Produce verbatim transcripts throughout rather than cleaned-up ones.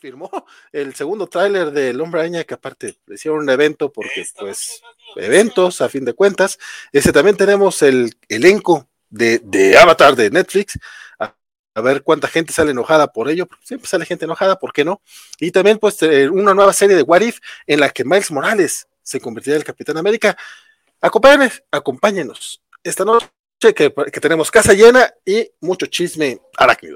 confirmó el segundo tráiler del Hombre Araña, que aparte le hicieron un evento porque pues eventos a fin de cuentas. Ese también tenemos el elenco de, de Avatar de Netflix, a, a ver cuánta gente sale enojada por ello, porque siempre sale gente enojada, ¿por qué no? Y también pues una nueva serie de What If en la que Miles Morales se convertirá en el Capitán América. Acompáñenos, acompáñenos esta noche que, que tenemos casa llena y mucho chisme arácnido.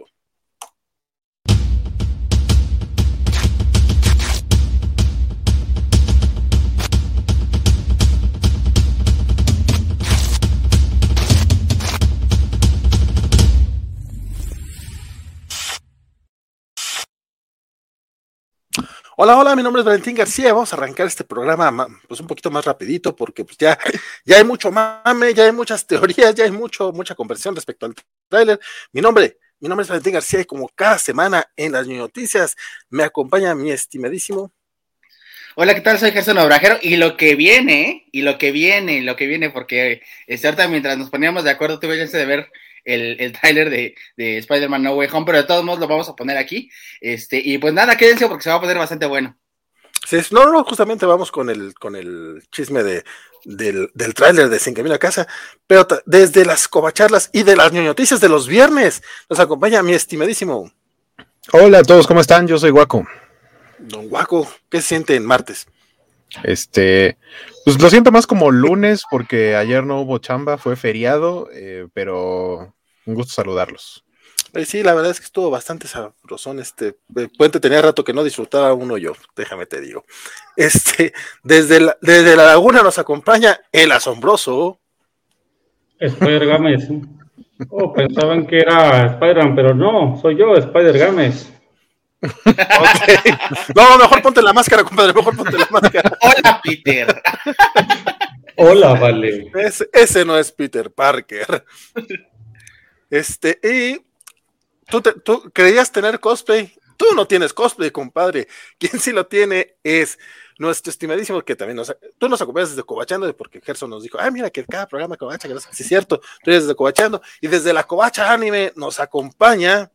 Hola, hola, mi nombre es Valentín García. Vamos a arrancar este programa pues un poquito más rapidito porque pues ya, ya hay mucho mame, ya hay muchas teorías, ya hay mucho, mucha conversión respecto al tráiler. Mi nombre, mi nombre es Valentín García y como cada semana en las noticias me acompaña mi estimadísimo. Hola, ¿qué tal? Soy Gerson Obrajero y lo que viene, y lo que viene, lo que viene, porque este, ahorita mientras nos poníamos de acuerdo tuve chance de ver el, el tráiler de, de Spider-Man No Way Home, pero de todos modos lo vamos a poner aquí, este, y pues nada, quédense porque se va a poner bastante bueno. Sí, no, no, justamente vamos con el, con el chisme de, del, del tráiler de Sin Camino a Casa, pero t- desde las covacharlas y de las noticias de los viernes nos acompaña mi estimadísimo. Hola a todos, ¿cómo están? Yo soy Guaco. Don Guaco, ¿qué se siente en martes? Este, pues lo siento más como lunes porque ayer no hubo chamba, fue feriado, eh, pero un gusto saludarlos. Eh, sí, la verdad es que estuvo bastante sabrosón este eh, puente, tenía rato que no disfrutaba uno yo, déjame te digo. Este, desde la, desde la laguna nos acompaña el asombroso Spider Gámez. Oh, pensaban que era Spider-Man, pero no, soy yo, Spider Gámez. Okay. No, mejor ponte la máscara, compadre, mejor ponte la máscara. Hola, Peter. Hola, vale. Ese, ese no es Peter Parker. Este, y tú, te, tú creías tener cosplay. Tú no tienes cosplay, compadre. Quien sí lo tiene es nuestro estimadísimo, que también nos, tú nos acompañas desde Covachando, porque Gerson nos dijo, ah, mira, que cada programa Covacha, que no sé si es cierto, tú eres desde Covachando, y desde la Covacha Anime nos acompaña.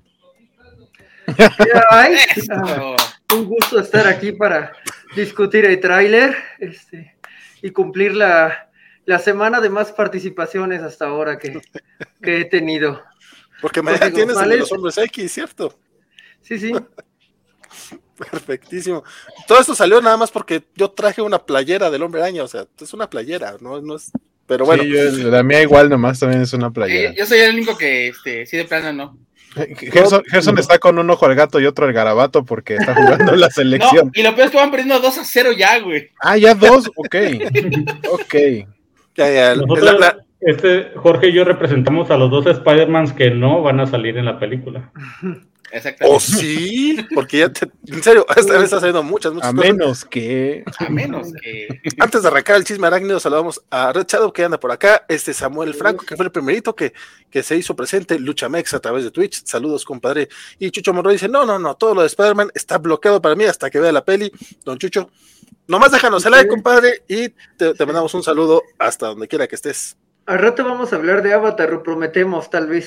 Ay, ah, un gusto estar aquí para discutir el tráiler este, y cumplir la, la semana de más participaciones hasta ahora que, que he tenido. Porque mañana tienes el de los hombres X, ¿cierto? Sí, sí. Perfectísimo. Todo esto salió nada más porque yo traje una playera del Hombre Araña, o sea, es una playera, no, no es, pero bueno. Sí, yo, la mía igual nomás también es una playera. Eh, yo soy el único que, este, sí de plano no. Gerson, Gerson está con un ojo al gato y otro al garabato porque está jugando la selección. No, y lo peor es que van perdiendo dos a cero ya, güey. Ah, ya dos, ok. Ok. Ya, ya. Nosotros, la, la... Este, Jorge y yo representamos a los dos Spider-Mans que no van a salir en la película. ¿O sí? Porque ya te, en serio, esta vez está saliendo muchas, muchas a cosas. menos que a menos que antes de arrancar el chisme arácnido, saludamos a Red Shadow que anda por acá, este Samuel Franco que fue el primerito que, que se hizo presente, Luchamex a través de Twitch, saludos compadre, y Chucho Monroy dice, no, no, no, todo lo de Spider-Man está bloqueado para mí hasta que vea la peli. Don Chucho, nomás déjanos el like compadre y te, te mandamos un saludo hasta donde quiera que estés. Al rato vamos a hablar de Avatar, lo prometemos, tal vez.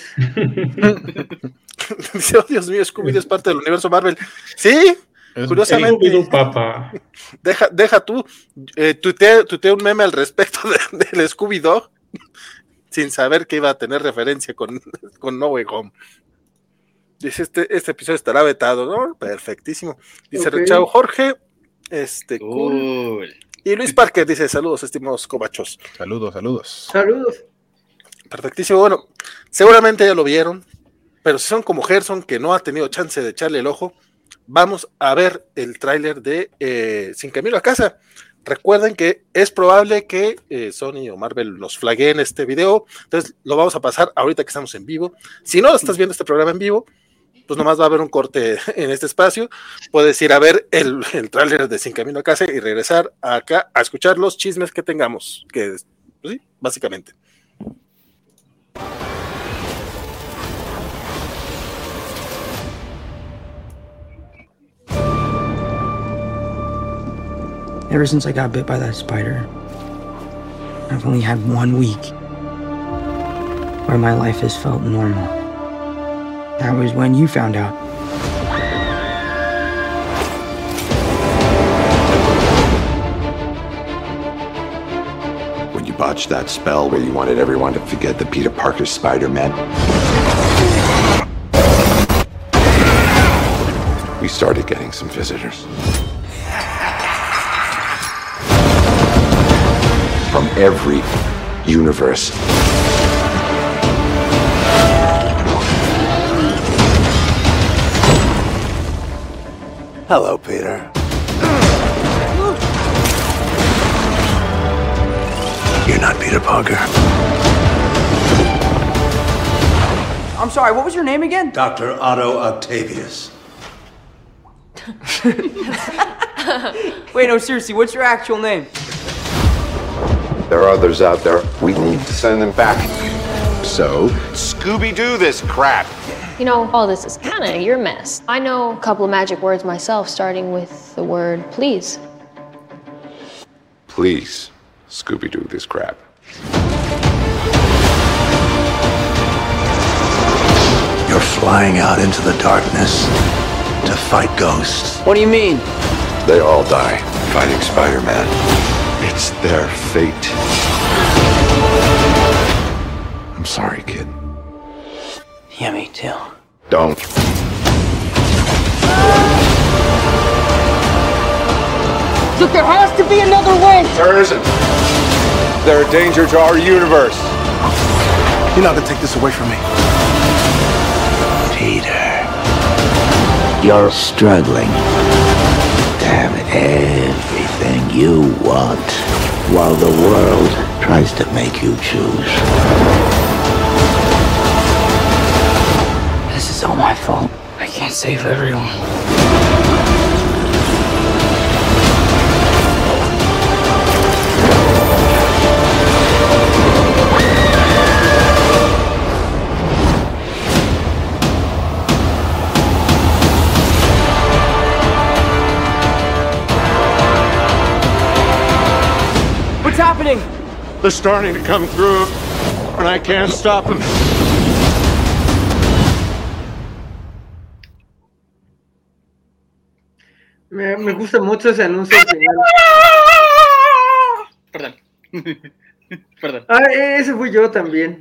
Dice, oh Dios mío, Scooby-Doo es parte del universo Marvel. Sí, es curiosamente. Scooby-Doo, papá. Deja, deja tú, eh, tuiteé, tuiteé un meme al respecto de, del Scooby-Doo, sin saber que iba a tener referencia con, con No Way Home. Dice, este, este episodio estará vetado, ¿no? Perfectísimo. Dice, okay. Rechao Jorge, este, cool. cool. Y Luis Parker dice, saludos, estimados cobachos. Saludos, saludos. Saludos. Perfectísimo, bueno, seguramente ya lo vieron, pero si son como Gerson, que no ha tenido chance de echarle el ojo, vamos a ver el tráiler de eh, Sin Camino a Casa. Recuerden que es probable que eh, Sony o Marvel nos flagueen este video, entonces lo vamos a pasar ahorita que estamos en vivo. Si no estás viendo este programa en vivo, pues nomás va a haber un corte en este espacio, puedes ir a ver el, el tráiler de Sin Camino a Casa y regresar acá a escuchar los chismes que tengamos, que pues sí, básicamente. Ever since I got bit by that spider, I've only had one week where my life has felt normal. That was when you found out. watch that spell where you wanted everyone to forget that Peter Parker's Spider-Man? We started getting some visitors. From every universe. Hello, Peter. You're not Peter Parker. I'm sorry, what was your name again? Doctor Otto Octavius. Wait, no, seriously, what's your actual name? There are others out there. We need to send them back. So, Scooby-Doo this crap. You know, all this is kind of your mess. I know a couple of magic words myself, starting with the word please. Please, Scooby-Doo this crap. You're flying out into the darkness to fight ghosts. What do you mean? They all die fighting Spider-Man. It's their fate. I'm sorry, kid. Yeah, me too. Don't. Look, there has to be another way! There isn't. They're a danger to our universe. You're not gonna take this away from me. Peter, you're struggling to have everything you want while the world tries to make you choose. This is all my fault. I can't save everyone. What's happening? They're starting to come through, and I can't stop them. Me, me gusta mucho ese anuncio al final. Perdón. Perdón. Ah, ese fui yo también.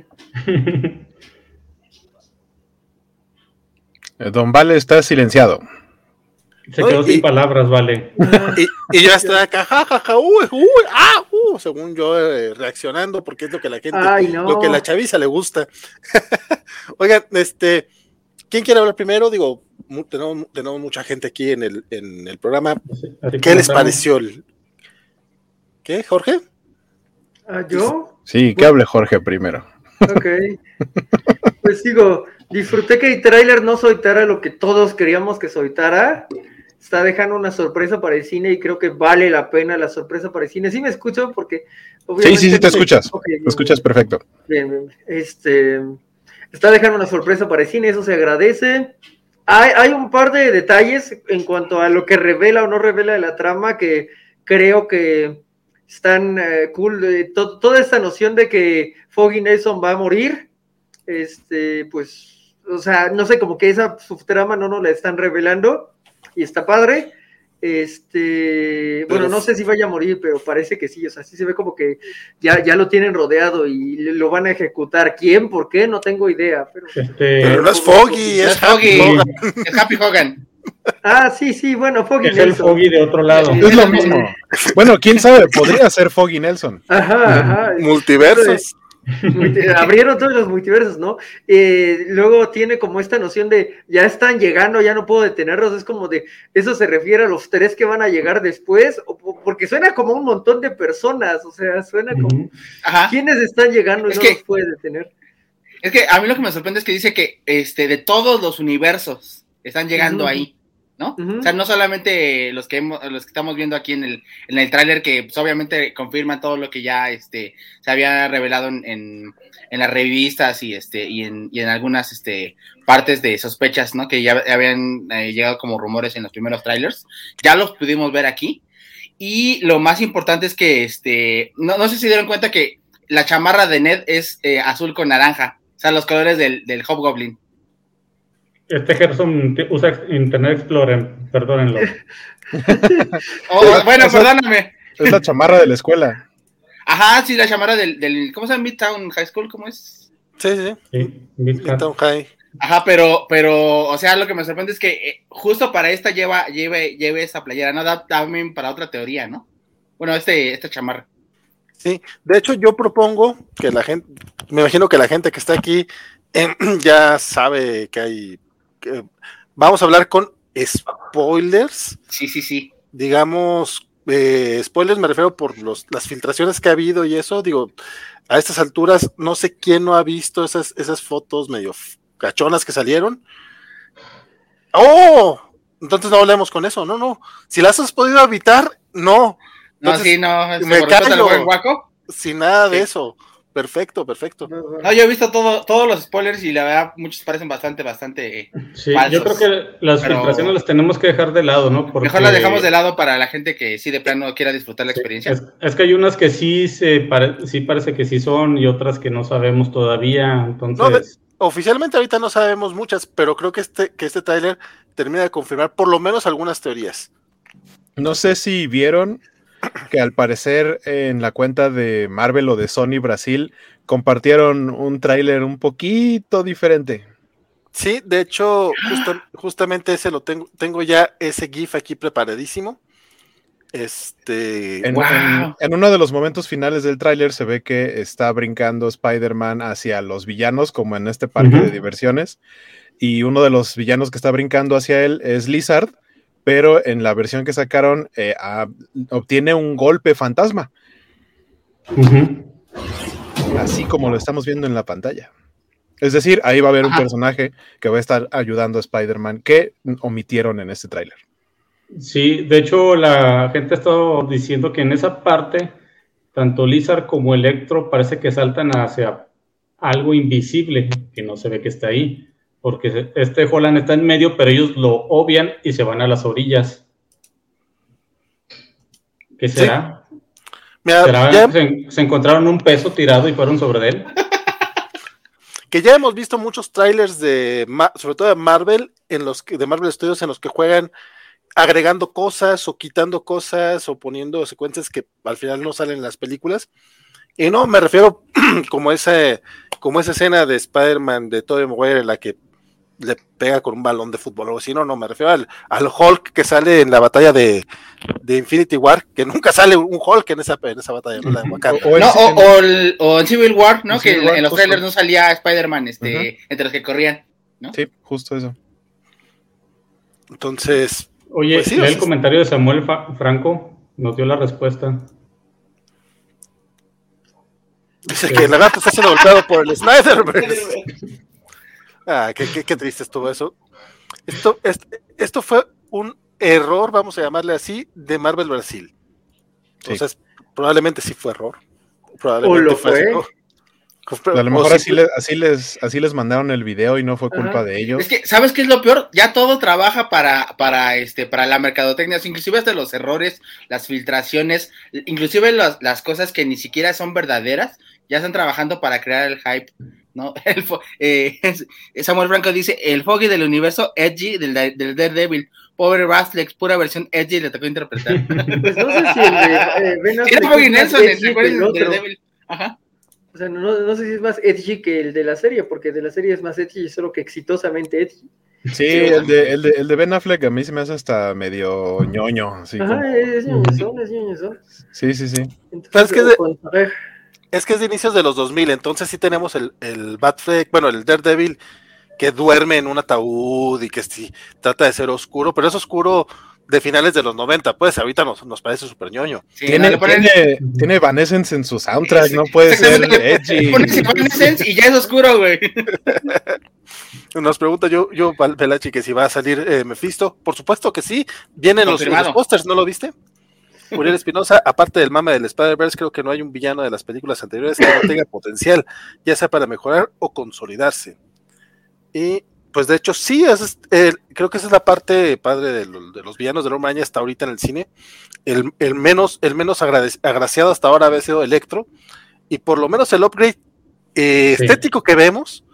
Don Vale está silenciado. Se quedó sin palabras, Vale. Y, y yo hasta acá, jajaja, ja, ja, uy, uy, ah, uh, según yo eh, reaccionando, porque es lo que la gente, Ay, no. lo que la chaviza le gusta. Oigan, este, ¿quién quiere hablar primero? Digo, mu- tenemos, tenemos mucha gente aquí en el, en el programa. Así ¿Qué les como pareció? el- ¿Qué, Jorge? Ah, ¿yo? Sí, que hable Jorge primero. Ok. Pues digo, disfruté que el tráiler no soltara lo que todos queríamos que soltara. Está dejando una sorpresa para el cine y creo que vale la pena la sorpresa para el cine. ¿Sí me escucho? Porque Sí, sí, sí, te escuchas. Ok, Te escuchas perfecto. bien, bien. Este, está dejando una sorpresa para el cine, eso se agradece. Hay, hay un par de detalles en cuanto a lo que revela o no revela de la trama que creo que están eh, cool. Eh, to- toda esta noción de que Foggy Nelson va a morir, este, pues, o sea, no sé, como que esa subtrama no nos la están revelando y está padre. Este, Pero bueno, no sé si vaya a morir, pero parece que sí, o sea, sí se ve como que ya, ya lo tienen rodeado y lo van a ejecutar. ¿Quién? ¿Por qué? No tengo idea. Pero, Este, Pero no es Foggy, No es es Foggy, Happy Hogan. es Happy Hogan. ah, sí, sí, bueno, Foggy es el Nelson. Foggy de otro lado. Es lo mismo. Bueno, quién sabe, podría ser Foggy Nelson. Ajá, ajá. Multiversos. Multi- abrieron todos los multiversos, ¿no? Eh, luego tiene como esta noción de ya están llegando, ya no puedo detenerlos, es como de, eso se refiere a los tres que van a llegar después, o, po- porque suena como un montón de personas, o sea, suena como, Ujú. Ajá. ¿quiénes están llegando y Es no que- los puede detener? Es que a mí lo que me sorprende es que dice que este, de todos los universos están llegando Ujú. ahí, ¿no? Ujú. O sea, no solamente los que hemos, los que estamos viendo aquí en el, en el tráiler, que pues, obviamente confirman todo lo que ya este, se había revelado en, en, en las revistas y este y en, y en algunas este, partes de sospechas, ¿no? Que ya habían eh, llegado como rumores en los primeros trailers. Ya los pudimos ver aquí. Y lo más importante es que este, no, no sé si se dieron cuenta que la chamarra de Ned es eh, azul con naranja. O sea, los colores del, del Hobgoblin. Este Gerson t- usa Internet Explorer, perdónenlo. Oh, bueno, Eso- perdóname. Es la chamarra de la escuela. Ajá, sí, la chamarra del, del, ¿cómo se llama? Midtown High School, ¿cómo es? Sí, sí, Sí, Midtown High. Ajá, pero, pero, o sea, lo que me sorprende es que eh, justo para esta lleva, lleve, lleve esa playera, ¿no? Da también para otra teoría, ¿no? Bueno, este, esta chamarra. Sí, de hecho yo propongo que la gente, me imagino que la gente que está aquí eh, ya sabe que hay, que vamos a hablar con spoilers. Sí, sí, sí. Digamos, eh, spoilers me refiero por los, las filtraciones que ha habido y eso, digo, a estas alturas no sé quién no ha visto esas, esas fotos medio cachonas que salieron. ¡Oh! Entonces no hablemos con eso, no, no. Si las has podido evitar, no. Entonces, no, sí, no. Me callo. El guaco? Sin nada de sí. eso. Perfecto, perfecto. No, yo he visto todo, todos los spoilers y la verdad muchos parecen bastante, bastante eh, sí, falsos. Yo creo que las pero... filtraciones las tenemos que dejar de lado, ¿no? Porque... Mejor las dejamos de lado para la gente que sí de plano quiera disfrutar la experiencia. Es, es que hay unas que sí se pare, sí parece que sí son y otras que no sabemos todavía, entonces... No, de, oficialmente ahorita no sabemos muchas, pero creo que este, que este tráiler termina de confirmar por lo menos algunas teorías. No sé si vieron que al parecer en la cuenta de Marvel o de Sony Brasil compartieron un tráiler un poquito diferente. Sí, de hecho, justo, justamente ese lo tengo, tengo ya ese GIF aquí preparadísimo. Este, en, wow. en, en uno de los momentos finales del tráiler se ve que está brincando Spider-Man hacia los villanos, como en este parque uh-huh. de diversiones, y uno de los villanos que está brincando hacia él es Lizard, pero en la versión que sacaron eh, a, obtiene un golpe fantasma. Uh-huh. Así como lo estamos viendo en la pantalla. Es decir, ahí va a haber un Ajá. personaje que va a estar ayudando a Spider-Man que omitieron en este tráiler. Sí, de hecho la gente ha estado diciendo que en esa parte tanto Lizard como Electro parece que saltan hacia algo invisible que no se ve que está ahí. Porque este Holland está en medio, pero ellos lo obvian y se van a las orillas. ¿Qué será? Sí. Mira, ¿Será ya... se, se encontraron un peso tirado y fueron sobre él? Que ya hemos visto muchos trailers de, sobre todo de Marvel, en los que, de Marvel Studios, en los que juegan agregando cosas o quitando cosas o poniendo secuencias que al final no salen en las películas. Y no, me refiero como esa, como esa escena de Spider-Man de Tobey Maguire en la que le pega con un balón de fútbol o algo así, no, no, me refiero al, al Hulk que sale en la batalla de, de Infinity War, que nunca sale un Hulk en esa, en esa batalla, ¿no? La de Wakanda. O, o, no, o, o, el, o en Civil War, ¿no? En que War, en los trailers no salía Spider-Man este, uh-huh. entre los que corrían, ¿no? Sí, justo eso. Entonces... Oye, pues sí, lee o sea, el comentario de Samuel Fa- Franco, nos dio la respuesta. Dice sí. que el lagarto está siendo golpeado por el Snyderverse. Ah, qué, qué, qué triste estuvo eso. Esto, esto, esto fue un error, vamos a llamarle así, de Marvel Brasil. Entonces, sí. probablemente sí fue error. Probablemente o lo fue. fue a lo mejor así, les, así, les, así les mandaron el video y no fue culpa Ajá. de ellos. Es que, ¿sabes qué es lo peor? Ya todo trabaja para, para, este, para la mercadotecnia, inclusive hasta los errores, las filtraciones, inclusive las, las cosas que ni siquiera son verdaderas, ya están trabajando para crear el hype, ¿no? El, eh, Samuel Franco dice, el Foggy del universo edgy del, del Daredevil. Pobre Rastlex, pura versión edgy le tocó interpretar. Pues no sé si el de eh, Ben Affleck es Foggy Nelson, el del Daredevil. Ajá. O sea, no, no sé si es más edgy que el de la serie, porque de la serie es más edgy, solo que exitosamente edgy. Sí, sí el, de, el, de, el de Ben Affleck a mí se me hace hasta medio ñoño. Así Ajá, como... es ñoñezón, es ñoñezón. Sí, sí, sí. Entonces, es, que es, de, es que es de inicios de los dos mil, entonces sí tenemos el, el Batfleck, bueno, el Daredevil, que duerme en un ataúd y que sí trata de ser oscuro, pero es oscuro de finales de los noventa, pues ahorita nos, nos parece súper ñoño. Sí, tiene, no, ponen... tiene, tiene Evanescence en su soundtrack, sí, no puede ser edgy. Pones Evanescence y ya es oscuro, güey. Nos pregunta yo, yo Pelachi, que si va a salir eh, Mephisto. Por supuesto que sí, vienen los, los pósters, ¿no lo viste? Uriel Espinosa, aparte del mame del Spider-Verse, creo que no hay un villano de las películas anteriores que no tenga potencial, ya sea para mejorar o consolidarse. Y pues de hecho sí, es, eh, creo que esa es la parte padre de, lo, de los villanos de Hombre Araña hasta ahorita en el cine. El, el menos, el menos agrade- agraciado hasta ahora había sido Electro, y por lo menos el upgrade eh, sí. estético que vemos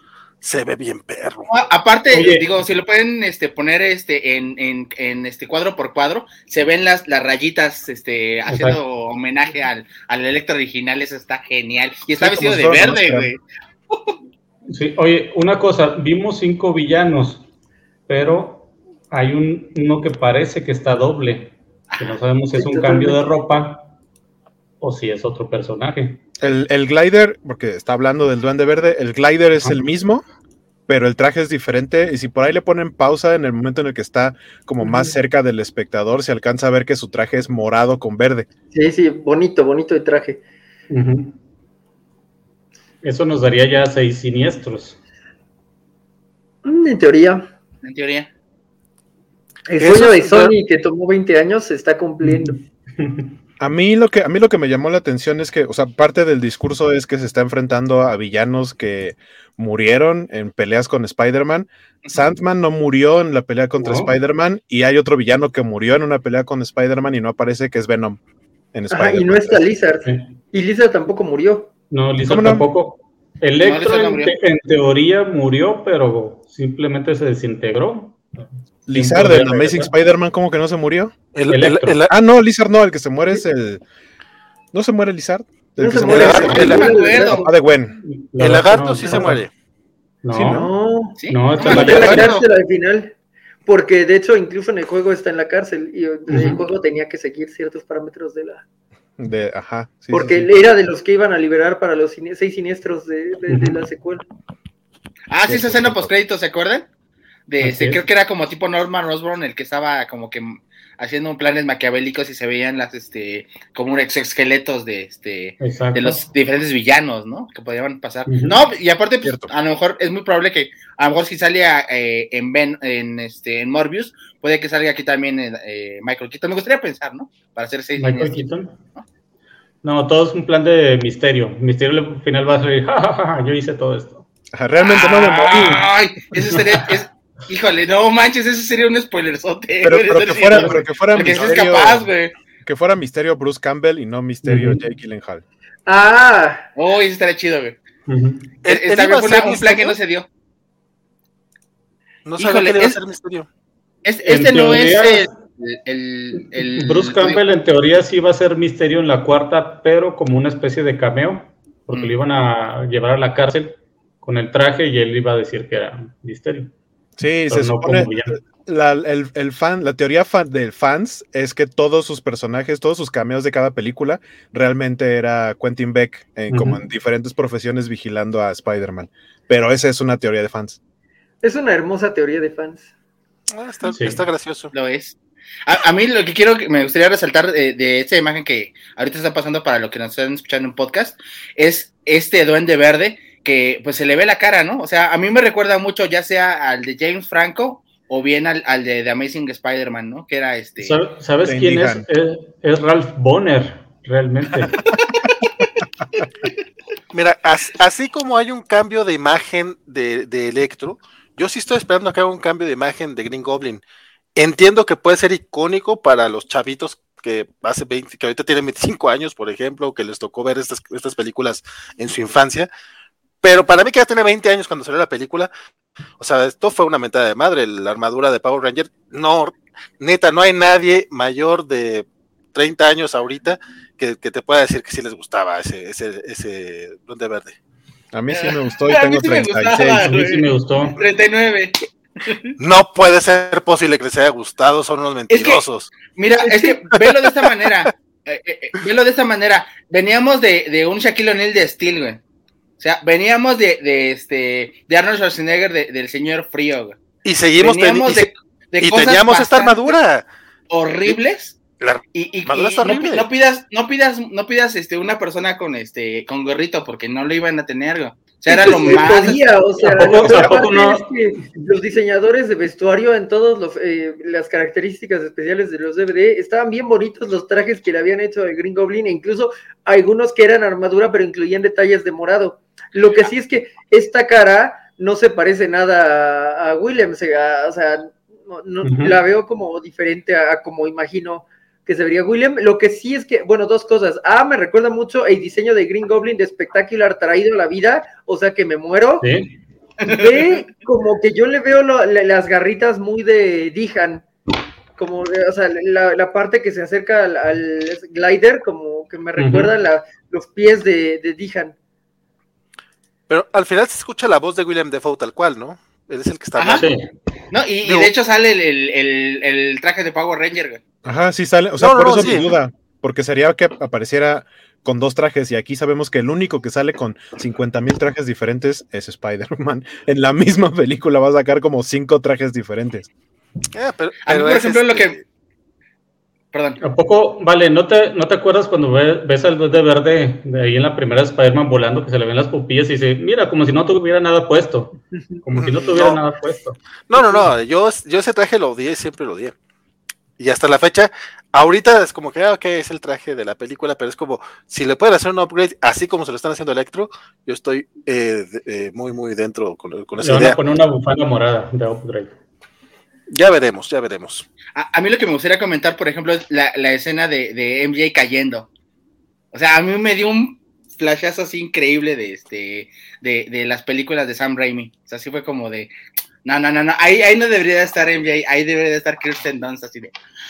se ve bien perro. Aparte, Oye. digo, si lo pueden este, poner este en, en, en este cuadro por cuadro, se ven las, las rayitas este, haciendo Exacto. homenaje al, al Electro original, eso está genial. Y está Sí, vestido como de si fuera verde, una güey. Sí, oye, una cosa, vimos cinco villanos, pero hay un, uno que parece que está doble, que no sabemos si es Sí, un cambio de totalmente. ropa o si es otro personaje. El, el glider, porque está hablando del Duende Verde, el glider es Ajá. el mismo, pero el traje es diferente. Y si por ahí le ponen pausa en el momento en el que está como más Ujú. cerca del espectador, se alcanza a ver que su traje es morado con verde. Sí, sí, bonito, bonito el traje. Ujú. Eso nos daría ya seis siniestros. Mm, En teoría, En teoría. el Eso sueño de es- Sony que tomó veinte años se está cumpliendo. A mí lo que a mí lo que me llamó la atención es que, o sea, parte del discurso es que se está enfrentando a villanos que murieron en peleas con Spider-Man. Sandman no murió en la pelea contra No. Spider-Man y hay otro villano que murió en una pelea con Spider-Man y no aparece, que es Venom en Ajá, Spider-Man. y no está Lizard. Sí. Y Lizard tampoco murió. No, Lizard ¿Cómo no? tampoco. Electro Lizard no en, murió. te- en teoría murió, pero simplemente se desintegró. Lizard podría en Amazing regresar? Spider-Man, ¿cómo que no se murió? El, el, Electro. el- Ah, no, Lizard no, el que se muere es el. ¿No se muere Lizard? El No que se se muere. muere es el- el, No me el acuerdo. papá de Gwen. La el verdad lagarto no- sí se muere. No, Sí, ¿no? No, ¿Sí? No, está me en la está en la acuerdo. cárcel al final. Porque de hecho, incluso en el juego está en la cárcel. Y el Ujú. juego tenía que seguir ciertos parámetros de la. De, ajá, sí, Porque sí, él sí. era de los que iban a liberar para los sini- seis siniestros de, de- de la secuela. Ah, sí, esa Cierto, escena cierto. post crédito, ¿se acuerdan? De Así este, es. creo que era como tipo Norman Osborn el que estaba como que haciendo planes maquiavélicos y se veían las este como unos exoesqueletos de este Exacto. de los diferentes villanos, ¿no? Que podían pasar. Ujú. No, y aparte pues, Cierto. a lo mejor es muy probable que a lo mejor si salía eh, en Ben en este en Morbius, puede que salga aquí también eh, Michael Keaton. Me gustaría pensar, ¿no? Para hacer seis Michael siniestros. Keaton. No, todo es un plan de Misterio. Misterio al final va a salir, ja, ja, ja, ja, yo hice todo esto. Ajá, realmente no me morí. Ay, eso sería es, híjole, no manches, eso sería un spoilerzote. Pero, güey, pero eso que sí, fuera, no, pero que fuera porque sí es misterio, capaz, güey. que fuera misterio Bruce Campbell y no misterio Ujú. Jake Gyllenhaal. Ah, Oh, eso estaría chido, güey. Ujú. ¿Él- él Está iba bien, a fue ser una- un plan que Misterio? no se dio. No sabía Híjole, que iba a es- ser misterio. Es- En este no teoría, es el, el, el- Bruce Campbell en teoría sí iba a ser Misterio en la cuarta, pero como una especie de cameo, porque Mm. lo iban a llevar a la cárcel con el traje y él iba a decir que era Misterio. Sí, Pero se no supone. como villano. La, el, el fan, la teoría fan del fans es que todos sus personajes, todos sus cameos de cada película, realmente era Quentin Beck, eh, como Ujú. en diferentes profesiones vigilando a Spider-Man. Pero esa es una teoría de fans. es una hermosa teoría de fans. Ah, está, Sí. está gracioso. Lo es. A, a mí lo que quiero, que me gustaría resaltar de, de esta imagen que ahorita está pasando para los que nos están escuchando en podcast, es este duende verde que pues se le ve la cara, ¿no? O sea, a mí me recuerda mucho ya sea al de James Franco o bien al, al de The Amazing Spider-Man, ¿no? Que era este... ¿Sab- ¿Sabes Dane quién es? Dehan. es? Es Ralph Bonner, realmente. Mira, as- así como hay un cambio de imagen de, de Electro, yo sí estoy esperando a que haga un cambio de imagen de Green Goblin. Entiendo que puede ser icónico para los chavitos que hace veinte, que ahorita tienen veinticinco años, por ejemplo, que les tocó ver estas, estas películas en su infancia, pero para mí que ya tiene veinte años cuando salió la película, o sea, esto fue una mentada de madre, la armadura de Power Ranger, no, neta, no hay nadie mayor de treinta años ahorita que, que te pueda decir que sí les gustaba ese, ese, ese Duende Verde. A mí sí me gustó y A mí tengo sí me treinta y gustaba, seis. A mí sí me gustó. treinta y nueve. No puede ser posible que les haya gustado, son unos mentirosos. Mira, es que velo de esta manera. eh, eh, eh, velo de esta manera. Veníamos de, de un Shaquille O'Neal de Steel, güey. O sea, veníamos de, de este de Arnold Schwarzenegger de- del señor frío, güey. Y seguimos Veníamos teni- y, de, de y cosas teníamos esta bastante armadura. horribles. La Y, y, armadura y está no, horrible. no pidas, no pidas, no pidas este una persona con este con gorrito porque no lo iban a tener, güey. O sea, era lo Se más. podía, o sea, ¿A poco- la peor a poco parte no? es que los diseñadores de vestuario en todas las características especiales de los D V D estaban bien bonitos los trajes que le habían hecho al Green Goblin, e incluso algunos que eran armadura pero incluían detalles de morado. Lo que sí es que esta cara no se parece nada a, a Williams, a- o sea, no, no- Ujú. la veo como diferente a, a como imagino que se vería William. Lo que sí es que, bueno, dos cosas. A, me recuerda mucho el diseño de Green Goblin de Spectacular traído a la vida, o sea que me muero. Sí. ve como que yo le veo lo, la, las garritas muy de Dihan, como, de, o sea, la, la parte que se acerca al, al glider, como que me recuerda uh-huh. la, los pies de, de Dihan. Pero al final se escucha la voz de William Dafoe tal cual, ¿no? Él es el que está hablando. Sí. No, y, y de hecho sale el, el, el, el traje de Power Ranger, güey. Ajá, sí sale, o sea, no, por no, eso sí. mi duda, porque sería que apareciera con dos trajes, y aquí sabemos que el único que sale con cincuenta mil trajes diferentes es Spider-Man. En la misma película va a sacar como cinco trajes diferentes. Eh, pero, a mí, pero por ejemplo, este... lo que... Perdón. ¿A poco, vale, ¿no te, no te acuerdas cuando ves, ves al Duende Verde de ahí en la primera de Spider-Man volando, que se le ven las pupillas y dice, mira, como si no tuviera nada puesto? Como si no tuviera no. nada puesto. No, no, no, yo, yo ese traje lo odié, siempre lo odié. Y hasta la fecha, ahorita es como que, ah, ok, es el traje de la película, pero es como, si le pueden hacer un upgrade, así como se lo están haciendo a Electro, yo estoy eh, eh, muy, muy dentro con, con esa le idea. Van a poner una bufanda morada de upgrade. Ya veremos, ya veremos. A, a mí lo que me gustaría comentar, por ejemplo, es la, la escena de, de M J cayendo. O sea, a mí me dio un flashazo así increíble de este de, de las películas de Sam Raimi. O sea, así fue como de, no, no, no, no, ahí, ahí no debería de estar M J, ahí debería de estar Kirsten Dunst, así de...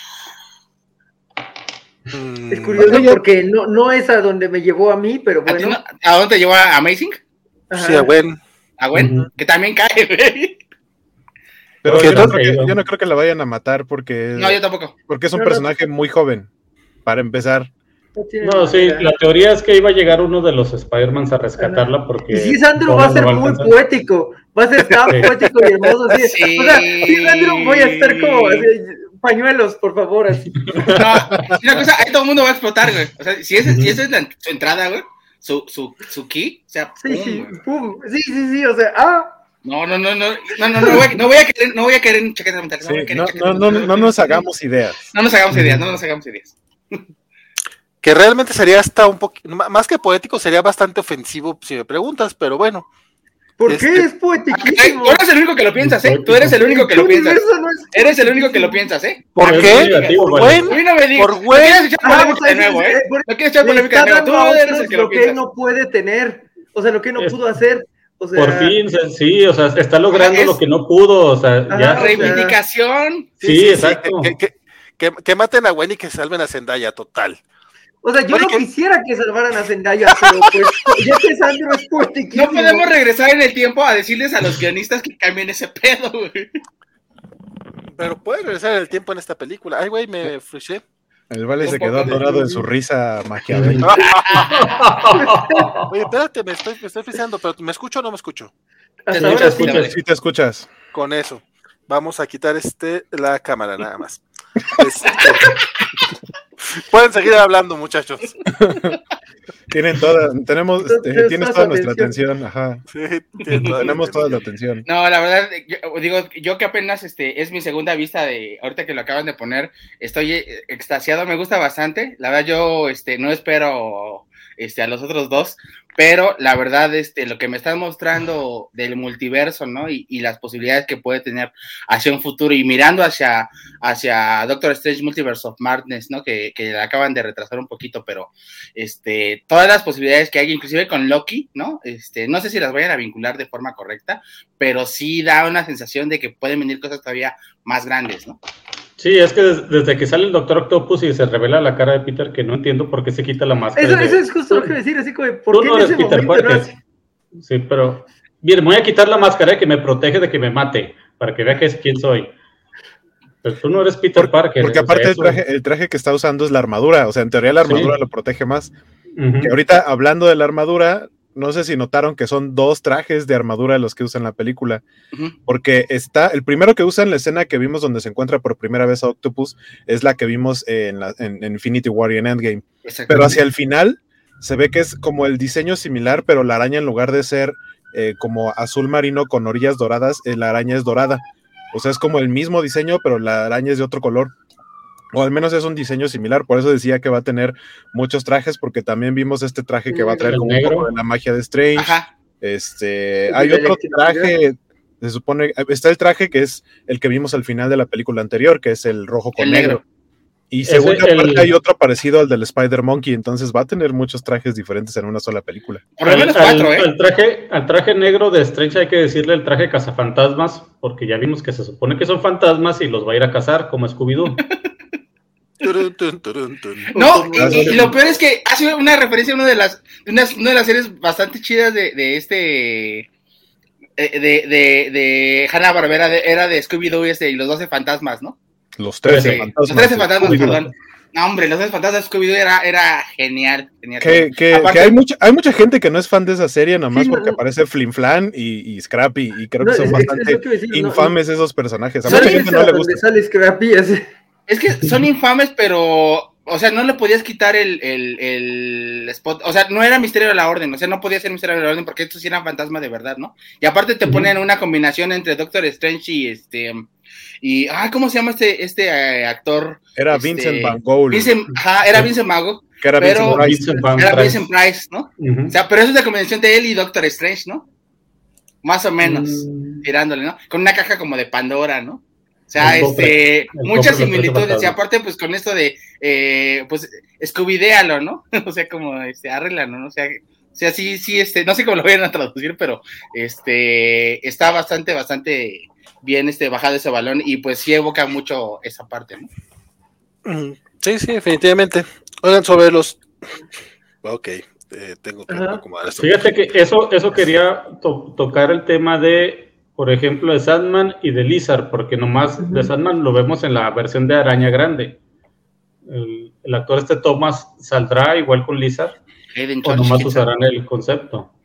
Es curioso porque no, no es a donde me llevó a mí, pero bueno. ¿A, no, ¿a dónde te llevó a Amazing? Ajá. Sí, a Gwen. A Gwen, uh-huh. que también cae, güey. Pero yo no, creo que, yo no creo que la vayan a matar porque... No, yo tampoco. Porque es un no, personaje no. muy joven, para empezar. No, no sí, la teoría es que iba a llegar uno de los Spider-Mans a rescatarla porque... Y si es Andrew va a ser muy poético, va a ser tan sí. poético y hermoso. Así. Sí. O sea, si es Andrew voy a estar como... Así, pañuelos, por favor. Así. No, una cosa, ahí todo el mundo va a explotar, güey. O sea, si esa si es la, su entrada, güey, su, su, su key, o sea, sí, pum, sí, pum. Sí, sí, sí, o sea, ah... No, no, no, no, no, no, no, voy a, no voy a querer, no voy a querer en chaquetas mentales. Sí, no, no, no, no, no nos hagamos ideas. No nos hagamos ideas, no nos hagamos ideas. Que realmente sería hasta un poquito, más que poético, sería bastante ofensivo si me preguntas, pero bueno. ¿Por este... qué es poetiquísimo? Tú eres el único que lo piensas, ¿eh? Tú eres el único que lo piensas. No es eres el único que lo piensas, ¿eh? ¿Por qué? Por Gwen. No me digas. Por Gwen. No quieres echar polémica de nuevo, ¿eh? No quieres echar polémica de nuevo. Tú eres el que lo piensas. Lo que no puede tener, o sea, lo que no pudo hacer. O sea, por fin, sí, o sea, está logrando es, lo que no pudo, o sea, ajá, ya. Reivindicación. Sí, sí, sí exacto. Sí, que, que, que, que maten a Gwen y que salven a Zendaya, total. O sea, yo Oye, no que... quisiera que salvaran a Zendaya, pero pues, ya que Sandro es poetiquísimo. No podemos regresar en el tiempo a decirles a los guionistas que cambien ese pedo, güey. Pero pueden regresar en el tiempo en esta película. Ay, güey, me frustré. El Vale se quedó atorado en su risa maquiavélica. Oye, espérate, me estoy, me estoy frisando, pero ¿me escucho o no me escucho? Sí te escuchas, sí te escuchas. Con eso. Vamos a quitar este la cámara nada más. Este... Pueden seguir hablando, muchachos. Tienen toda, tenemos, este, tienes toda nuestra atención, ajá. Sí, toda tenemos toda la atención. No, la verdad, yo, digo, yo que apenas este es mi segunda vista de, ahorita que lo acaban de poner, estoy extasiado, me gusta bastante. La verdad, yo este no espero este a los otros dos, pero la verdad, este, lo que me están mostrando del multiverso, ¿no? Y, y las posibilidades que puede tener hacia un futuro, y mirando hacia, hacia Doctor Strange Multiverse of Madness, ¿no? Que, que la acaban de retrasar un poquito, pero este, todas las posibilidades que hay, inclusive con Loki, ¿no? Este, no sé si las vayan a vincular de forma correcta, pero sí da una sensación de que pueden venir cosas todavía más grandes, ¿no? Sí, es que desde, desde que sale el Doctor Octopus y se revela la cara de Peter, que no entiendo por qué se quita la máscara. Eso, de... eso es justo lo que iba a decir, así como, ¿por Tú qué no en eres ese Peter momento Parker. No sí, pero, bien, me voy a quitar la máscara que me protege de que me mate, para que vea que es quién soy. Pero tú no eres Peter Por, Parker. Porque aparte el traje, el traje que está usando es la armadura, o sea, en teoría la armadura sí. lo protege más. Uh-huh. Que ahorita, hablando de la armadura, no sé si notaron que son dos trajes de armadura los que usan en la película, uh-huh. porque está, el primero que usa en la escena que vimos donde se encuentra por primera vez a Octopus, es la que vimos en, la, en, en Infinity War y en Endgame, pero hacia el final se ve que es como el diseño similar, pero la araña en lugar de ser eh, como azul marino con orillas doradas, eh, la araña es dorada, o sea, es como el mismo diseño, pero la araña es de otro color. O al menos es un diseño similar, por eso decía que va a tener muchos trajes, porque también vimos este traje que va a traer como un poco de la magia de Strange. Ajá. Este, hay otro traje, se supone, está el traje que es el que vimos al final de la película anterior, que es el rojo con el negro. negro. Y segunda el... parte hay otro parecido al del Spider-Monkey, entonces va a tener muchos trajes diferentes en una sola película. Por lo menos cuatro, al, ¿eh? Al traje, al traje negro de Strange hay que decirle el traje cazafantasmas, porque ya vimos que se supone que son fantasmas y los va a ir a cazar como Scooby-Doo. No, y, y lo peor es que hace una referencia a una de las, una, una de las series bastante chidas de, de este... De, de, de Hanna-Barbera, de, era de Scooby-Doo este, y los doce fantasmas, ¿no? Los trece sí, fantasmas. Los trece fantasmas, perdón. No, hombre, los trece fantasmas de Scooby-Doo era, era genial. genial. Que, que, Aparte, que hay, mucha, hay mucha gente que no es fan de esa serie, nomás sí, porque no, aparece Flim Flam y, y Scrappy, y creo no, que son es, bastante es decir, infames no, esos personajes. A mucha gente no le gusta. Sale Scrappy, así. Es que son infames, pero... O sea, no le podías quitar el, el, el spot, o sea, no era Misterio de la Orden, o sea, no podía ser Misterio de la Orden porque estos sí eran fantasmas de verdad, ¿no? Y aparte te ponen una combinación entre Doctor Strange y este, y, ah, ¿cómo se llama este, este eh, actor? Era este, Vincent Van Gogh. Vincent, ajá, era Vincent Van Gogh, que era pero Vincent Price. era Vincent Price, ¿no? Uh-huh. O sea, pero eso es la combinación de él y Doctor Strange, ¿no? Más o menos, uh-huh. tirándole, ¿no? Con una caja como de Pandora, ¿no? O sea, el este, el muchas similitudes, y aparte, pues, con esto de, eh, pues, Scooby-Déalo, ¿no? O sea, como, este, arréglalo, ¿no? O sea, o sea, sí, sí, este, no sé cómo lo vayan a traducir, pero, este, está bastante, bastante bien, este, bajado ese balón, y pues sí evoca mucho esa parte, ¿no? Sí, sí, definitivamente. Oigan, sobre los... Ok, eh, tengo que acomodar esto. Fíjate que eso, eso quería to- tocar el tema de... Por ejemplo, de Sandman y de Lizard, porque nomás uh-huh. de Sandman lo vemos en la versión de Araña Grande. El, el actor este Thomas saldrá igual con Lizard, Hayden o nomás usarán el concepto.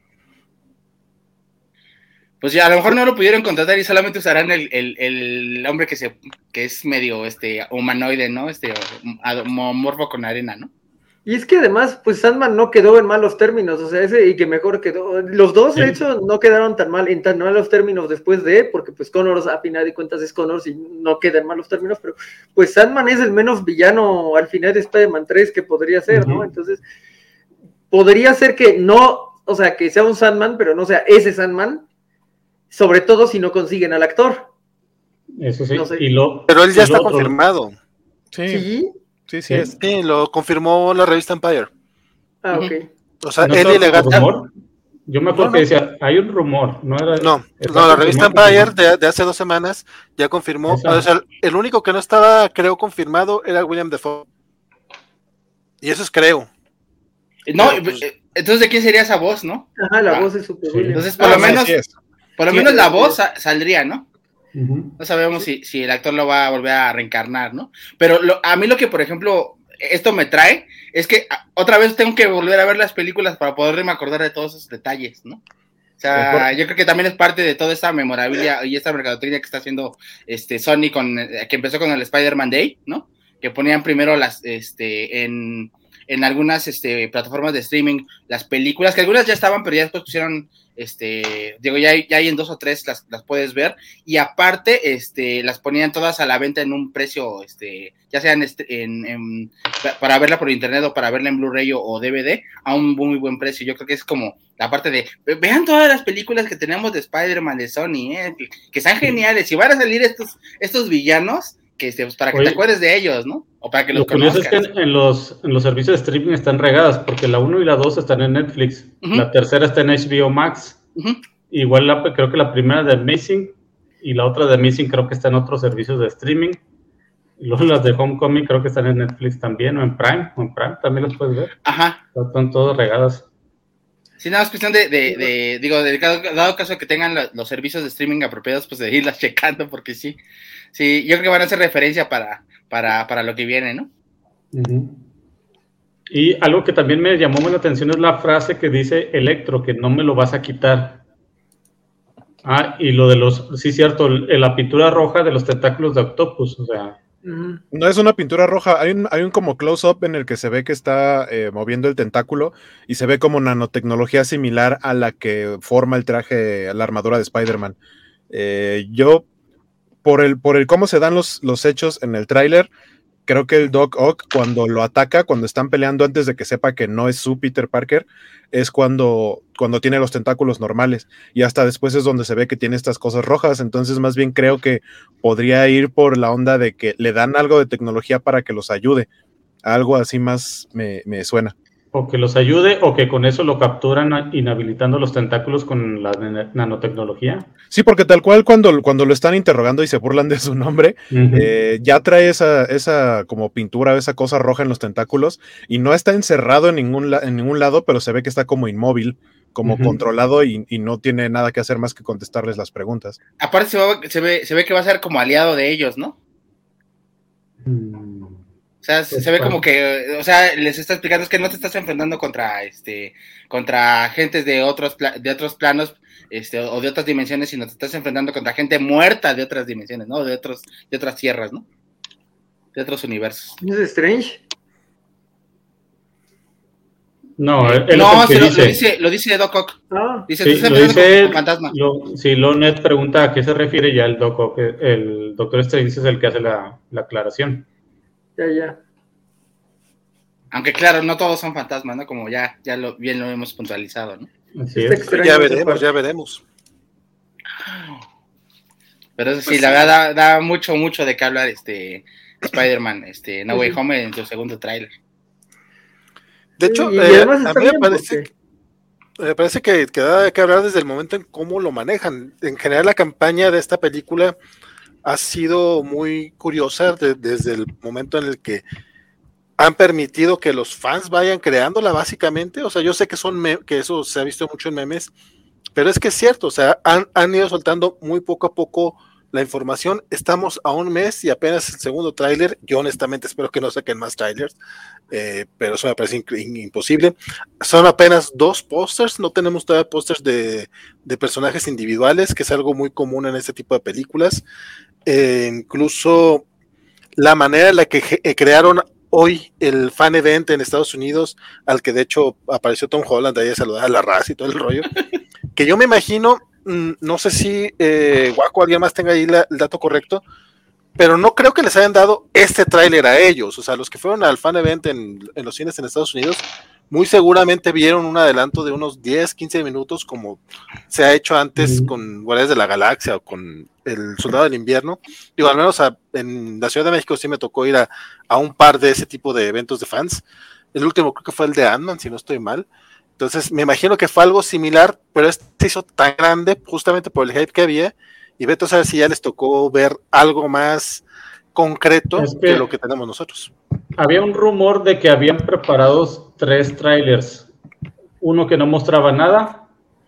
Pues ya, a lo mejor no lo pudieron contratar y solamente usarán el, el, el hombre que se que es medio este humanoide, ¿no? Este morfo con arena, ¿no? Y es que además, pues Sandman no quedó en malos términos, o sea, ese y que mejor quedó. Los dos, sí. de hecho, no quedaron tan mal, en tan malos términos después de, porque pues Connors, a final de cuentas, es Connors y no queda en malos términos, pero pues Sandman es el menos villano al final de Spider-Man tres que podría ser, uh-huh. ¿no? Entonces, podría ser que no, o sea, que sea un Sandman, pero no sea ese Sandman, sobre todo si no consiguen al actor. Eso sí, no sé. y lo, pero él ya y está lo, confirmado. Sí. ¿Sí? Sí, sí, es. Sí, lo confirmó la revista Empire. Ah, ok. O sea, ¿no él y Legata. Yo me acuerdo no, no. que decía, hay un rumor, no era. No, no, la revista Empire de, de hace dos semanas ya confirmó. O sea, el único que no estaba, creo, confirmado era William Dafoe. Y eso es creo. No, pero, pues, entonces, ¿de quién sería esa voz, no? Ajá, la ah, voz es súper sí. Entonces, por ah, lo menos, sí, sí por lo sí, menos la voz sa- saldría, ¿no? Uh-huh. No sabemos si, si el actor lo va a volver a reencarnar, ¿no? Pero lo, a mí lo que, por ejemplo, esto me trae es que otra vez tengo que volver a ver las películas para poderme acordar de todos esos detalles, ¿no? O sea, yo creo que también es parte de toda esta memorabilia y esta mercadotecnia que está haciendo este Sony, con que empezó con el Spider-Man Day, ¿no? Que ponían primero las, este, en, en algunas este, plataformas de streaming las películas, que algunas ya estaban, pero ya después pusieron, este, digo, ya hay, ya hay en dos o tres las, las puedes ver, y aparte, este, las ponían todas a la venta en un precio, este, ya sean este, en, en, para verla por internet o para verla en Blu-ray o, o D V D, a un muy buen precio. Yo creo que es como la parte de, vean todas las películas que tenemos de Spider-Man, de Sony, eh, que, que están geniales, y van a salir estos, estos villanos, que pues, para que Oye, te acuerdes de ellos, ¿no? O para que los lo conozcas. Lo curioso es que en, en, los, en los servicios de streaming están regadas, porque la uno y la dos están en Netflix, uh-huh. la tercera está en H B O Max, uh-huh. igual la, creo que la primera de Amazing, y la otra de Amazing creo que está en otros servicios de streaming, y luego las de Homecoming creo que están en Netflix también, o en Prime, o en Prime también las puedes ver. Ajá. Están todas regadas. Sí, nada, es cuestión de, de, de digo, de, dado caso que tengan la, los servicios de streaming apropiados, pues de irlas checando, porque sí, sí, yo creo que van a hacer referencia para, para, para lo que viene, ¿no? Uh-huh. Y algo que también me llamó la atención es la frase que dice Electro, que no me lo vas a quitar. Ah, y lo de los, sí, cierto, la pintura roja de los tentáculos de Octopus, o sea... No es una pintura roja, hay un, hay un como close-up en el que se ve que está eh, moviendo el tentáculo y se ve como nanotecnología similar a la que forma el traje, la armadura de Spider-Man. Eh, yo, por el, por el cómo se dan los, los hechos en el tráiler, creo que el Doc Ock, cuando lo ataca, cuando están peleando antes de que sepa que no es su Peter Parker, es cuando, cuando tiene los tentáculos normales, y hasta después es donde se ve que tiene estas cosas rojas. Entonces más bien creo que podría ir por la onda de que le dan algo de tecnología para que los ayude. Algo así más me, me suena. O que los ayude, o que con eso lo capturan inhabilitando los tentáculos con la nanotecnología. Sí, porque tal cual cuando, cuando lo están interrogando y se burlan de su nombre, uh-huh. eh, ya trae esa, esa como pintura, esa cosa roja en los tentáculos, y no está encerrado en ningún, la, en ningún lado, pero se ve que está como inmóvil, como uh-huh. controlado, y, y no tiene nada que hacer más que contestarles las preguntas. Aparte se, va, se, ve, se ve que va a ser como aliado de ellos, ¿no? Mm. O sea, se ve como que, o sea, les está explicando es que no te estás enfrentando contra, este, contra gentes de otros, de otros planos, este, o de otras dimensiones, sino te estás enfrentando contra gente muerta de otras dimensiones, ¿no? De otros, de otras tierras, ¿no? De otros universos. ¿Es Strange? No, él, él no, es el que lo, dice. lo dice, lo dice Doc Ock. Ah, dice, sí, estás lo enfrentando dice, con un fantasma. Lo, sí, Lonet pregunta a qué se refiere, ya el Doc Ock, el Doctor Strange es el que hace la, la aclaración. Ya, ya. Aunque claro, no todos son fantasmas, ¿no? Como ya, ya lo, bien lo hemos puntualizado, ¿no? Así es. Ya veremos, ya veremos. Pero eso sí, Pues la sí. verdad da, da mucho, mucho de qué hablar este Spider-Man, este No Way Home en su segundo tráiler. De hecho, y, y eh, además a está mí me bien parece, porque... me parece que, que da que hablar desde el momento en cómo lo manejan. En general, la campaña de esta película ha sido muy curiosa de, desde el momento en el que han permitido que los fans vayan creándola, básicamente. O sea, yo sé que son me- que eso se ha visto mucho en memes, pero es que es cierto. O sea, han, han ido soltando muy poco a poco la información. Estamos a un mes y apenas el segundo tráiler. Yo honestamente espero que no saquen más trailers, eh, pero eso me parece inc- imposible. Son apenas dos pósters, no tenemos todavía pósters de, de personajes individuales, que es algo muy común en este tipo de películas. Eh, incluso la manera en la que ge- eh, crearon hoy el fan event en Estados Unidos, al que de hecho apareció Tom Holland ahí a saludar a la raza y todo el rollo, que yo me imagino, mmm, no sé si eh, Guaco, alguien más tenga ahí la, el dato correcto, pero no creo que les hayan dado este tráiler a ellos. O sea, los que fueron al fan event en, en los cines en Estados Unidos, muy seguramente vieron un adelanto de unos diez, quince minutos, como se ha hecho antes mm. con Guardianes de la Galaxia o con El Soldado del Invierno. Digo, al menos a, en la Ciudad de México sí me tocó ir a, a un par de ese tipo de eventos de fans. El último creo que fue el de Ant-Man, si no estoy mal. Entonces me imagino que fue algo similar, pero este se hizo tan grande justamente por el hype que había, y vete a saber si ya les tocó ver algo más concreto es que, que lo que tenemos nosotros. Había un rumor de que habían preparado tres trailers, uno que no mostraba nada,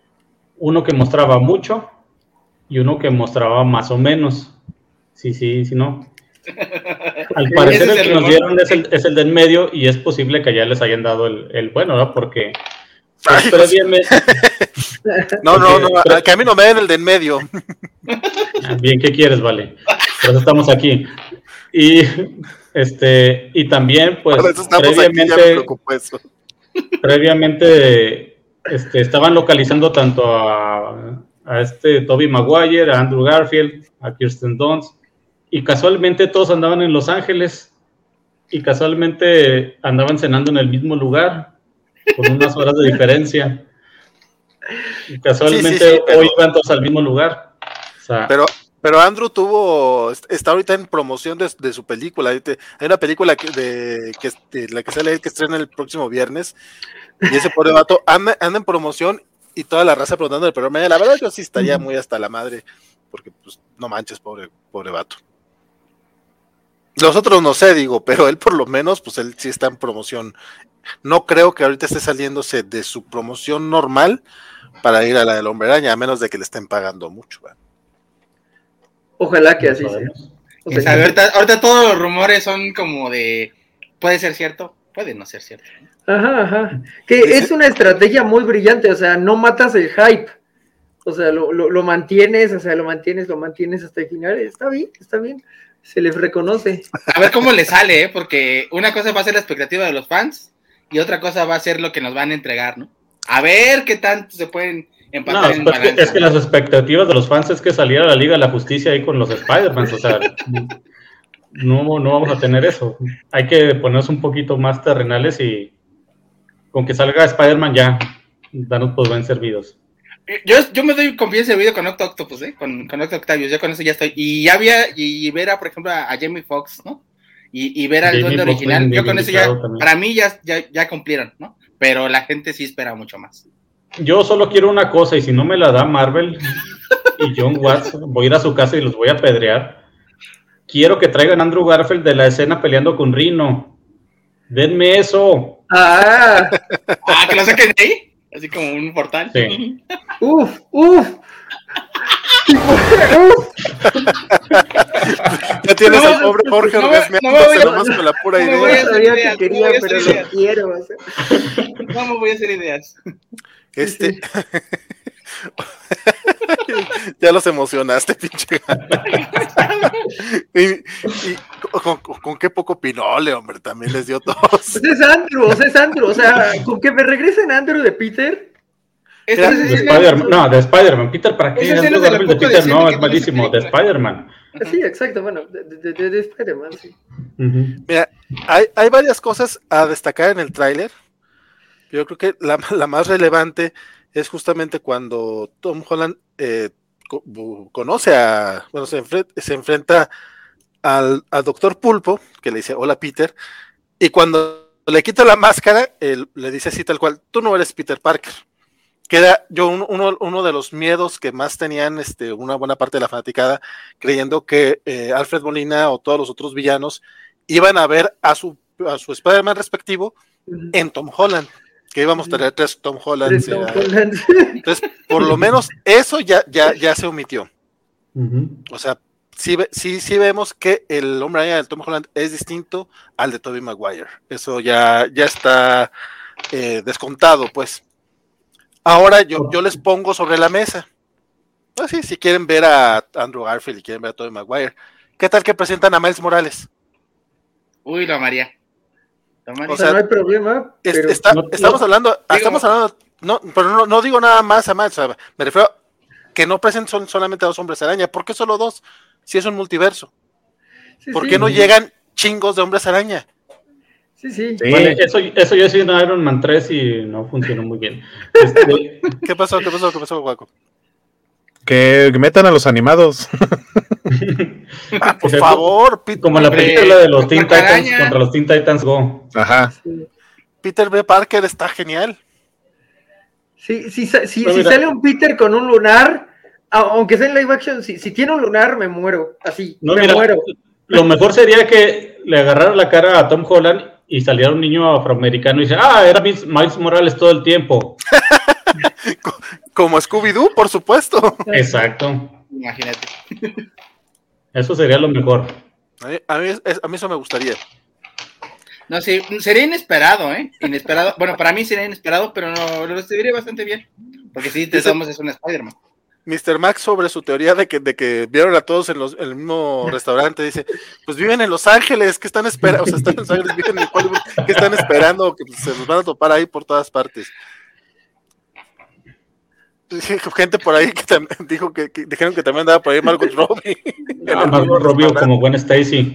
uno que mostraba mucho y uno que mostraba más o menos. Sí, sí, sí, no. Al parecer el que nos dieron es el, es el del medio, y es posible que ya les hayan dado el, el bueno, ¿no? Porque pues, Ay, previamente... No, no, no, a, que a mí no me den el de en medio. Bien, ¿qué quieres, vale? Por eso estamos aquí. Y este y también pues previamente, aquí, previamente este, estaban localizando tanto a, a este Tobey Maguire, a Andrew Garfield, a Kirsten Dunst, y casualmente todos andaban en Los Ángeles y casualmente andaban cenando en el mismo lugar con unas horas de diferencia, y casualmente sí, sí, sí, pero... hoy iban todos al mismo lugar. O sea, pero Pero Andrew tuvo, está ahorita en promoción de, de su película. Hay una película que, de, que de la que sale que estrena el próximo viernes, y ese pobre vato anda, anda en promoción, y toda la raza preguntando el programa. La verdad, yo sí estaría muy hasta la madre, porque pues no manches, pobre, pobre vato. Los otros no sé, digo, pero él por lo menos, pues él sí está en promoción. No creo que ahorita esté saliéndose de su promoción normal para ir a la del Hombre Araña, a menos de que le estén pagando mucho, ¿verdad? Ojalá que así sea. O sea, ahorita, ahorita todos los rumores son como de, puede ser cierto, puede no ser cierto. Ajá, ajá. Que es una estrategia muy brillante, o sea, no matas el hype. O sea, lo, lo, lo mantienes, o sea, lo mantienes, lo mantienes hasta el final. Está bien, está bien. Se les reconoce. A ver cómo le sale, ¿eh? Porque una cosa va a ser la expectativa de los fans y otra cosa va a ser lo que nos van a entregar, ¿no? A ver qué tanto se pueden empatar. No, en pues que, es que las expectativas de los fans es que saliera la Liga de la Justicia ahí con los Spider-Man, o sea, no, no vamos a tener eso. Hay que ponernos un poquito más terrenales y con que salga Spider-Man ya, danos por bien servidos. Yo, yo me doy confianza servido con Octo Octopus, ¿eh? Con, con Octo Octavius, yo con eso ya estoy. Y ya había, y ver a, por ejemplo, a, a Jamie Foxx, ¿no? Y, y ver al duende original, yo con eso ya, también. Para mí ya, ya, ya cumplieron, ¿no? Pero la gente sí espera mucho más. Yo solo quiero una cosa, y si no me la da Marvel y John Watts, voy a ir a su casa y los voy a apedrear. Quiero que traigan a Andrew Garfield de la escena peleando con Rhino. Denme eso. Ah, ah que lo saquen de ahí. Así como un portal. Sí. Uf, uf. Ya tienes al pobre Jorge no, orgasmeándose no, nomás con la pura no, idea. No, no sabía que quería, no pero lo quiero. O sea. No me voy a hacer ideas. Este. Ya los emocionaste, pinche. y, y con, con, con qué poco pinole, hombre, también les dio todos. Pues es Andrew, o sea, es Andrew, o sea, con que me regresen Andrew de Peter. De Spider-Man, no, de Spider-Man. Peter, ¿para qué? Andrew Garfield de Peter, no, es malísimo. De Spider-Man. Sí, exacto, bueno, de, de, de, de Spider-Man, sí. Uh-huh. Mira, hay, hay varias cosas a destacar en el tráiler. Yo creo que la, la más relevante es justamente cuando Tom Holland eh, co- conoce a, bueno, se, enfre- se enfrenta al, al Doctor Pulpo, que le dice, hola Peter, y cuando le quita la máscara, él le dice así tal cual, tú no eres Peter Parker. Queda yo un, uno, uno de los miedos que más tenían este, una buena parte de la fanaticada, creyendo que eh, Alfred Molina o todos los otros villanos iban a ver a su, a su Spider-Man respectivo uh-huh. en Tom Holland, que íbamos a tener tres Tom Hollands. Tom Holland. Entonces, por lo menos eso ya, ya, ya se omitió. Uh-huh. O sea, sí, sí, sí vemos que el Hombre Araña del Tom Holland es distinto al de Tobey Maguire. Eso ya, ya está eh, descontado, pues. Ahora yo, yo les pongo sobre la mesa. Pues sí, si quieren ver a Andrew Garfield y quieren ver a Tobey Maguire, ¿qué tal que presentan a Miles Morales? Uy, la María. La María. O sea, no hay problema. Es, pero... está, no, estamos no, hablando, digo, estamos hablando, no, pero no, no digo nada más a Miles, o sea, me refiero a que no presenten son solamente dos hombres araña. ¿Por qué solo dos? Si es un multiverso. Sí, ¿Por sí, qué no sí. llegan chingos de hombres araña? Sí, sí. Sí. Bueno, eso, eso yo hice en Iron Man tres y no funcionó muy bien. Este... ¿Qué pasó? ¿Qué pasó? ¿Qué pasó, Guaco? Que, que metan a los animados. Ah, por favor, Peter, como la película de los Teen Titans araña. contra los Teen Titans Go. Ajá. Sí. Peter B. Parker está genial. Sí, sí, si, si, Pero si mira, sale un Peter con un lunar, aunque sea en live action, si, si tiene un lunar, me muero. Así, no, me mira, muero. Lo mejor sería que le agarrara la cara a Tom Holland y saliera un niño afroamericano y dice, ah, era Miles Morales todo el tiempo. Como Scooby-Doo, por supuesto. Exacto. Imagínate. Eso sería lo mejor. A mí, a mí, a mí eso me gustaría. No, sí, sería inesperado, ¿eh? Inesperado. Bueno, para mí sería inesperado, pero no, lo recibiría bastante bien. Porque sí, te somos es un Spider-Man. mister Max, sobre su teoría de que, de que vieron a todos en, los, en el mismo restaurante, dice, pues viven en Los Ángeles, ¿qué están esperando? O sea, están en Los Ángeles, viven en Hollywood, ¿qué están esperando? Que pues, se los van a topar ahí por todas partes. Gente por ahí que también dijo que, que dijeron que también andaba por ahí Margot Robbie. Ah, Margot Robbie como Gwen Stacy.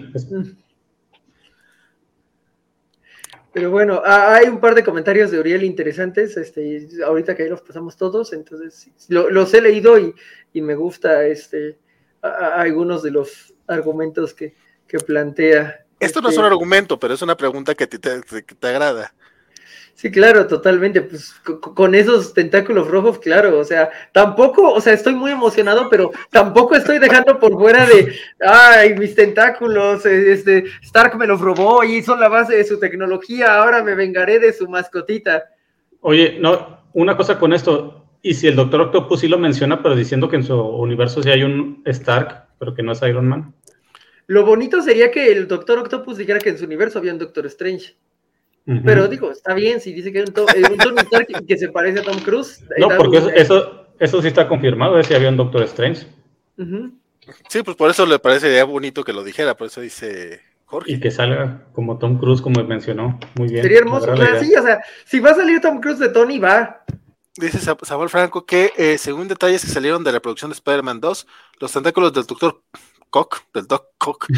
Pero bueno, hay un par de comentarios de Uriel interesantes, este, ahorita que ahí los pasamos todos, entonces lo, los he leído y, y me gusta este, a, a algunos de los argumentos que, que plantea. Esto este, no es un argumento, pero es una pregunta que te, te, que te agrada. Sí, claro, totalmente, pues con, con esos tentáculos rojos, claro, o sea, tampoco, o sea, estoy muy emocionado, pero tampoco estoy dejando por fuera de, ay, mis tentáculos, este, Stark me los robó y son la base de su tecnología, ahora me vengaré de su mascotita. Oye, no, una cosa con esto, y si el Doctor Octopus sí lo menciona, pero diciendo que en su universo sí hay un Stark, pero que no es Iron Man. Lo bonito sería que el Doctor Octopus dijera que en su universo había un Doctor Strange. Uh-huh. Pero digo, está bien si dice que es un, to- un Tony Stark que se parece a Tom Cruise. No, porque eso, eso, eso sí está confirmado, es si había un Doctor Strange. Uh-huh. Sí, pues por eso le parecería bonito que lo dijera, por eso dice Jorge. Y que salga como Tom Cruise, como mencionó. Muy bien. Sería hermoso, o sea, sí, o sea, si va a salir Tom Cruise de Tony, va. Dice Samuel Franco que eh, según detalles que salieron de la producción de Spider-Man dos, los tentáculos del Doctor Koch, del Doc Koch,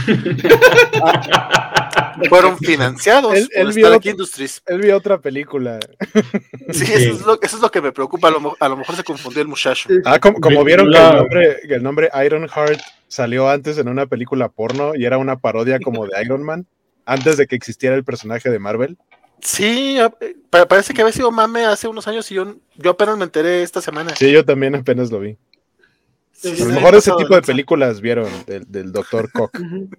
fueron financiados Él, él por vio Stark otra- Industries. Él vio otra película. Sí, Sí. Eso, es lo, eso es lo que me preocupa. A lo, mo- a lo mejor se confundió el muchacho. Ah, como, como Vi- vieron que la- el nombre, que el nombre Ironheart salió antes en una película porno y era una parodia como de Iron Man, antes de que existiera el personaje de Marvel. Sí, a- eh, pa- parece que había sido mame hace unos años y yo, yo apenas me enteré esta semana. Sí, yo también apenas lo vi. Sí, A sí, lo sí, mejor ese pasado tipo de lanza. películas vieron del, del doctor Koch. Ujú.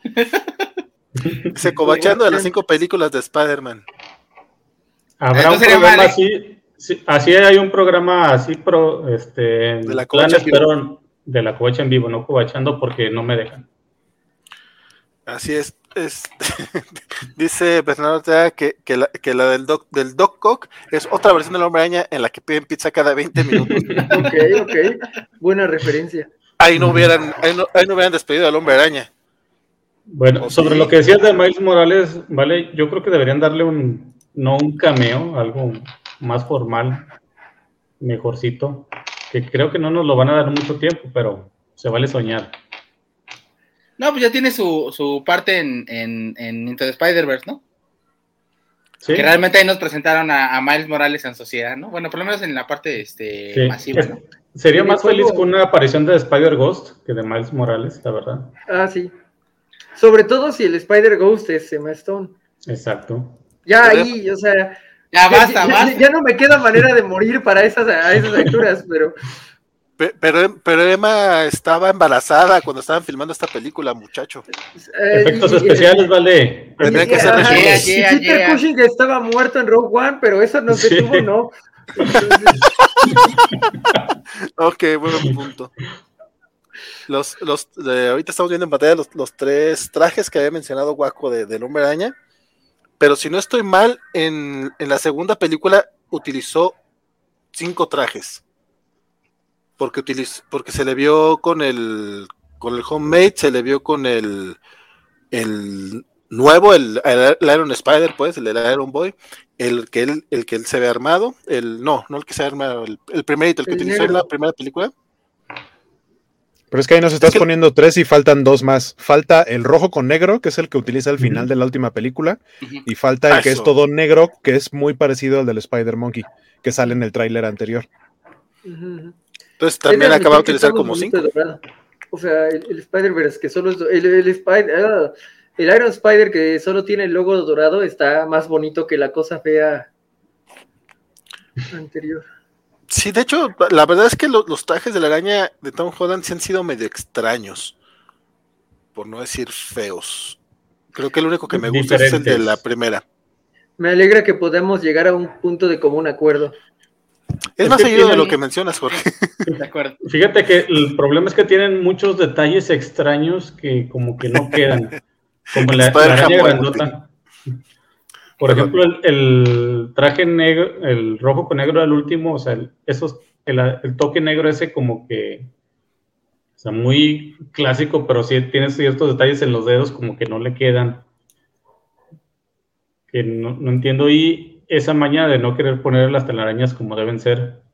Se cobachando de las cinco películas de Spider-Man. Habrá un Entonces sería programa mal, ¿eh? así, sí, así hay un programa así pro, este, De la en covacha planes, en vivo. pero de la covacha en vivo, no covachando porque no me dejan. Así es. es dice Bernardo Ortega que, que, la, que la del Doc, del Doc Koch es otra versión del Hombre Araña en la que piden pizza cada veinte minutos. Ok, ok. Buena referencia. Ahí no hubieran, ahí no, ahí no hubieran despedido al Hombre Araña. Bueno, O sobre sí. lo que decías de Miles Morales, vale, yo creo que deberían darle un, no un cameo, algo más formal, mejorcito, que creo que no nos lo van a dar mucho tiempo, pero se vale soñar. No, pues ya tiene su, su parte en, en, en Into the Spider-Verse, ¿no? ¿Sí? Que realmente ahí nos presentaron a, a Miles Morales en sociedad, ¿no? Bueno, por lo menos en la parte este, Sí. masiva, Es- ¿no? Sería Sí, más fue feliz algo- con una aparición de Spider-Ghost que de Miles Morales, la verdad. Ah, sí. Sobre todo si el Spider-Ghost es Emma Stone. Exacto. Ya Pero- ahí, o sea, Ya basta, ya, ya- basta. ya no me queda manera de morir para esas, a esas alturas, pero Pe- Pero, pero Emma estaba embarazada cuando estaban filmando esta película, muchacho. eh, Efectos y- y- especiales, vale. y- Tendrían que y- ser ajá, reshoots. y Yeah, Peter yeah. Cushing estaba muerto en Rogue One, pero eso nos Sí. detuvo, ¿no? Entonces, Ok, buen punto. Los, los, de- ahorita estamos viendo en pantalla los, los tres trajes que había mencionado Guaco de, del Hombre Araña. Pero si no estoy mal, en, en la segunda película utilizó cinco trajes. Porque, utiliz, porque se le vio con el con el Homemade, se le vio con el, el nuevo, el, el, el Iron Spider, pues, el del Iron Boy, el que él, el que él se ve armado, el no, no el que se ve armado, el, el primerito, el que El utilizó negro. en la primera película. Pero es que ahí nos estás Es que- poniendo tres y faltan dos más. Falta el rojo con negro, que es el que utiliza al final de la última película, Ujú. y falta el que Eso. es todo negro, que es muy parecido al del Spider-Monkey, que sale en el tráiler anterior. ujú, ujú. Entonces Es también de acaba de admitir que utilizar está muy como bonito cinco. de dorado. O sea, el, el Spider-Verse que solo es el, el Spider, ah, el Iron Spider que solo tiene el logo dorado está más bonito que la cosa fea anterior. Sí, de hecho, la verdad es que lo, los trajes de la araña de Tom Holland sí han sido medio extraños, por no decir feos. Creo que el único que me gusta es el de Diferentes. la primera. Me alegra que podamos llegar a un punto de común acuerdo. Es Es más que seguido de tiene- lo que mencionas, Jorge. De acuerdo. Fíjate que el problema es que tienen muchos detalles extraños que como que no quedan. Como la, Spider la araña Ham grandota. Por Perdón. ejemplo, el, el traje negro, el rojo con negro del último, o sea, el, esos, el, el toque negro ese como que, o sea, muy clásico, pero sí tiene ciertos detalles en los dedos como que no le quedan. Que no, no entiendo. Y esa maña de no querer poner las telarañas como deben ser.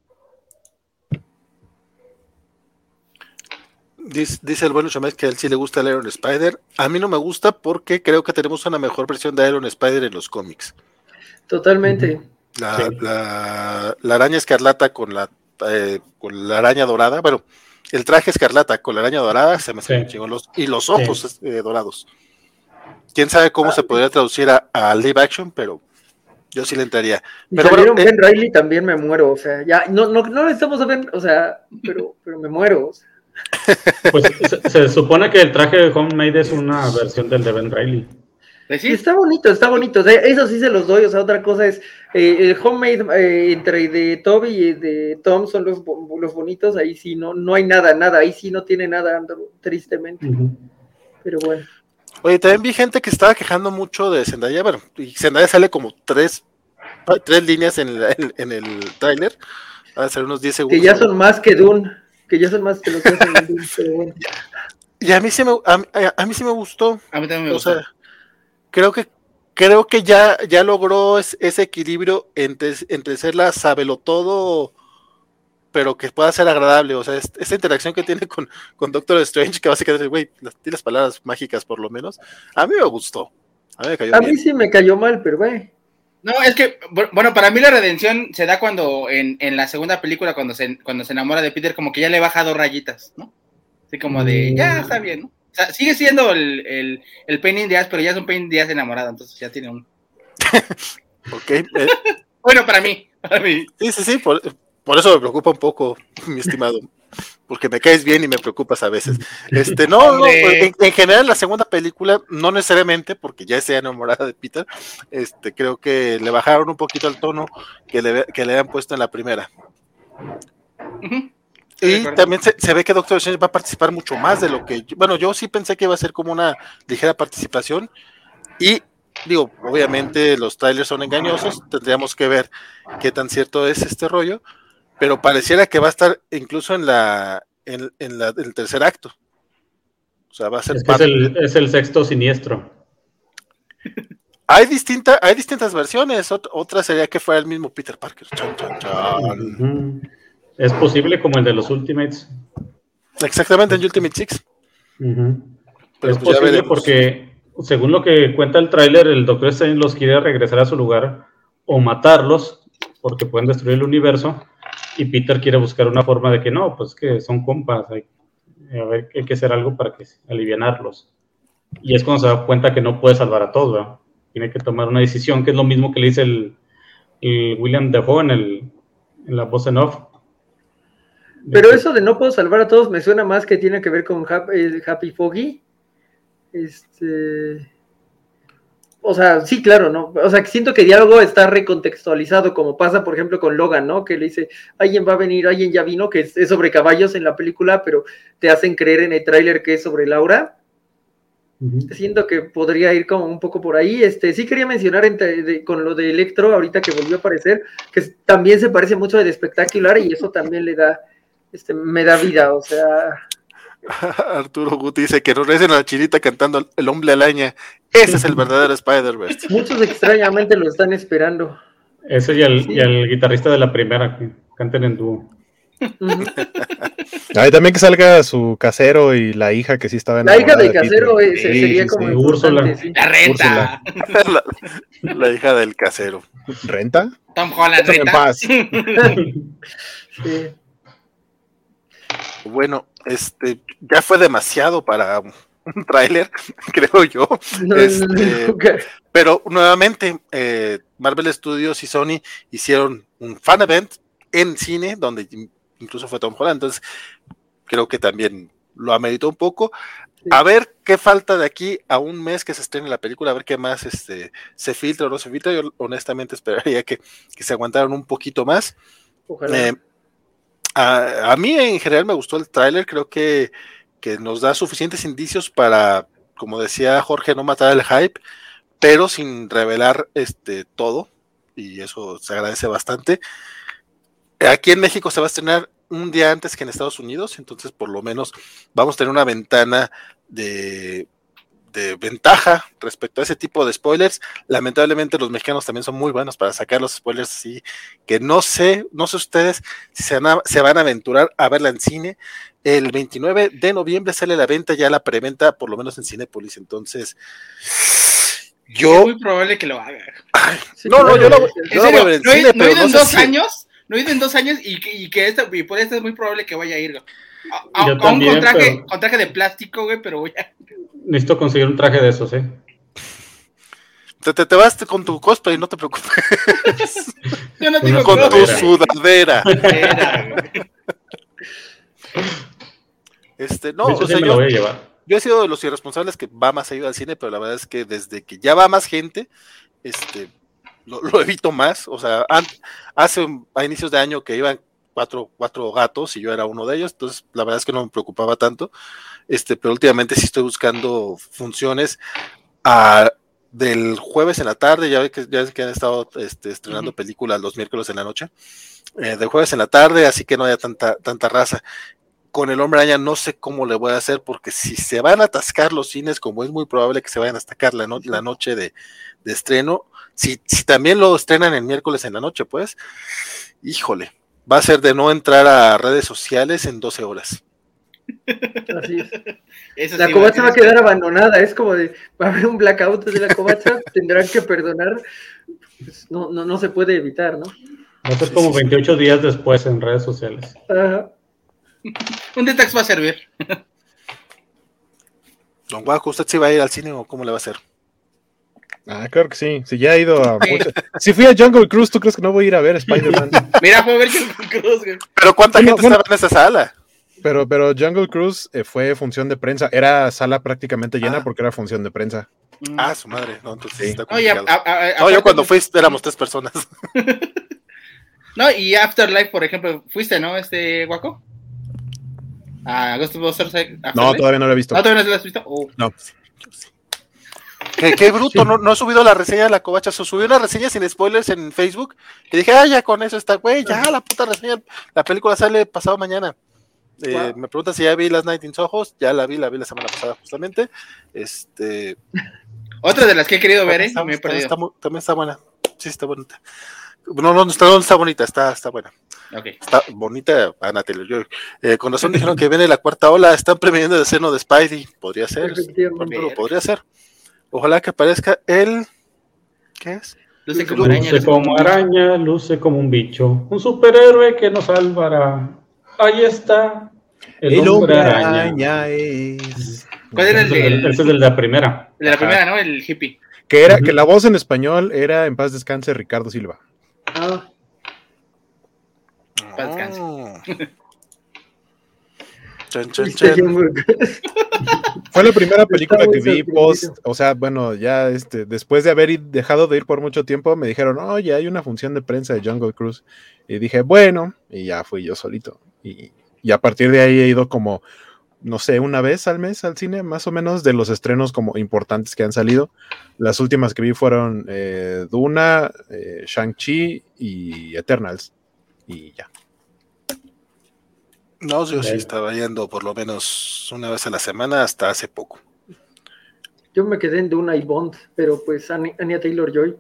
Dice, dice el bueno Chamés que a él sí le gusta el Iron Spider. A mí no me gusta porque creo que tenemos una mejor versión de Iron Spider en los cómics. Totalmente. La, Sí. la, la araña escarlata con la, eh, con la araña dorada. Bueno, el traje escarlata con la araña dorada se me hace Sí. muy chingón. Los, y los ojos eh, dorados. Quién sabe cómo se podría traducir a, a live action, pero yo sí le entraría. Y Pero salieron bueno, eh, Ben Reilly también me muero, o sea, ya no no no necesitamos a Ben, o sea, pero pero me muero. O sea. Pues se, se supone que el traje de Homemade es una versión del de Ben Reilly. Pues Sí, sí, está bonito, está bonito, o sea, eso sí se los doy, o sea, otra cosa es eh, el Homemade eh, entre de Toby y de Tom son los, bo- los bonitos, ahí sí no no hay nada, nada, ahí sí no tiene nada, Andrew, tristemente, Ujú. pero bueno. oye, también vi gente que estaba quejando mucho de Zendaya. Bueno, y Zendaya sale como tres, tres líneas en, la- en, en el tráiler. Van a ser unos diez segundos. Que ya son más que Dune, que ya son más que los que hacen en Dune, pero bueno. Y a mí sí me, a, a- a mí sí me gustó. a mí también me O gusta. sea, creo que creo que ya, ya logró es- ese equilibrio entre, entre ser la sabelotodo pero que pueda ser agradable, o sea, es, esta interacción que tiene con, con Doctor Strange, que básicamente, güey, tiene las palabras mágicas por lo menos, a mí me gustó, a mí me cayó A bien. mí sí me cayó mal, pero güey. No, es que, bueno, para mí la redención se da cuando en, en la segunda película, cuando se, cuando se enamora de Peter, como que ya le baja dos rayitas, ¿no? Así como de, ya está bien, ¿no? O sea, sigue siendo el, el, el pain in the ass, pero ya es un pain in the ass enamorado, entonces ya tiene un... Ok. Eh, bueno, para mí, para mí. Sí, sí, sí, por, por eso me preocupa un poco, mi estimado, porque me caes bien y me preocupas a veces. Este, no, no en, en general la segunda película, no necesariamente, porque ya esté enamorada de Peter, este, creo que le bajaron un poquito el tono que le, que le habían puesto en la primera. Uh-huh. Y también se, se ve que Doctor Strange va a participar mucho más de lo que, bueno, yo sí pensé que iba a ser como una ligera participación, y digo, obviamente los trailers son engañosos, tendríamos que ver qué tan cierto es este rollo, pero pareciera que va a estar incluso en la en, en, la, en el tercer acto. O sea, va a ser es, que parte es, el, de... es el sexto siniestro. Hay, distinta, hay distintas versiones, Ot- otra sería que fuera el mismo Peter Parker. Chan, chan, chan. Uh-huh. Es posible como el de los Ultimates. Exactamente, en Ultimate Six. Uh-huh. Pero es pues ya posible veremos. porque, según lo que cuenta el tráiler, el Doctor Strange los quiere regresar a su lugar o matarlos porque pueden destruir el universo, y Peter quiere buscar una forma de que no, pues que son compas, hay, a ver, hay que hacer algo para que alivianarlos. Y es cuando se da cuenta que no puede salvar a todos, ¿verdad? Tiene que tomar una decisión, que es lo mismo que le dice el, el William Dafoe en, el, en la voz en off. Pero eso de no puedo salvar a todos me suena más que tiene que ver con Happy, Happy Foggy. Este... O sea, sí, claro, ¿no? O sea, siento que el diálogo está recontextualizado, como pasa, por ejemplo, con Logan, ¿no? Que le dice, alguien va a venir, alguien ya vino, que es, es sobre caballos en la película, pero te hacen creer en el tráiler que es sobre Laura. Uh-huh. Siento que podría ir como un poco por ahí. Este, sí quería mencionar entre, de, con lo de Electro, ahorita que volvió a aparecer, que también se parece mucho de Espectacular, y eso también le da, este, me da vida, o sea... Arturo Guti dice que no recen a la chinita cantando El Hombre Araña. Ese es el verdadero Spider-Verse. Muchos extrañamente lo están esperando. Ese y el, sí. y el guitarrista de la primera, que canten en dúo. Uh-huh. Ay, también que salga su casero y la hija que sí estaba enamorada. La hija de, de casero es, sí, sería sí, como sí, Úrsula. Sí. La renta. la, la hija del casero. ¿Renta? Tom Holland renta. En paz. Sí. Bueno, este ya fue demasiado para un tráiler, creo yo. No, este, no, okay. Pero nuevamente, eh, Marvel Studios y Sony hicieron un fan event en cine, donde incluso fue Tom Holland, entonces creo que también lo ameritó un poco. Sí. A ver qué falta de aquí a un mes que se estrene la película, a ver qué más este, se filtra o no se filtra. Yo honestamente esperaría que, que se aguantaran un poquito más. Ojalá. Eh, A, a mí en general me gustó el tráiler, creo que, que nos da suficientes indicios para, como decía Jorge, no matar el hype, pero sin revelar este todo, y eso se agradece bastante. Aquí en México se va a estrenar un día antes que en Estados Unidos, entonces por lo menos vamos a tener una ventana de, de ventaja respecto a ese tipo de spoilers. Lamentablemente los mexicanos también son muy buenos para sacar los spoilers así, que no sé, no sé ustedes si se van, a, se van a aventurar a verla en cine. El veintinueve de noviembre sale la venta, ya la preventa, por lo menos en Cinépolis, entonces yo... Es muy probable que lo haga. Ay, sí, no, no, yo lo, yo lo voy a ver en no cine, he, no pero he ido no en sé dos si... años, no he ido en dos años y que, y que esto, y por esto es muy probable que vaya a ir. A, a, yo aún también, con traje, pero... con traje de plástico, güey, pero voy a... Necesito conseguir un traje de esos, ¿eh? Te, te, te vas con tu cosplay, no te preocupes. Yo no digo con tu sudadera. Este, no, o sea, sí yo, lo voy a llevar. Yo he sido de los irresponsables que va más seguido al cine, pero la verdad es que desde que ya va más gente, este, lo, lo evito más. O sea, an, hace a inicios de año que iban cuatro, cuatro gatos y yo era uno de ellos, entonces la verdad es que no me preocupaba tanto. Este, pero últimamente sí estoy buscando funciones a, del jueves en la tarde, ya ven que, ya ven que han estado este, estrenando uh-huh. películas los miércoles en la noche, eh, del jueves en la tarde, así que no haya tanta, tanta raza. Con el Hombre Araña no sé cómo le voy a hacer, porque si se van a atascar los cines, como es muy probable que se vayan a atascar la, no, la noche de, de estreno, si, si también lo estrenan el miércoles en la noche, pues, híjole, va a ser de no entrar a redes sociales en doce horas. Así es. Eso La sí, covacha va a que- quedar abandonada, es como de, va a haber un blackout de la covacha, tendrán que perdonar, pues no, no, no se puede evitar, ¿no? Va a ser como veintiocho días después en redes sociales. Ajá. Un detox va a servir. Don Guaco, ¿usted sí va a ir al cine o cómo le va a hacer? Ah, claro que sí. Si ya he ido a muchas- Si fui a Jungle Cruise, ¿tú crees que no voy a ir a ver Spider-Man? Mira, fue a ver Jungle Cruise, güey. Pero ¿cuánta Bueno, gente bueno. estaba en esa sala? Pero, pero Jungle Cruise eh, fue función de prensa. Era sala prácticamente llena Ah. porque era función de prensa. Ah, su madre, no, entonces Sí. está Oye, a- complicado. a- a- No, aparte- yo cuando fui éramos tres personas. No, y Afterlife, por ejemplo, fuiste, ¿no, este Guaco? A Ghostbusters Afterlife. No, todavía no lo he visto. ¿No, todavía no lo has visto? Oh. No. Qué, qué bruto, no, no he subido la reseña de la covacha, so, subí una reseña sin spoilers en Facebook y dije, ah, ya con eso está, güey, ya la puta reseña, la película sale pasado mañana. Eh, Wow. Me preguntan si ya vi Last Night in Soho, ya la vi, la vi la semana pasada justamente. Este, Otra de las que he querido ver, ¿eh? está- Y me he está- perdido. está mu- también está buena, sí está bonita. No, no, está, no está bonita, está, está buena. Ok. Está bonita, Ana Taylor-Joy. Eh, con razón dijeron que viene la cuarta ola, están preveniendo el seno de Spidey, podría ser, Efectivamente. Arturo, podría ser. Ojalá que aparezca el, ¿qué es? Luce como Luce araña. Luce como araña, luce como un bicho. Un superhéroe que nos salvará. Ahí está. El, hombre araña. es... ¿Cuál era el, Ese es el- el- ese es el de la primera. el de la Ajá. primera, no? El hippie. Que, era, Ujú. que la voz en español era, en paz descanse, Ricardo Silva. Ah, Paz descanse. Ah. Chan, chan, viste chan. Jungle Cruise. Fue la primera película muy que vi sorprendido. post, o sea, bueno, ya este, después de haber i- dejado de ir por mucho tiempo, me dijeron, oye, hay una función de prensa de Jungle Cruise. Y dije, bueno, y ya fui yo solito. Y, y a partir de ahí he ido como, no sé, una vez al mes al cine, más o menos, de los estrenos como importantes que han salido. Las últimas que vi fueron eh, Duna, eh, Shang-Chi y Eternals. Y ya. No, yo sí Ok. estaba yendo por lo menos una vez a la semana hasta hace poco. Yo me quedé en Duna y Bond, pero pues Ani- Anya Taylor-Joy.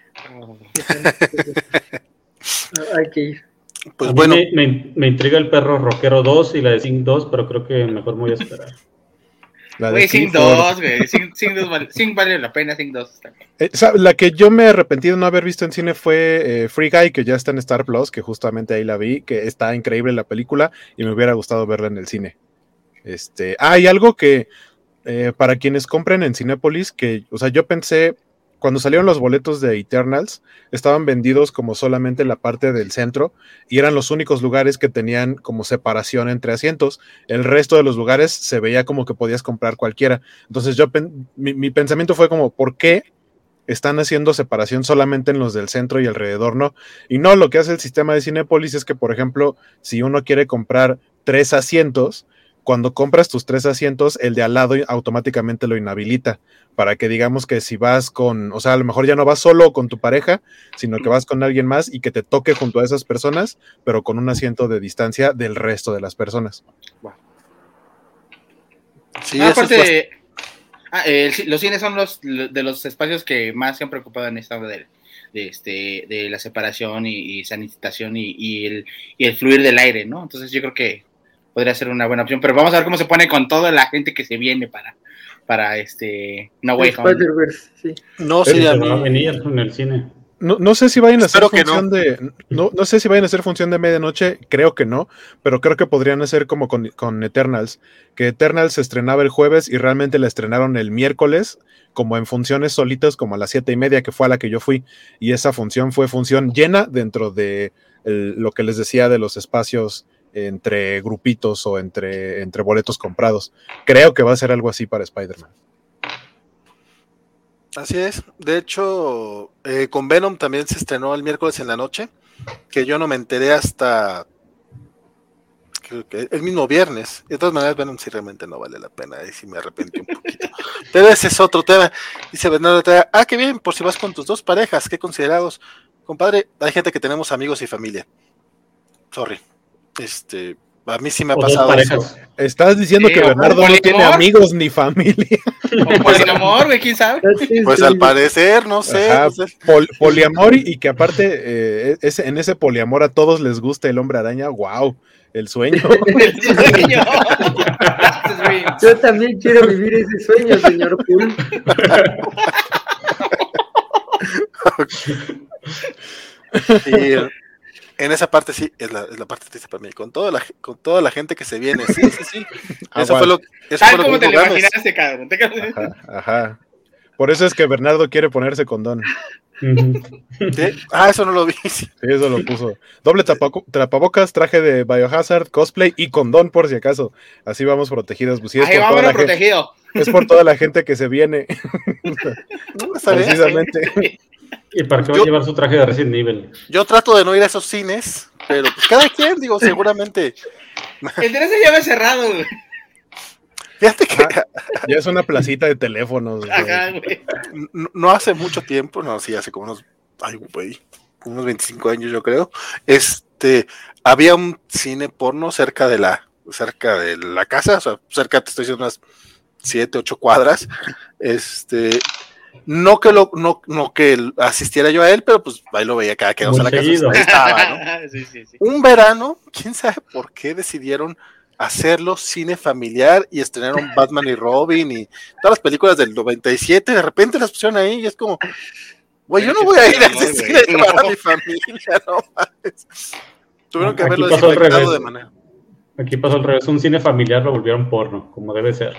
Hay que ir. Pues A mí bueno, me, me- me intriga el perro rockero dos y la de Sing dos, pero creo que mejor me voy a esperar. La de Güey, Sing Clifford. dos, güey. Sing, Sing dos vale, Sing vale la pena, Sing dos. Está bien. Eh, sa- La que yo me arrepentí de no haber visto en cine fue eh, Free Guy, que ya está en Star Plus, que justamente ahí la vi, que está increíble la película y me hubiera gustado verla en el cine. Este, ah, y algo que eh, para quienes compren en Cinépolis, que, o sea, yo pensé, cuando salieron los boletos de Eternals, estaban vendidos como solamente la parte del centro y eran los únicos lugares que tenían como separación entre asientos. El resto de los lugares se veía como que podías comprar cualquiera. Entonces yo, pen- mi, mi pensamiento fue como, ¿por qué están haciendo separación solamente en los del centro y alrededor no? Y no, lo que hace el sistema de Cinépolis es que, por ejemplo, si uno quiere comprar tres asientos, cuando compras tus tres asientos, el de al lado automáticamente lo inhabilita, para que digamos que si vas con, o sea, a lo mejor ya no vas solo con tu pareja, sino que vas con alguien más y que te toque junto a esas personas, pero con un asiento de distancia del resto de las personas. sí, No, eso es bast- aparte, ah, el ci- los cines son los de los espacios que más se han preocupado en esta de, de este de la separación y, y sanitización y, y el y el fluir del aire, ¿no? Entonces yo creo que podría ser una buena opción, pero vamos a ver cómo se pone con toda la gente que se viene para para este No Way Home. Spider-Verse, sí. no Pero sería se va a mi- venir en el cine. No, no sé si vayan a hacer Espero que función de. No, no sé si vayan a hacer función de medianoche, creo que no, pero creo que podrían hacer como con, con Eternals, que Eternals se estrenaba el jueves y realmente la estrenaron el miércoles, como en funciones solitas, como a las siete y media, que fue a la que yo fui, y esa función fue función llena dentro de el- lo que les decía de los espacios entre grupitos o entre, entre boletos comprados. Creo que va a ser algo así para Spider-Man. Así es. De hecho, eh, con Venom también se estrenó el miércoles en la noche, que yo no me enteré hasta creo que el mismo viernes. De todas maneras, Venom sí realmente no vale la pena, ahí sí me arrepentí un poquito. Pero ese es otro tema. Dice Bernardo Ortega, ah, qué bien, por si vas con tus dos parejas, qué considerados. Compadre, hay gente que tenemos amigos y familia. Sorry. Este, a mí sí me ha O dos pasado parejas. eso. Estás diciendo Sí, que o Bernardo no poliamor. tiene amigos ni familia. O poliamor, güey, quién sabe. Pues al parecer, no sé. Ajá, No sé. pol- poliamor y, y que aparte eh, ese, en ese poliamor a todos les gusta el hombre araña. Wow, el sueño. El sueño. Yo también quiero vivir ese sueño, señor Poole. Y eh, en esa parte sí, es la, es la parte triste para mí. Con toda la, con toda la gente que se viene, sí, sí, sí. Eso fue lo, eso Tal fue lo como que te dijo lo Gámez. imaginaste, cabrón. Te- Ajá, ajá. Por eso es que Bernardo quiere ponerse condón. ¿Sí? Ah, eso no lo vi. Sí. Sí, eso lo puso. Doble tapaco- tapabocas, traje de Biohazard, cosplay y condón por si acaso. Así vamos protegidos. Pues sí, es Ahí por va, toda bueno, la gente, protegido. es por toda la gente que se viene. No, está bien. Precisamente. ¿Y para qué va Yo- a llevar su traje de Resident Evil? Yo trato de no ir a esos cines, pero pues cada quien, digo, seguramente. El de ese ya va cerrado, güey. Fíjate que Ah, ya es una placita de teléfonos. güey. Ajá, güey. no, no hace mucho tiempo, no, sí, hace como unos, ay, güey, unos veinticinco años yo creo, este, había un cine porno cerca de la, cerca de la casa, o sea, cerca, te estoy diciendo, unas siete, ocho cuadras, este, no que lo, no, no que asistiera yo a él, pero pues ahí lo veía cada que íbamos a la Muy casa, seguido. ahí estaba, ¿no? Sí, sí, sí. Un verano, quién sabe por qué decidieron hacerlo cine familiar y estrenaron Batman y Robin y todas las películas del noventa y siete, de repente las pusieron ahí y es como, güey, yo no voy a ir a ese cine a llevar a mi familia, no mames. Tuvieron que Aquí haberlo pasó al desinfectado revés. de manera. Aquí pasó al revés, un cine familiar lo volvieron porno, como debe ser.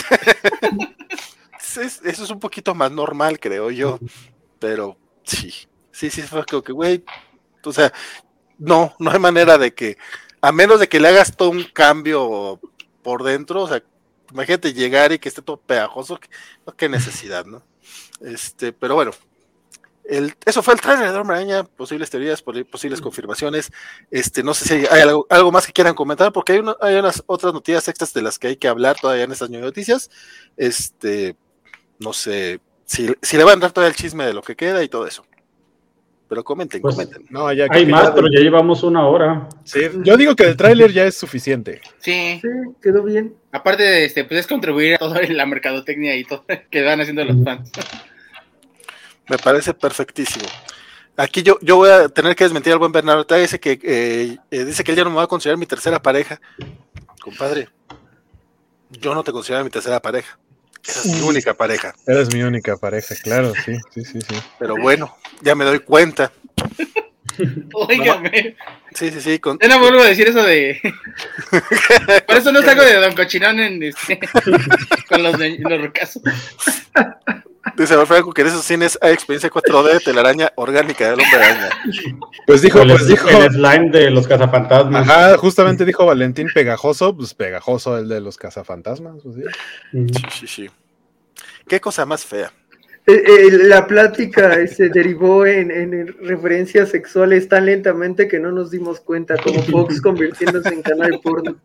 Es- eso es un poquito más normal, creo yo, pero sí, sí, sí, fue como que, güey, o sea, no, no hay manera de que, a menos de que le hagas todo un cambio por dentro, o sea, imagínate llegar y que esté todo pegajoso, que- no, qué necesidad, ¿no? Este, pero bueno, el, eso fue el trailer de Hombre Araña, posibles teorías, poli- posibles confirmaciones, este, no sé si hay, hay algo, algo más que quieran comentar, porque hay, uno- hay unas otras noticias extras de las que hay que hablar todavía en estas noticias, este, no sé, si, si le van a dar todavía el chisme de lo que queda y todo eso. Pero comenten, Pues, comenten. No, ya Hay que- más, pero ya llevamos una hora. Sí, yo digo que el tráiler ya es suficiente. Sí. Sí, quedó bien. Aparte de este, pues es contribuir a toda la mercadotecnia y todo que van haciendo los fans. Me parece perfectísimo. Aquí yo, yo voy a tener que desmentir al buen Bernardo. Ortega, dice que eh, eh, dice que él ya no me va a considerar mi tercera pareja. Compadre, yo no te considero mi tercera pareja. Esa es mi única pareja. Eres mi única pareja, claro, sí, sí, sí, sí. Pero bueno, ya me doy cuenta. Óigame. Sí, sí, sí. Con, Ya no vuelvo a decir eso de. Por eso no salgo de Don Cochinón en este... con los, de... los rocazos. dice Franco que en esos cines hay experiencia cuatro D de telaraña orgánica del Hombre Araña. Pues dijo, el, pues dijo. el slime de los cazafantasmas. Ajá, justamente dijo Valentín pegajoso, pues pegajoso el de los cazafantasmas. Pues, sí. Sí, sí, sí. Qué cosa más fea. Eh, eh, la plática se derivó en, en referencias sexuales tan lentamente que no nos dimos cuenta, como Fox convirtiéndose en canal porno.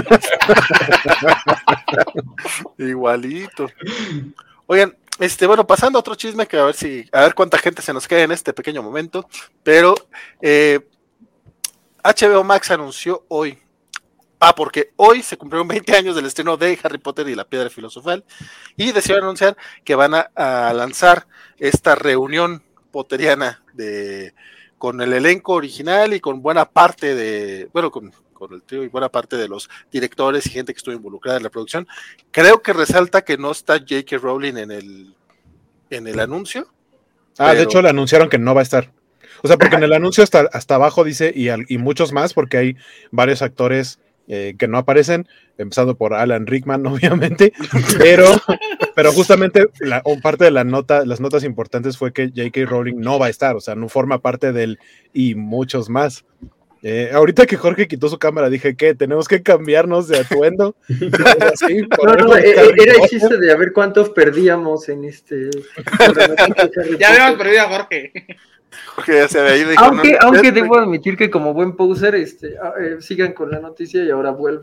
Igualito. Oigan, este, bueno, pasando a otro chisme que a ver si, a ver cuánta gente se nos queda en este pequeño momento, pero eh, H B O Max anunció hoy, ah, porque hoy se cumplieron veinte años del estreno de Harry Potter y la Piedra Filosofal, y decidieron anunciar que van a, a lanzar esta reunión potteriana de, con el elenco original y con buena parte de, bueno, con, con el trío y buena parte de los directores y gente que estuvo involucrada en la producción. Creo que resalta que no está J K Rowling en el, en el anuncio. Ah, pero... de hecho le anunciaron que no va a estar. O sea, porque en el anuncio hasta, hasta abajo dice, y, al, y muchos más, porque hay varios actores eh, que no aparecen, empezando por Alan Rickman, obviamente, pero, pero justamente la, parte de la nota, las notas importantes fue que J K Rowling no va a estar, o sea, no forma parte del y muchos más. Eh, ahorita que Jorge quitó su cámara, dije que tenemos que cambiarnos de atuendo. Así, no, no, eh, era el chiste de a ver cuántos perdíamos en este. Ya habíamos perdido a Jorge. Jorge ya se había ido. Aunque, no, aunque no, debo admitir que como buen poser, este, eh, sigan con la noticia y ahora vuelvo.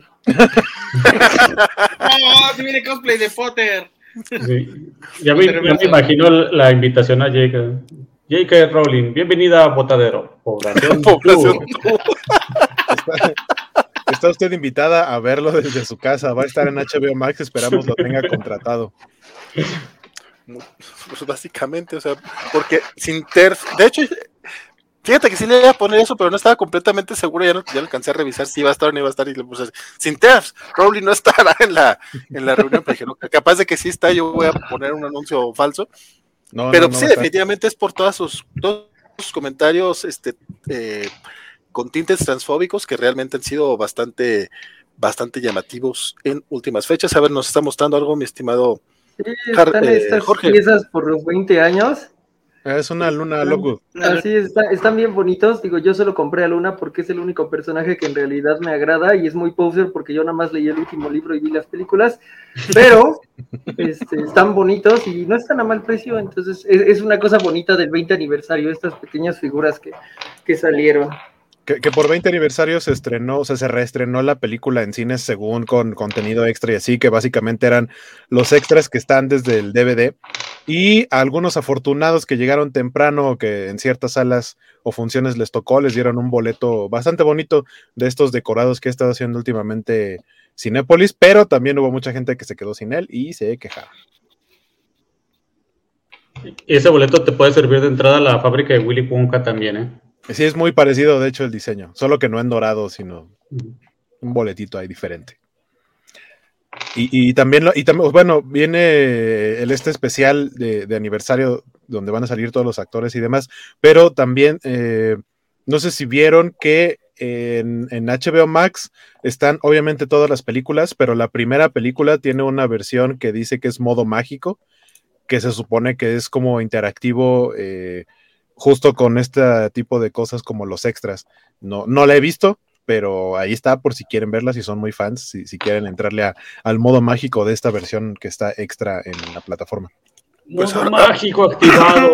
No, si viene cosplay de Potter. Sí. Ya, me, ya me imagino la invitación a J K. J K Rowling, bienvenida a Botadero. Población. Población está, está usted invitada a verlo desde su casa. Va a estar en H B O Max, esperamos lo tenga contratado. Pues básicamente, o sea, porque sin TERF, de hecho, fíjate que sí le iba a poner eso, pero no estaba completamente seguro, ya no, ya no alcancé a revisar si iba a estar o no iba a estar, y le puse sin TERF, Rowling no estará en la, en la reunión, pero dije, no, capaz de que sí está, yo voy a poner un anuncio falso, no, pero no, no sí, definitivamente es por todas sus, todos sus comentarios, este, eh, con tintes transfóbicos que realmente han sido bastante, bastante llamativos en últimas fechas. A ver, nos está mostrando algo, mi estimado sí, están eh, estas Jorge. Piezas por los veinte años. Es una luna loco. Así está, están bien bonitos. Digo, yo solo compré a Luna porque es el único personaje que en realidad me agrada y es muy poser porque yo nada más leí el último libro y vi las películas. Pero este, están bonitos y no están a mal precio. Entonces es, es una cosa bonita del veinte aniversario, estas pequeñas figuras que, que salieron. Que, que por veinte aniversario se estrenó, o sea, se reestrenó la película en cines según con contenido extra y así, que básicamente eran los extras que están desde el D V D, y a algunos afortunados que llegaron temprano, que en ciertas salas o funciones les tocó, les dieron un boleto bastante bonito de estos decorados que he estado haciendo últimamente Cinépolis, pero también hubo mucha gente que se quedó sin él y se quejaba. Ese boleto te puede servir de entrada a la fábrica de Willy Wonka también, ¿eh? Sí, es muy parecido, de hecho, el diseño. Solo que no en dorado, sino un boletito ahí diferente. Y, y también, lo, y también, bueno, viene el este especial de, de aniversario donde van a salir todos los actores y demás, pero también, eh, no sé si vieron que en, en H B O Max están obviamente todas las películas, pero la primera película tiene una versión que dice que es modo mágico, que se supone que es como interactivo, eh, justo con este tipo de cosas como los extras. No, no la he visto, pero ahí está por si quieren verla, si son muy fans, si, si quieren entrarle a, al modo mágico de esta versión que está extra en la plataforma. Pues modo ahora, mágico activado.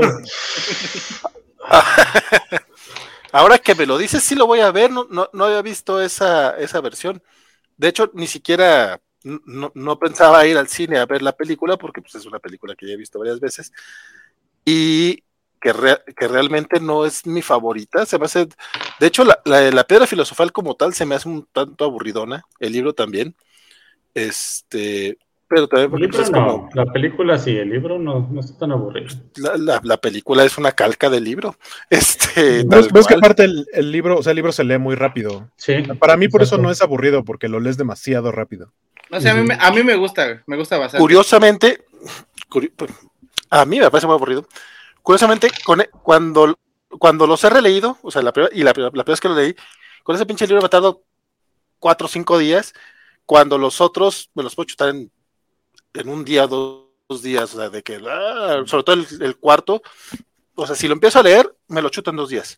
Ahora que me lo dices, sí lo voy a ver, no, no, no había visto esa, esa versión. De hecho, ni siquiera no, no pensaba ir al cine a ver la película, porque pues, es una película que ya he visto varias veces. Y Que, re, que realmente no es mi favorita, se me hace, de hecho la, la, la piedra filosofal como tal se me hace un tanto aburridona, el libro también, este, pero también porque pues, es no, como, la película sí, el libro no, no está tan aburrido. La, la, la película es una calca del libro, este, ¿Ves, ves que aparte el, el libro, o sea el libro se lee muy rápido? Sí. Para mí por exacto. Eso no es aburrido, porque lo lees demasiado rápido. No sé, a mí, a mí me gusta, me gusta bastante. Curiosamente, curi a mí me parece muy aburrido. Curiosamente, con, cuando, cuando los he releído, o sea, la primera, y la, la primera vez que lo leí, con ese pinche libro me tardó cuatro o cinco días, cuando los otros me los puedo chutar en, en un día, dos, dos días, o sea, de que, ah, sobre todo el, el cuarto, o sea, si lo empiezo a leer, me lo chuto en dos días.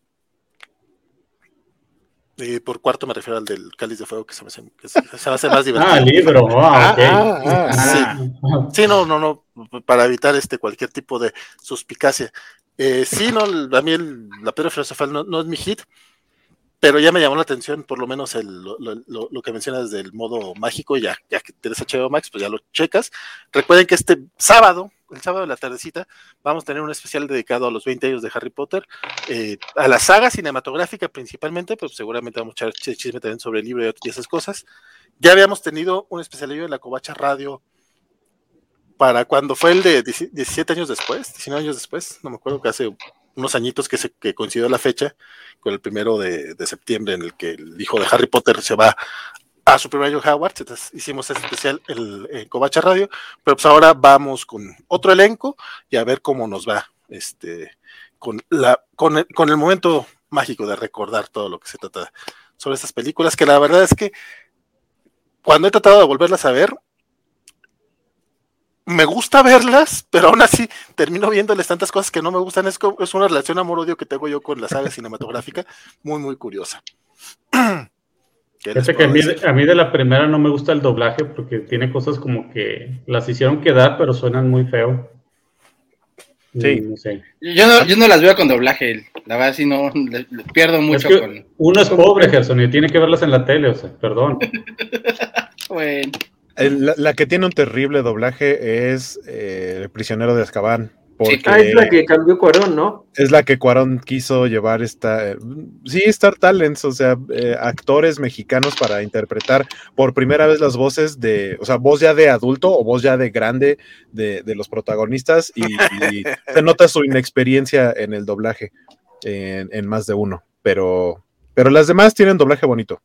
Y por cuarto me refiero al del Cáliz de Fuego, que se me hace, que se, se me hace más divertido. Ah, libro, ah, ok. Ah, ah, ah, sí. sí, no, no, no, para evitar este cualquier tipo de suspicacia. Eh, sí, no, a mí el, la piedra filosofal no, no es mi hit, pero ya me llamó la atención, por lo menos el, lo, lo, lo que mencionas del modo mágico, ya, ya que tienes H B O Max, pues ya lo checas. Recuerden que este sábado, el sábado de la tardecita, vamos a tener un especial dedicado a los veinte años de Harry Potter, eh, a la saga cinematográfica principalmente, pero seguramente vamos a echar chisme también sobre el libro y esas cosas. Ya habíamos tenido un especialillo en la Covacha Radio para cuando fue el de diecisiete años después, diecinueve años después, no me acuerdo, que hace unos añitos que, se, que coincidió la fecha con el primero de, de septiembre, en el que el hijo de Harry Potter se va a su primer año Hogwarts. Entonces hicimos este especial en el Covacha Radio, pero pues ahora vamos con otro elenco y a ver cómo nos va este con la con el, con el momento mágico de recordar todo lo que se trata sobre estas películas, que la verdad es que cuando he tratado de volverlas a ver, me gusta verlas, pero aún así termino viéndoles tantas cosas que no me gustan. Es, como, es una relación amor-odio que tengo yo con la saga cinematográfica muy, muy curiosa. Fíjate que a mí, a mí de la primera no me gusta el doblaje porque tiene cosas como que las hicieron quedar, pero suenan muy feo. Sí. No sé. Yo, no, yo no las veo con doblaje, la verdad sí no, le, le pierdo mucho. Es que con... Uno es pobre, Gerson, y tiene que verlas en la tele, o sea, perdón. Bueno. El, la, la que tiene un terrible doblaje es eh, El prisionero de Azkaban. Porque ah, es la que cambió Cuarón, ¿no? Es la que Cuarón quiso llevar esta... Eh, sí, Star Talents, o sea, eh, actores mexicanos para interpretar por primera vez las voces de... O sea, voz ya de adulto o voz ya de grande de, de los protagonistas y, y se nota su inexperiencia en el doblaje en, en más de uno, pero, pero las demás tienen doblaje bonito.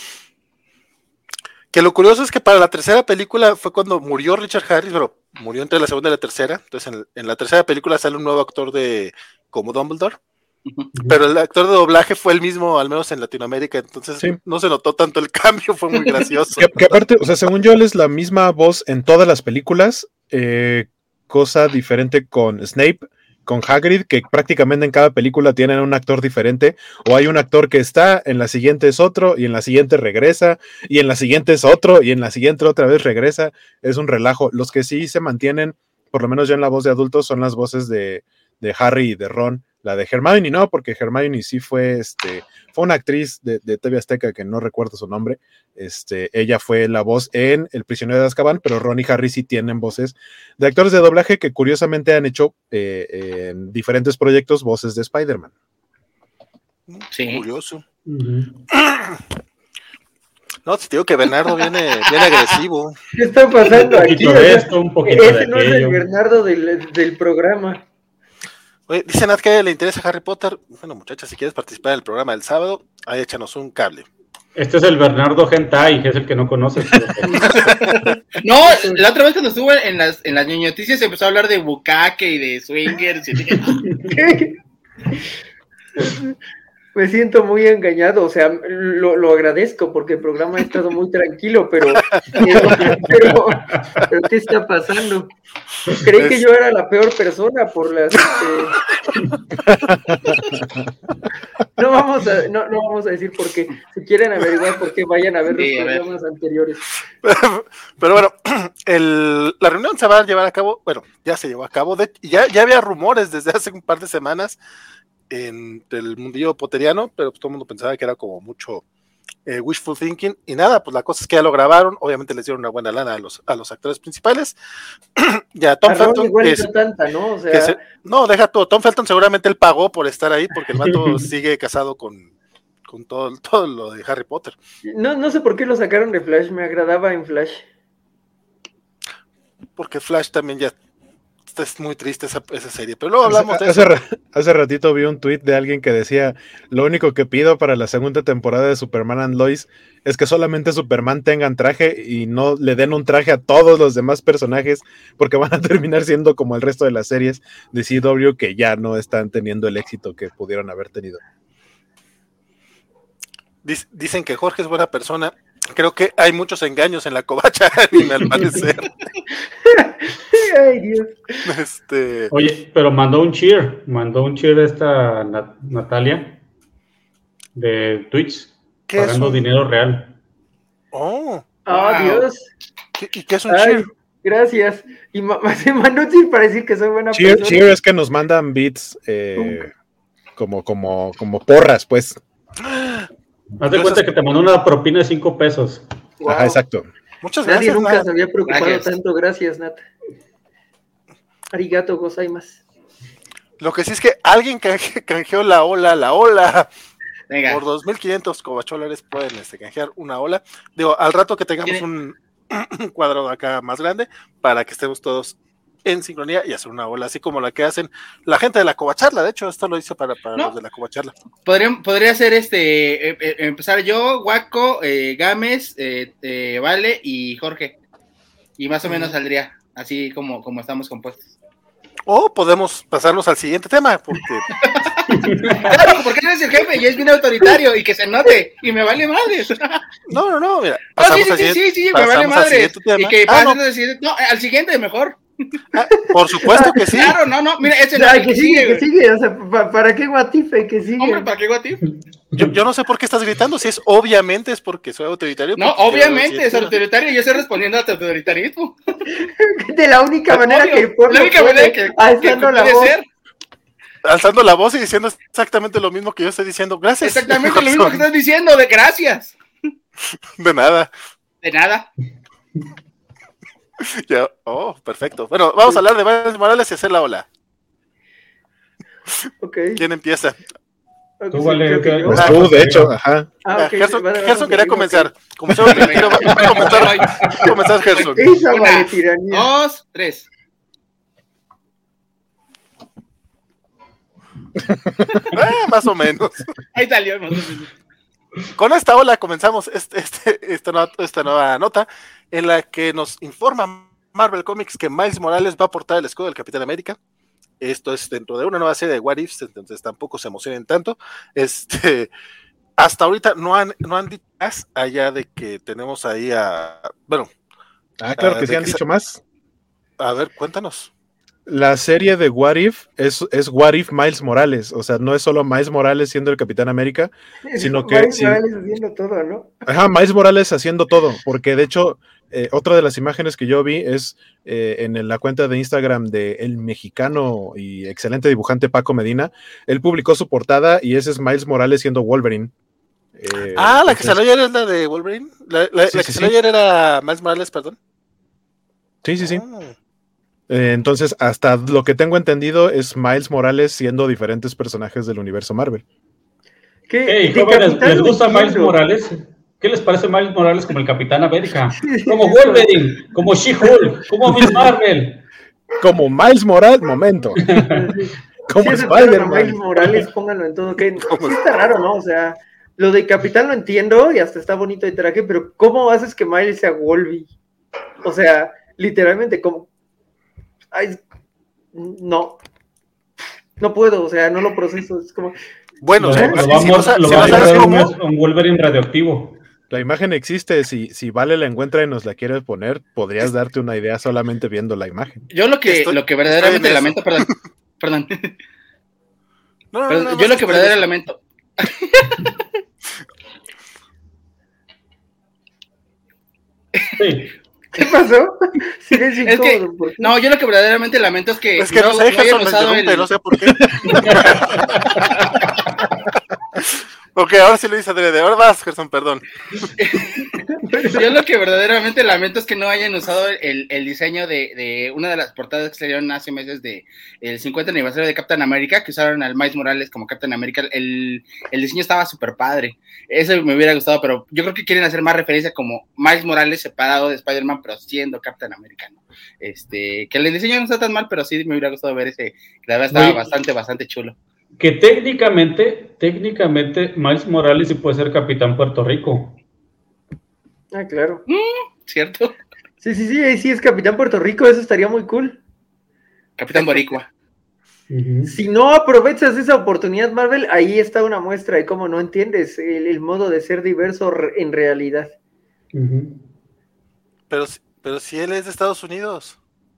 Que lo curioso es que para la tercera película fue cuando murió Richard Harris, pero murió entre la segunda y la tercera. Entonces, en, en la tercera película sale un nuevo actor de como Dumbledore. Uh-huh. Pero el actor de doblaje fue el mismo, al menos en Latinoamérica. Entonces, sí. no se notó tanto el cambio, fue muy gracioso. que, que aparte, o sea, según yo, él es la misma voz en todas las películas, eh, cosa diferente con Snape, con Hagrid, que prácticamente en cada película tienen un actor diferente, o hay un actor que está, en la siguiente es otro, y en la siguiente regresa, y en la siguiente es otro, y en la siguiente otra vez regresa, es un relajo. Los que sí se mantienen, por lo menos ya en la voz de adultos, son las voces de, de Harry y de Ron. La de Hermione no, porque Hermione sí fue, este, fue una actriz de, de T V Azteca que no recuerdo su nombre. Este, ella fue la voz en El prisionero de Azkaban, pero Ron y Harry sí tienen voces de actores de doblaje que curiosamente han hecho eh, en diferentes proyectos voces de Spider-Man. Sí. Curioso. Uh-huh. No, te digo que Bernardo viene, viene agresivo. ¿Qué está pasando un aquí? De esto, un poquito Ese de no es el Bernardo del, del programa. Oye, dice Nat que le interesa Harry Potter. Bueno, muchachas, si quieres participar en el programa del sábado, ahí échanos un cable. Este es el Bernardo Hentai, que es el que no conoces. No, la otra vez cuando estuvo en las, en las ñoñoticias se empezó a hablar de bucaque y de swingers. Y de... Me siento muy engañado, o sea, lo, lo agradezco porque el programa ha estado muy tranquilo, pero, pero, pero, pero ¿qué está pasando? Creí que yo era la peor persona por las... Eh... No vamos a, no, no vamos a decir por qué. Si quieren averiguar por qué, vayan a ver los sí, programas ver. anteriores. Pero, pero bueno, el, la reunión se va a llevar a cabo, bueno, ya se llevó a cabo, de, ya, ya había rumores desde hace un par de semanas en el mundillo potteriano, pero pues todo el mundo pensaba que era como mucho eh, wishful thinking, y nada, pues la cosa es que ya lo grabaron, obviamente les dieron una buena lana a los, a los actores principales, ya Tom Felton igual es, tanta, ¿no? O sea... se, no, deja todo, Tom Felton seguramente él pagó por estar ahí, porque el vato sigue casado con, con todo, todo lo de Harry Potter. No, no sé por qué lo sacaron de Flash, me agradaba en Flash. Porque Flash también ya es muy triste esa, esa serie, pero luego hablamos hace, de eso. Hace, hace ratito vi un tweet de alguien que decía, lo único que pido para la segunda temporada de Superman and Lois es que solamente Superman tengan traje y no le den un traje a todos los demás personajes, porque van a terminar siendo como el resto de las series de C W que ya no están teniendo el éxito que pudieron haber tenido. Dicen que Jorge es buena persona. Creo que hay muchos engaños en la covacha, ni al parecer. Ay, Dios. Este... Oye, pero mandó un cheer, mandó un cheer esta Nat- Natalia de Twitch, pagando un... dinero real. Oh, oh wow. Dios. ¿Qué, ¿Y qué es un Ay, cheer? Gracias. Y ma- se mandó un cheer para decir que soy buena cheer, persona. Cheer es que nos mandan beats eh, como, como, como porras, pues. Haz de cuenta que te mandó una propina de cinco pesos. Wow. Ajá, exacto. Muchas Nadie gracias. nunca Nat. se había preocupado Gracias. tanto. Gracias, Nat. Arigato gozaimasu. Lo que sí es que alguien canje, canjeó la ola, la ola. Venga. Por dos mil quinientos cobacholares pueden este, canjear una ola. Digo, al rato que tengamos un, un cuadrado acá más grande para que estemos todos en sincronía y hacer una ola, así como la que hacen la gente de la covacharla. De hecho, esto lo hice para, para no. los de la covacharla. Podría, podría ser este, eh, eh, empezar yo, Waco, eh, Gámez, eh, eh, Vale y Jorge. Y más o menos saldría así como, como estamos compuestos. O podemos pasarnos al siguiente tema, porque... Claro, porque eres el jefe y es bien autoritario y que se note, y me vale madres. No, no, no, mira. No, sí, sí, sí, sí, sí, me vale madres. Y que ah, pasen no. al siguiente, no, al siguiente mejor. Ah, por supuesto que sí. Claro, no, no, mira, ese no, Ya, el que sigue, que sigue, o sea, ¿para, para qué guatife que sigue? Hombre, ¿para qué guatif? Yo, yo no sé por qué estás gritando, si es obviamente es porque soy autoritario. No, obviamente es autoritario y yo estoy respondiendo a tu autoritarismo. De la única Obvio, manera que el pueblo la única puede, manera que, alzando que la puede voz. ser. Alzando la voz y diciendo exactamente lo mismo que yo estoy diciendo. Gracias. Exactamente lo mismo que estás diciendo, de gracias. De nada. De nada. Ya, oh, perfecto. Bueno, vamos a hablar de Miles Morales y hacer la ola. Okay. ¿Quién empieza? Okay, Tú, vale, creo que que- yo. Pues tú, de hecho, ajá. Ah, ok, Gerson, va- va- Gerson va- quería ok. comenzar. Como solo le quiero, va a comenzar, va a comenzar Gerson. Esa Una, vale tiranía. dos, tres. Ah, más o menos. Ahí salió. más o menos. Con esta ola comenzamos este, este, esta, nueva, esta nueva nota en la que nos informa Marvel Comics que Miles Morales va a portar el escudo del Capitán América. Esto es dentro de una nueva serie de What Ifs, entonces tampoco se emocionen tanto. Este, hasta ahorita no han, no han dicho más allá de que tenemos ahí a... Bueno. Ah, claro a, que sí han que dicho más. A ver, cuéntanos. La serie de What If es, es What If Miles Morales, o sea, no es solo Miles Morales siendo el Capitán América, sino que... Miles sí, Morales haciendo todo, ¿no? ajá, Miles Morales haciendo todo, porque de hecho, eh, otra de las imágenes que yo vi es eh, en la cuenta de Instagram de el mexicano y excelente dibujante Paco Medina. Él publicó su portada y ese es Miles Morales siendo Wolverine. Eh, ah, la que entonces- salió ayer es la de Wolverine. La, la, Sí, la sí, que sí. salió ayer era Miles Morales, perdón. Sí, sí, sí. Oh. Eh, entonces, hasta lo que tengo entendido es Miles Morales siendo diferentes personajes del universo Marvel. ¿Qué, Hey, qué jóvenes, Capitán ¿les gusta no Miles entiendo? Morales? ¿Qué les parece Miles Morales como el Capitán América? Sí, Como sí, Wolverine, como She-Hulk, como Miss Marvel. Como Miles Morales, momento. sí. Como Si es a Miles Spider-Man. Morales, pónganlo en todo. Que sí está raro, ¿no? O sea, lo de Capitán lo entiendo y hasta está bonito el traje, pero ¿cómo haces que Miles sea Wolverine? O sea, literalmente, como... Ay, no. No puedo, o sea, no lo proceso. Es como... Bueno, Lo, o sea, lo si vamos, no sa- lo si no vamos a sabes ver un, cómo, un Wolverine radioactivo. La imagen existe, si, si Vale la encuentra y nos la quiere poner, podrías darte una idea solamente viendo la imagen. Yo lo que, Estoy- lo que estoy verdaderamente en eso. lamento, perdón, perdón. no, no, Pero no, yo más lo que estoy en verdaderamente eso. lamento. Sí. ¿Qué pasó? Silencio Es que, incómodo, ¿por qué? no, yo lo que verdaderamente lamento es que Es que no, sé, no hayan Gerson me usado interrumpe, el... no sé por qué. Ok, ahora sí lo dice Adrede. Ahora vas, Gerson, perdón. Yo lo que verdaderamente lamento es que no hayan usado el, el diseño de, de una de las portadas que salieron hace meses de el cincuenta aniversario de Captain America, que usaron al Miles Morales como Captain America. El, el diseño estaba súper padre. Eso me hubiera gustado, pero yo creo que quieren hacer más referencia como Miles Morales separado de Spider-Man, pero siendo Captain America, ¿no? Este, que el diseño no está tan mal, pero sí me hubiera gustado ver ese, que la verdad estaba Oye, bastante, bastante chulo. Que técnicamente, técnicamente, Miles Morales sí puede ser Capitán Puerto Rico. Ah, claro. ¿Cierto? Sí, sí, sí, ahí sí es Capitán Puerto Rico, eso estaría muy cool. Capitán Boricua. Uh-huh. Si no aprovechas esa oportunidad, Marvel, ahí está una muestra de cómo no entiendes el, el modo de ser diverso re- en realidad. Uh-huh. Pero, si- pero si él es de Estados Unidos.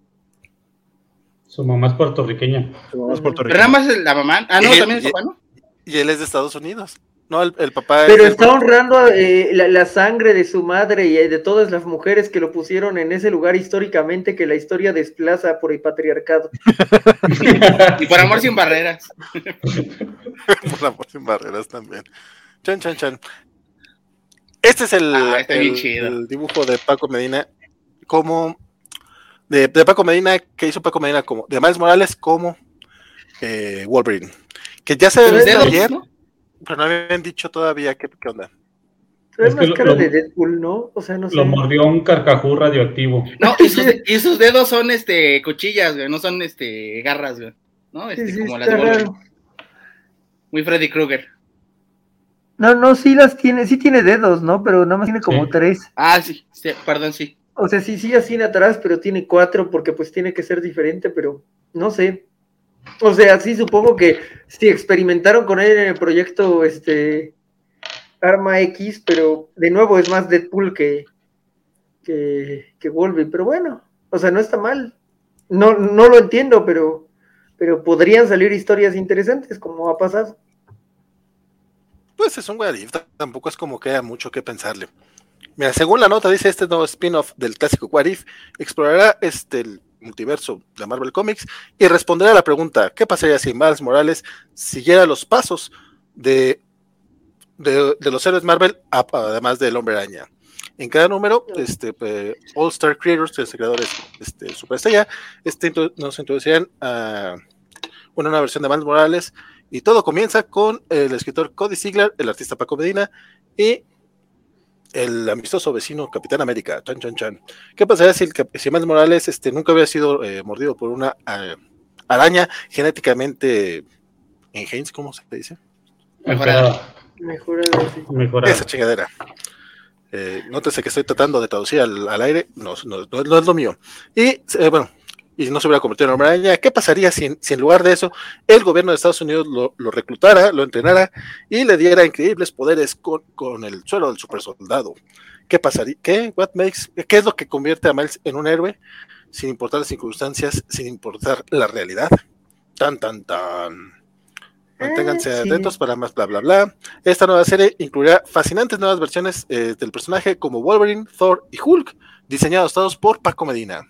Su mamá es puertorriqueña. Vamos Ujú. Puerto Pero Rico. nada más la mamá. Ah, no, Y- también el y- papá, ¿no? Y él es de Estados Unidos. No, el, el papá Pero es de- está honrando eh, la, la sangre de su madre y de todas las mujeres que lo pusieron en ese lugar históricamente que la historia desplaza por el patriarcado. Y por amor sin barreras. por amor sin barreras también. Chan, chan, chan. Este es el, Ah, está bien el- chido. el dibujo de Paco Medina. Como. De, de Paco Medina, que hizo Paco Medina como. De Miles Morales como eh, Wolverine. Que ya se Sus desde dedos, ayer, ¿no? pero no habían dicho todavía qué, qué onda. Trae Es que más lo- cara lo- de Deadpool, ¿no? O sea, no sé. Lo mordió un carcajú radioactivo. No, y sus, y sus dedos son este cuchillas, güey, no son este garras, güey. ¿No? Este, Sí, sí, como las de está Wolverine. raro. Muy Freddy Krueger. No, no, sí las tiene, sí tiene dedos, ¿no? Pero nada más tiene como Sí. tres. Ah, sí, sí, perdón, sí. O sea, sí, sí, así en atrás, pero tiene cuatro porque pues tiene que ser diferente, pero no sé. O sea, sí, supongo que sí experimentaron con él en el proyecto este Arma X, pero de nuevo es más Deadpool que, que, que Wolverine, pero bueno, o sea, no está mal. No, no lo entiendo, pero, pero podrían salir historias interesantes, como ha pasado. Pues es un what if, tampoco es como que haya mucho que pensarle. Mira, según la nota dice este nuevo spin-off del clásico What If, explorará este el multiverso de Marvel Comics y responderá a la pregunta, ¿qué pasaría si Miles Morales siguiera los pasos de, de, de los héroes Marvel, además del Hombre Araña? En cada número, este, eh, All Star Creators, los creadores este, Superestrella, este, nos introducirán a una nueva versión de Miles Morales, y todo comienza con el escritor Cody Ziglar, el artista Paco Medina, y el amistoso vecino Capitán América. Chan, chan, chan. ¿Qué pasaría si, el, si Miles Morales este, nunca había sido eh, mordido por una uh, araña genéticamente enhanced, ¿cómo se dice? Mejorada. Mejorada, sí. Mejorada. Esa chingadera. Eh, nótese que estoy tratando de traducir al, al aire, no, no, no, no es lo mío. Y eh, bueno, y no se hubiera convertido en hombre araña, ¿qué pasaría si, si en lugar de eso el gobierno de Estados Unidos lo, lo reclutara, lo entrenara y le diera increíbles poderes con, con el suelo del supersoldado? ¿Qué pasaría? ¿Qué? What makes, ¿Qué es lo que convierte a Miles en un héroe sin importar las circunstancias, sin importar la realidad? Tan, tan, tan. Manténganse eh, sí. atentos para más bla, bla, bla. Esta nueva serie incluirá fascinantes nuevas versiones eh, del personaje como Wolverine, Thor y Hulk, diseñados todos por Paco Medina.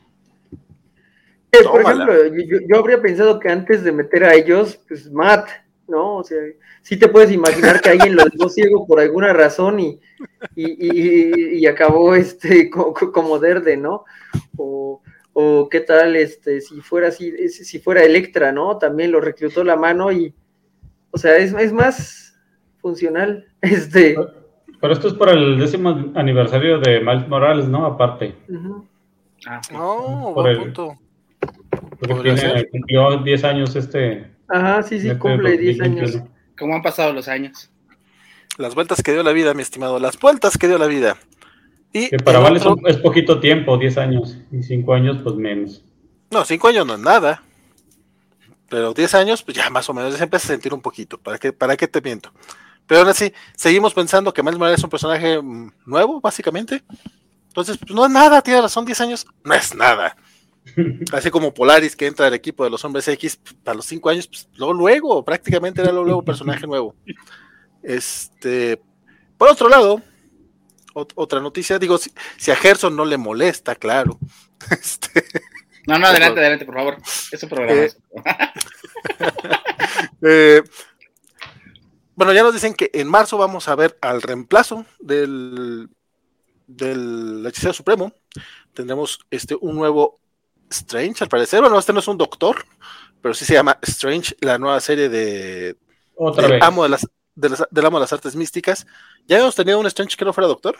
Eh, por ejemplo, yo, yo habría pensado que antes de meter a ellos, pues Matt, ¿no? O sea, sí te puedes imaginar que alguien lo dejó ciego por alguna razón y, y, y, y acabó este como, como Derde, ¿no? O, o qué tal este si fuera así, si fuera Electra, ¿no? También lo reclutó la mano y o sea, es, es más funcional. Este. Pero esto es para el décimo aniversario de Miles Morales, ¿no? Aparte. Uh-huh. Ah, sí. Oh, por buen el, punto. Porque tiene, cumplió diez años este. Ajá, sí, sí, este cumple diez años. ¿Cómo han pasado los años? Las vueltas que dio la vida, mi estimado, las vueltas que dio la vida. Y que para Miles otro... es poquito tiempo, diez años, y cinco años, pues menos. No, cinco años no es nada. Pero diez años, pues ya más o menos, ya se empieza a sentir un poquito, ¿para qué, para qué te miento? Pero aún así, seguimos pensando que Miles Morales es un personaje nuevo, básicamente. Entonces, pues no es nada, tiene razón, diez años no es nada. Así como Polaris, que entra al equipo de los Hombres X a los cinco años, pues luego, luego, prácticamente era luego, luego personaje nuevo. Este, por otro lado, ot- otra noticia, digo, si, si a Gerson no le molesta, claro. Este... No, no, adelante, adelante, por favor. Es un programa. Eh, eh, bueno, ya nos dicen que en marzo vamos a ver al reemplazo del, del Hechicero Supremo. Tendremos este, un nuevo Strange, al parecer. Bueno, este no es un doctor, pero sí se llama Strange, la nueva serie de Otra del vez. amo de las, de las, del amo de las artes místicas. ¿Ya hemos tenido un Strange que no fuera doctor?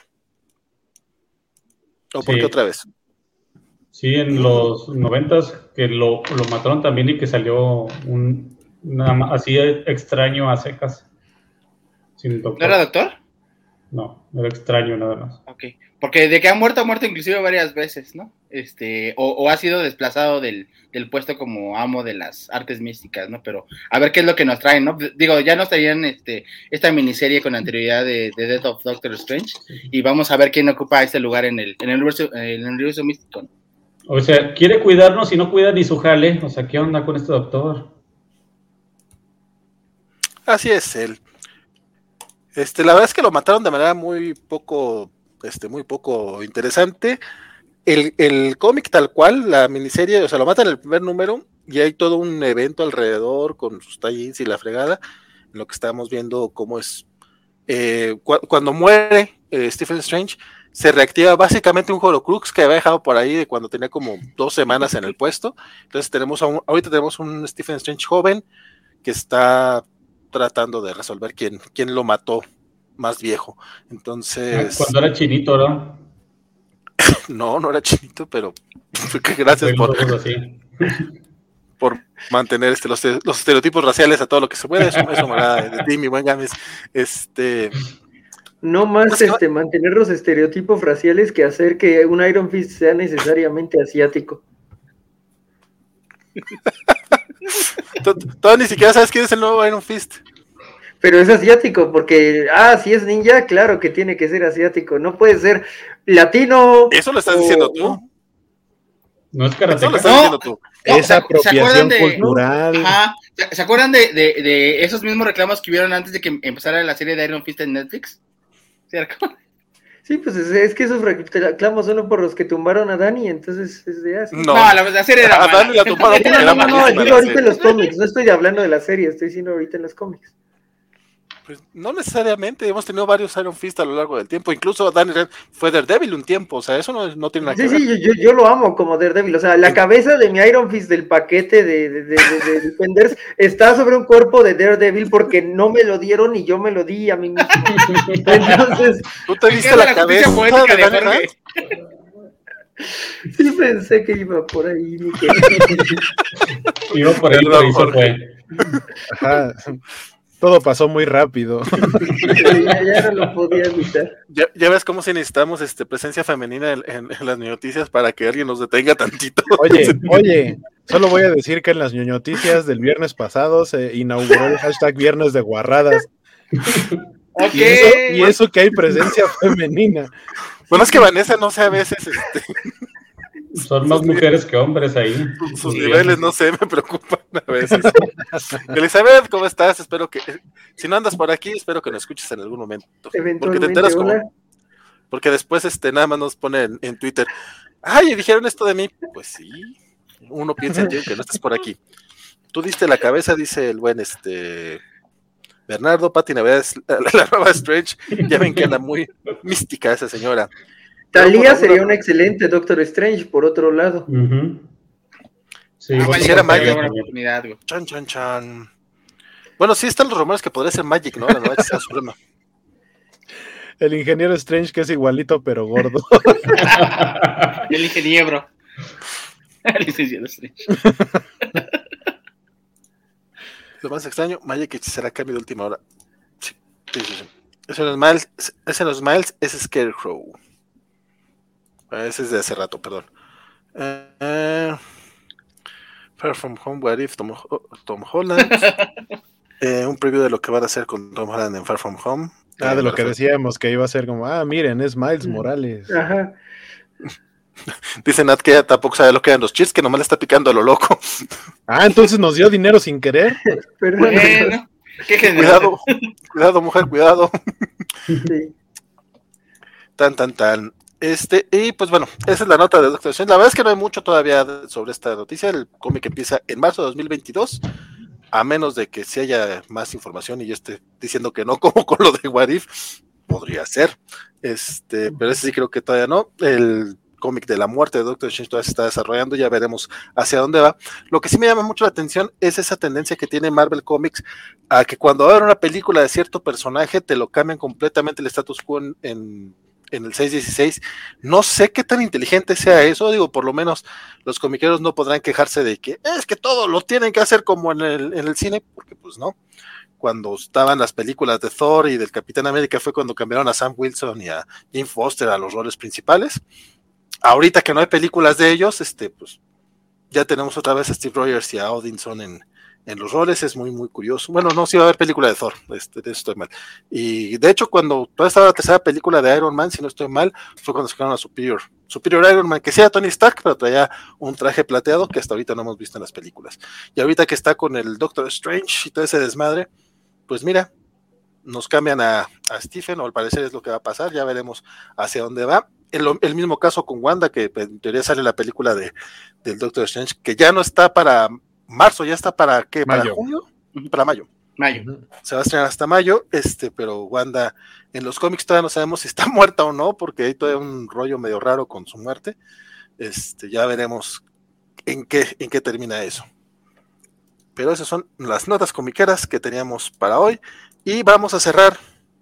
¿O por Sí. qué otra vez? Sí, en los noventas que lo, lo mataron también y que salió un una, así extraño a secas. Sin doctor. ¿No era doctor? No, era extraño nada más. Ok, porque de que ha muerto, ha muerto inclusive varias veces, ¿no? Este, o, o ha sido desplazado del, del puesto como amo de las artes místicas, ¿no? Pero a ver qué es lo que nos traen, ¿no? Digo, ya nos traían este, esta miniserie con anterioridad de, de Death of Doctor Strange, y vamos a ver quién ocupa este lugar en el, en el universo, en el universo místico, ¿no? O sea, quiere cuidarnos y no cuida ni su jale. O sea, ¿qué onda con este doctor? Así es él. Este, la verdad es que lo mataron de manera muy poco, este, muy poco interesante. El, el cómic tal cual, la miniserie, o sea, lo matan en el primer número y hay todo un evento alrededor con sus tie-ins y la fregada, en lo que estamos viendo cómo es. Eh, cu- cuando muere eh, Stephen Strange, se reactiva básicamente un Horcrux que había dejado por ahí de cuando tenía como dos semanas en el puesto. Entonces tenemos a un, ahorita tenemos un Stephen Strange joven que está tratando de resolver quién, quién lo mató más viejo. Entonces... Cuando era chinito, ¿no? No, no era chinito, pero gracias por, por mantener este, los, los estereotipos raciales a todo lo que se puede. Eso, eso me agrada de ti, mi buen Games. Este... No más este, mantener los estereotipos raciales que hacer que un Iron Fist sea necesariamente asiático. Todavía ni siquiera sabes quién es el nuevo Iron Fist. Pero es asiático, porque, ah, si es ninja, claro que tiene que ser asiático. No puede ser latino. Eso lo estás o... diciendo tú. No es karateca. Eso lo estás No. diciendo tú. No, Es ¿se- apropiación se acuerdan de- cultural. Ajá. ¿Se, se acuerdan de, de, de esos mismos reclamos que hubieron antes de que empezara la serie de Iron Fist en Netflix? ¿Cierto? Sí, pues es, es que esos reclamos son por los que tumbaron a Dani, entonces es de así. No, No, la, la serie era a mala. Dani la tumbaron porque No, era no, no, malísima digo la ahorita en serie. los cómics, no estoy hablando de la serie, estoy diciendo ahorita en los cómics. Pues no necesariamente, hemos tenido varios Iron Fist a lo largo del tiempo, incluso Danny Rand fue Daredevil un tiempo, o sea, eso no, no tiene nada Sí, que ver. sí, yo, yo lo amo como Daredevil, o sea, la cabeza de mi Iron Fist del paquete de, de, de, de, de Defenders está sobre un cuerpo de Daredevil porque no me lo dieron y yo me lo di a mí mismo. Entonces, ¿tú te diste la, la cabeza de Danny Rand? Sí pensé que iba por ahí, mi Iba por ahí, pero hizo fue. Ajá. Todo pasó muy rápido. ya, ya no lo podía evitar. Ya, ya ves cómo si necesitamos este, presencia femenina en, en, en las noticias para que alguien nos detenga tantito. Oye, oye, solo voy a decir que en las noticias del viernes pasado se inauguró el hashtag Viernes de Guarradas. Okay. Y, eso, y eso que hay presencia femenina. Bueno, es que Vanessa no sé a veces este... Son más mujeres que hombres ahí. Sus sí. niveles, no sé, me preocupan a veces. Elizabeth, ¿cómo estás? Espero que, si no andas por aquí, espero que nos escuches en algún momento. Porque te enteras como, porque después este nada más nos pone en, en Twitter, ay, dijeron esto de mí. Pues sí, uno piensa en ti que no estás por aquí. Tú diste la cabeza, dice el buen este Bernardo. Pati Navidad, la, la nueva Strange. Ya ven que anda muy mística esa señora. Talía sería una... un excelente Doctor Strange, por otro lado. Uh-huh. Sí, ah, quisiera Magic. Chan, chan, chan. Bueno, sí están los rumores que podría ser Magic, ¿no? La nueva Hechicera Suprema. El ingeniero Strange, que es igualito, pero gordo. El ingeniero. El ingeniero Strange. Lo más extraño, Magic Hechicera cambio de última hora. Sí, sí, sí, sí. Ese no es Miles, ese no es Miles, ese es Scarecrow. Ese es de hace rato, perdón. Uh, Far From Home, What If, Tom, Tom Holland. eh, un preview de lo que van a hacer con Tom Holland en Far From Home. Ah, eh, de lo que decíamos, que iba a ser como, ah, miren, es Miles Morales. Ajá. Dice Nat que ella tampoco sabe lo que eran los cheats, que nomás le está picando a lo loco. Ah, entonces nos dio dinero sin querer. Pero bueno, qué cuidado, cuidado, mujer, cuidado. Sí. Tan, tan, tan. Este, y pues bueno, esa es la nota de Doctor Strange. La verdad es que no hay mucho todavía sobre esta noticia. El cómic empieza en marzo de dos mil veintidós, a menos de que si haya más información y yo esté diciendo que no, como con lo de What If, podría ser. Este, pero ese sí creo que todavía no. El cómic de la muerte de Doctor Strange todavía se está desarrollando, ya veremos hacia dónde va. Lo que sí me llama mucho la atención es esa tendencia que tiene Marvel Comics a que cuando va a haber una película de cierto personaje te lo cambian completamente el status quo en, en en el seis dieciséis, no sé qué tan inteligente sea eso, digo, por lo menos los comiqueros no podrán quejarse de que es que todo lo tienen que hacer como en el, en el cine, porque pues no, cuando estaban las películas de Thor y del Capitán América fue cuando cambiaron a Sam Wilson y a Jane Foster a los roles principales. Ahorita que no hay películas de ellos, este, pues ya tenemos otra vez a Steve Rogers y a Odinson en en los roles, es muy, muy curioso. Bueno, no, sí va a haber película de Thor, este, de eso estoy mal. Y de hecho, cuando toda estaba la tercera película de Iron Man, si no estoy mal, fue cuando sacaron a Superior. Superior Iron Man, que sea Tony Stark, pero traía un traje plateado que hasta ahorita no hemos visto en las películas. Y ahorita que está con el Doctor Strange y todo ese desmadre, pues mira, nos cambian a, a Stephen, o al parecer es lo que va a pasar, ya veremos hacia dónde va. El, el mismo caso con Wanda, que en teoría sale la película de, del Doctor Strange, que ya no está para marzo, ya está para ¿qué? ¿Para mayo. junio? Para mayo. Mayo. Se va a estrenar hasta mayo, este, pero Wanda en los cómics todavía no sabemos si está muerta o no, porque hay todavía un rollo medio raro con su muerte. Este, ya veremos en qué, en qué termina eso. Pero esas son las notas comiqueras que teníamos para hoy. Y vamos a cerrar.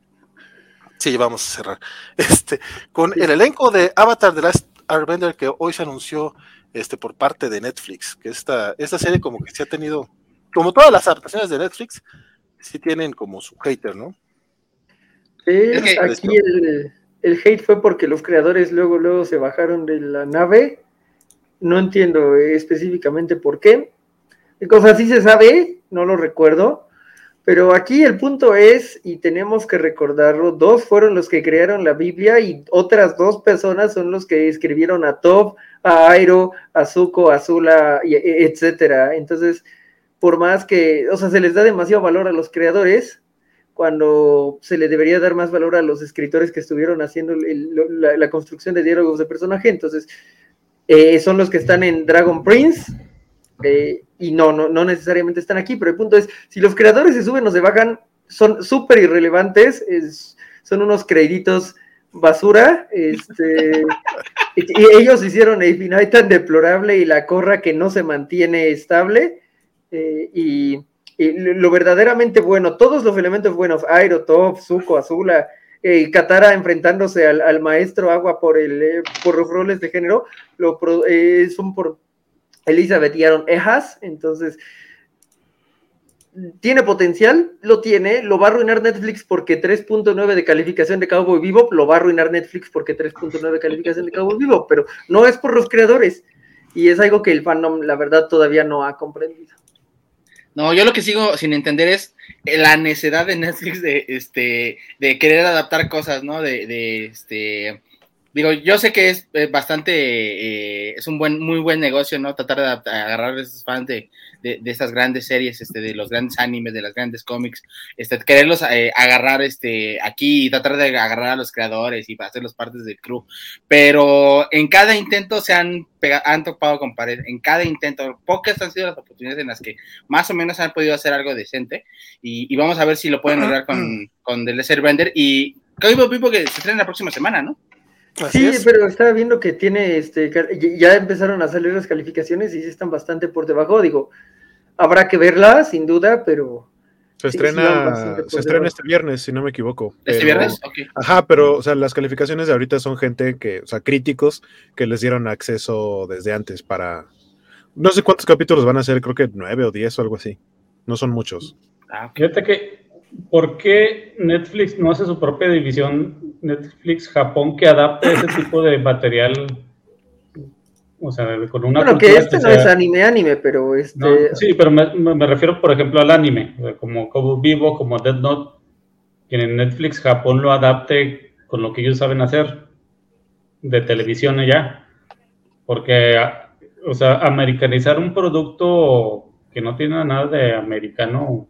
Sí, vamos a cerrar. Este, con el elenco de Avatar The Last Airbender que hoy se anunció este, por parte de Netflix, que esta, esta serie como que sí ha tenido, como todas las adaptaciones de Netflix, sí tienen como su hater, ¿no? Sí, es que aquí el, el hate fue porque los creadores luego, luego se bajaron de la nave, no entiendo específicamente por qué, cosas sí se sabe, no lo recuerdo, pero aquí el punto es, y tenemos que recordarlo, dos fueron los que crearon la Biblia y otras dos personas son los que escribieron a Toph, a Airo, a Zuko, a Azula, etcétera. Entonces, por más que, o sea, se les da demasiado valor a los creadores, cuando se le debería dar más valor a los escritores que estuvieron haciendo el, la, la construcción de diálogos de personaje. Entonces, eh, son los que están en Dragon Prince, eh, y no, no, no necesariamente están aquí, pero el punto es, si los creadores se suben o se bajan, son súper irrelevantes, es, son unos créditos basura, este, y, y ellos hicieron el final tan deplorable y la Korra que no se mantiene estable, eh, y, y lo verdaderamente bueno, todos los elementos buenos, Airo, Toph, Zuko, Azula, eh, Katara enfrentándose al, al maestro Agua por el eh, por los roles de género, lo, eh, son por Elizabeth y Aaron Ejas, entonces tiene potencial, lo tiene, lo va a arruinar Netflix porque tres punto nueve de calificación de Cowboy Bebop, lo va a arruinar Netflix porque tres punto nueve de calificación de Cowboy Bebop, pero no es por los creadores, y es algo que el fandom, la verdad, todavía no ha comprendido. No, yo lo que sigo sin entender es la necedad de Netflix de, este, de querer adaptar cosas, ¿no? De, de este... Digo, yo sé que es eh, bastante, eh, es un buen, muy buen negocio, ¿no? Tratar de adaptar, agarrar a esos fans de, de, de estas grandes series, este, de los grandes animes, de las grandes cómics, este, quererlos eh, agarrar este, aquí y tratar de agarrar a los creadores y hacerlos partes del crew. Pero en cada intento se han, pegado, han topado con pared, en cada intento. Pocas han sido las oportunidades en las que más o menos han podido hacer algo decente y, y vamos a ver si lo pueden lograr con, con The Last Airbender y Cowboy Bebop que se estrena la próxima semana, ¿no? Así sí, es. Pero estaba viendo que tiene, este, ya empezaron a salir las calificaciones y sí están bastante por debajo, digo, habrá que verla, sin duda, pero... Se estrena, sí, se estrena este viernes, si no me equivoco. ¿Este pero, viernes? Okay. Ajá, pero, o sea, las calificaciones de ahorita son gente que, o sea, críticos que les dieron acceso desde antes para... No sé cuántos capítulos van a ser, creo que nueve o diez o algo así. No son muchos. Ah, fíjate que, ¿por qué Netflix no hace su propia división Netflix Japón que adapte ese tipo de material? O sea, con una bueno, que este que sea... no es anime, anime, pero este... No, sí, pero me, me refiero, por ejemplo, al anime, como Cowboy Bebop, como Death Note, que en Netflix Japón lo adapte con lo que ellos saben hacer de televisión ya. Porque, o sea, americanizar un producto que no tiene nada de americano,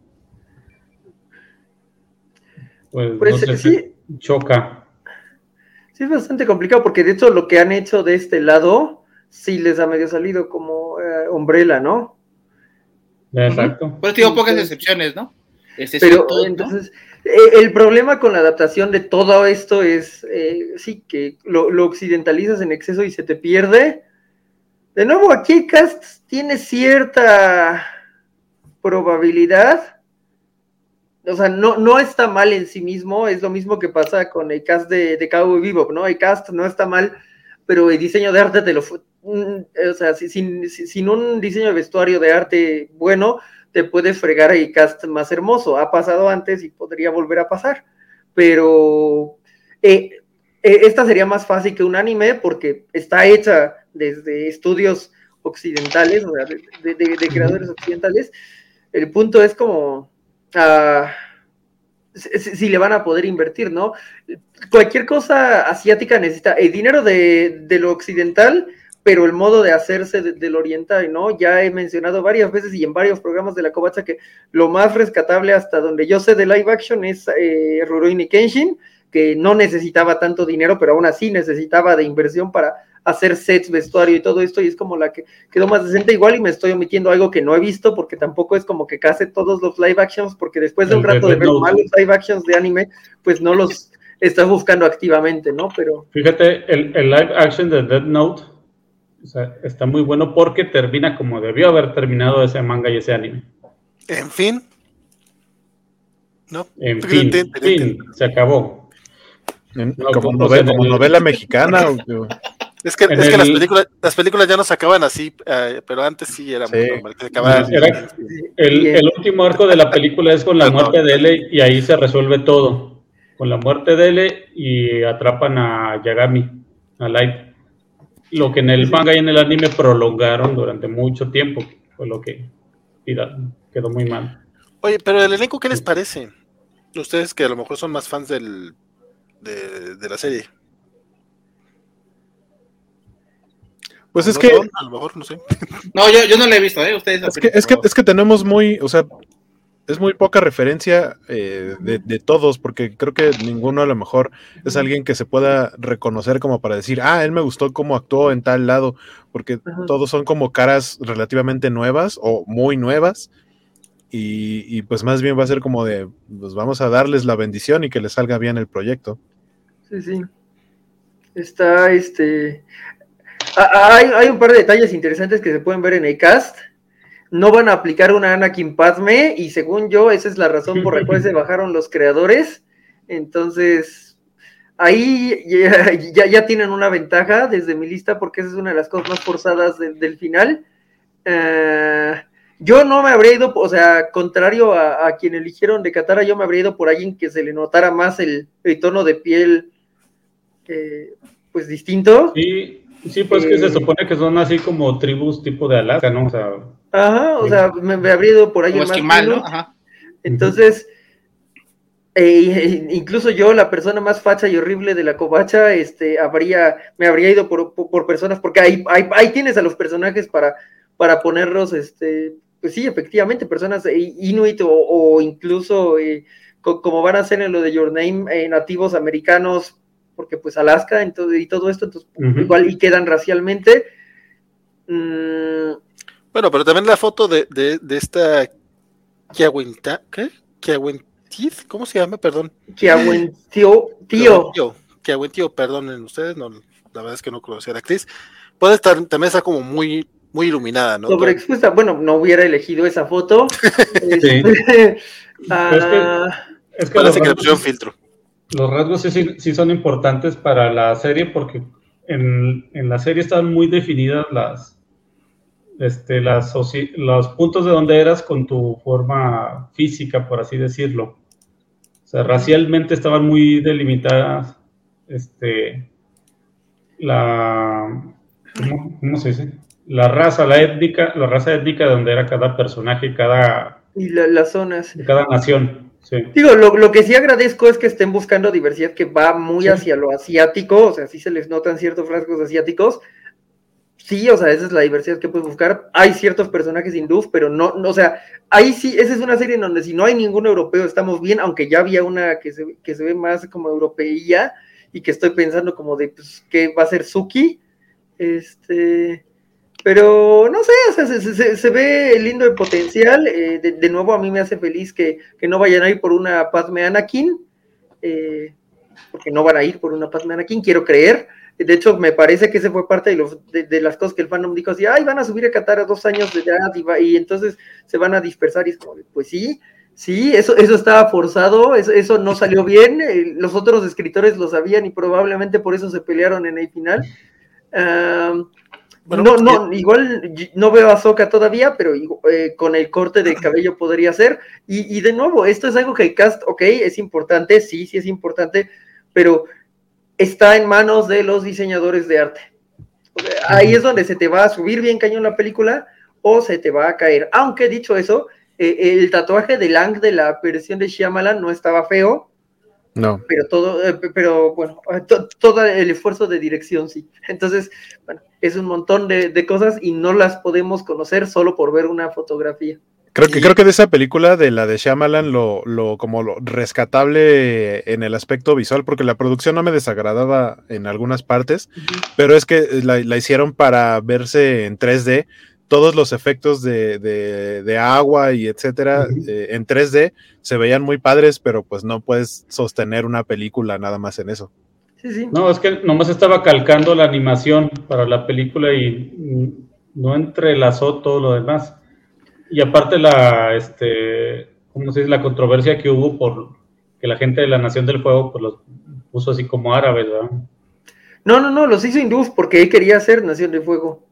pues, pues no sé, sí. choca. Sí, es bastante complicado, porque de hecho lo que han hecho de este lado sí les ha medio salido como eh, Umbrella, ¿no? Exacto. Pues digo, pocas excepciones, ¿no? Ese Pero todo, entonces, ¿no? eh, el problema con la adaptación de todo esto es, eh, sí, que lo, lo occidentalizas en exceso y se te pierde. De nuevo, aquí Cast tiene cierta probabilidad. O sea, no, no está mal en sí mismo, es lo mismo que pasa con el cast de, de Cowboy Bebop, ¿no? El cast no está mal, pero el diseño de arte te lo... O sea, sin, sin un diseño de vestuario de arte bueno, te puede fregar el cast más hermoso. Ha pasado antes y podría volver a pasar, pero eh, eh, esta sería más fácil que un anime porque está hecha desde estudios occidentales, o sea, de, de, de creadores occidentales. El punto es como... Uh, si, si le van a poder invertir, ¿no? Cualquier cosa asiática necesita el dinero de, de lo occidental, pero el modo de hacerse de, del oriental, ¿no? Ya he mencionado varias veces y en varios programas de la Kobatsa que lo más rescatable hasta donde yo sé de live action es eh, Rurouni Kenshin, que no necesitaba tanto dinero, pero aún así necesitaba de inversión para hacer sets, vestuario y todo esto, y es como la que quedó más decente. Igual y me estoy omitiendo algo que no he visto, porque tampoco es como que case todos los live actions, porque después de un rato de ver malos live actions de anime, pues no los estás buscando activamente, ¿no? Pero fíjate, el, el live action de Death Note, o sea, está muy bueno porque termina como debió haber terminado ese manga y ese anime. En fin. No. En fin, ten, ten, ten, fin, se acabó. En, no, como, novela, como el... novela mexicana. Es que, es el... que las, películas, las películas ya no se acaban así, uh, pero antes sí era sí. muy normal que se acababan. Era, el, el último arco de la película es con la muerte de L y ahí se resuelve todo. Con la muerte de L y atrapan a Yagami, a Light. Lo que en el manga y en el anime prolongaron durante mucho tiempo, fue lo que quedó muy mal. Oye, pero el elenco, ¿qué les parece? Ustedes que a lo mejor son más fans del, de, de la serie. Pues es no, que... No, a lo mejor, no sé. No, yo, yo no la he visto, ¿eh? Ustedes es, que, es, que, es que tenemos muy, o sea, es muy poca referencia eh, de, de todos, porque creo que ninguno a lo mejor es alguien que se pueda reconocer como para decir, ah, él me gustó cómo actuó en tal lado, porque uh-huh. todos son como caras relativamente nuevas o muy nuevas, y, y pues más bien va a ser como de, pues vamos a darles la bendición y que les salga bien el proyecto. Sí, sí. Está, este... Hay, hay un par de detalles interesantes que se pueden ver en el cast. No van a aplicar una Anakin Padme, y según yo, esa es la razón por la cual se bajaron los creadores. Entonces, ahí ya, ya, ya tienen una ventaja desde mi lista, porque esa es una de las cosas más forzadas de, del final. Uh, yo no me habría ido, o sea, contrario a, a quien eligieron de Katara, yo me habría ido por alguien que se le notara más el, el tono de piel, eh, pues distinto. Sí, sí, pues eh, que se supone que son así como tribus tipo de Alaska, ¿no? O sea, ajá, o sí. sea, me, me habría ido por alguien más esquimal, ¿no? Ajá. Entonces, eh, incluso yo, la persona más facha y horrible de la covacha, este, habría, me habría ido por, por, por personas, porque ahí, ahí, ahí tienes a los personajes para, para ponerlos, este, pues sí, efectivamente, personas inuit o, o incluso eh, co como van a ser en lo de Your Name, eh, nativos americanos, porque pues Alaska entonces, y todo esto, entonces uh-huh. igual y quedan racialmente. Mm. Bueno, pero también la foto de, de, de esta Kiawenta, ¿qué? Kiawentiz, ¿cómo se llama? Perdón. Kiawentio, tío. Kiawentio, perdonen ustedes, no, la verdad es que no conocía a la actriz. Puede estar, también está como muy, muy iluminada, ¿no? Sobreexpuesta, bueno, no hubiera elegido esa foto. este, uh, es que, es que parece que le pusieron filtro. Los rasgos sí, sí, sí son importantes para la serie, porque en, en la serie están muy definidas las, este, las los puntos de donde eras con tu forma física, por así decirlo. O sea, racialmente estaban muy delimitadas, este, la, ¿cómo, cómo se dice? La raza, la étnica, la raza étnica de donde era cada personaje, cada... Y la, las zonas. De cada nación. Sí. Digo, lo, lo que sí agradezco es que estén buscando diversidad que va muy sí. hacia lo asiático, o sea, sí se les notan ciertos rasgos asiáticos. Sí, o sea, esa es la diversidad que puedes buscar. Hay ciertos personajes hindús, pero no, no, o sea, ahí sí, esa es una serie en donde si no hay ningún europeo estamos bien, aunque ya había una que se, que se ve más como europeía y que estoy pensando como de, pues, ¿qué va a ser Suki? Este... Pero no sé, o sea, se, se, se ve lindo el potencial. Eh, de, de nuevo, a mí me hace feliz que, que no vayan a ir por una Padme Anakin, eh, porque no van a ir por una Padme Anakin, quiero creer. De hecho, me parece que ese fue parte de, los, de, de las cosas que el fandom dijo así: ay, van a subir a Katara dos años de edad y, va, y entonces se van a dispersar. Y es como, pues sí, sí, eso, eso estaba forzado, eso, eso no salió bien. Eh, los otros escritores lo sabían y probablemente por eso se pelearon en el final. Um, Bueno, no, no, igual no veo a Ahsoka todavía, pero eh, con el corte de cabello podría ser. Y, y de nuevo, esto es algo que el cast, ok, es importante, sí, sí es importante, pero está en manos de los diseñadores de arte. O sea, ahí es donde se te va a subir bien cañón la película o se te va a caer. Aunque dicho eso, eh, el tatuaje de Lang de la versión de Shyamalan no estaba feo. No. Pero todo, eh, pero bueno, to, todo el esfuerzo de dirección sí. Entonces, bueno, es un montón de, de cosas y no las podemos conocer solo por ver una fotografía. Creo que, creo que de esa película, de la de Shyamalan, lo, lo, como lo rescatable en el aspecto visual, porque la producción no me desagradaba en algunas partes, uh-huh. pero es que la, la hicieron para verse en tres D. Todos los efectos de, de, de agua y etcétera, uh-huh. eh, en tres D se veían muy padres, pero pues no puedes sostener una película nada más en eso. Sí, sí. No, es que nomás estaba calcando la animación para la película y no entrelazó todo lo demás. Y aparte la, este, ¿cómo se dice? La controversia que hubo por que la gente de la Nación del Fuego pues los puso así como árabes, ¿verdad? No, no, no, los hizo hindús porque él quería ser Nación del Fuego.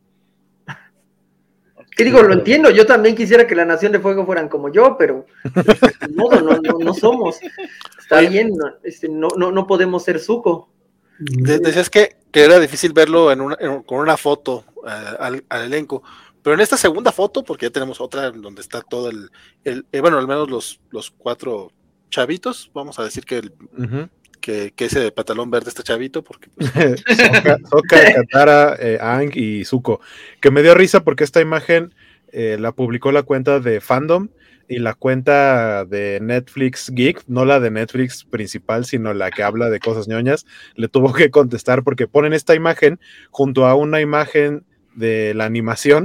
¿Qué digo? Lo entiendo, yo también quisiera que la Nación de Fuego fueran como yo, pero de modo, no, no, no somos. Está Oye, bien, no, este, no, no, no podemos ser Zuko. Decías que, que era difícil verlo en una, en, con una foto uh, al, al elenco, pero en esta segunda foto, porque ya tenemos otra donde está todo el, el eh, bueno, al menos los, los cuatro chavitos, vamos a decir que el, uh-huh. que, que ese pantalón verde está chavito, porque pues, Ahsoka, Katara, eh, Aang y Zuko, que me dio risa porque esta imagen eh, la publicó la cuenta de Fandom y la cuenta de Netflix Geek, no la de Netflix principal, sino la que habla de cosas ñoñas, le tuvo que contestar porque ponen esta imagen junto a una imagen de la animación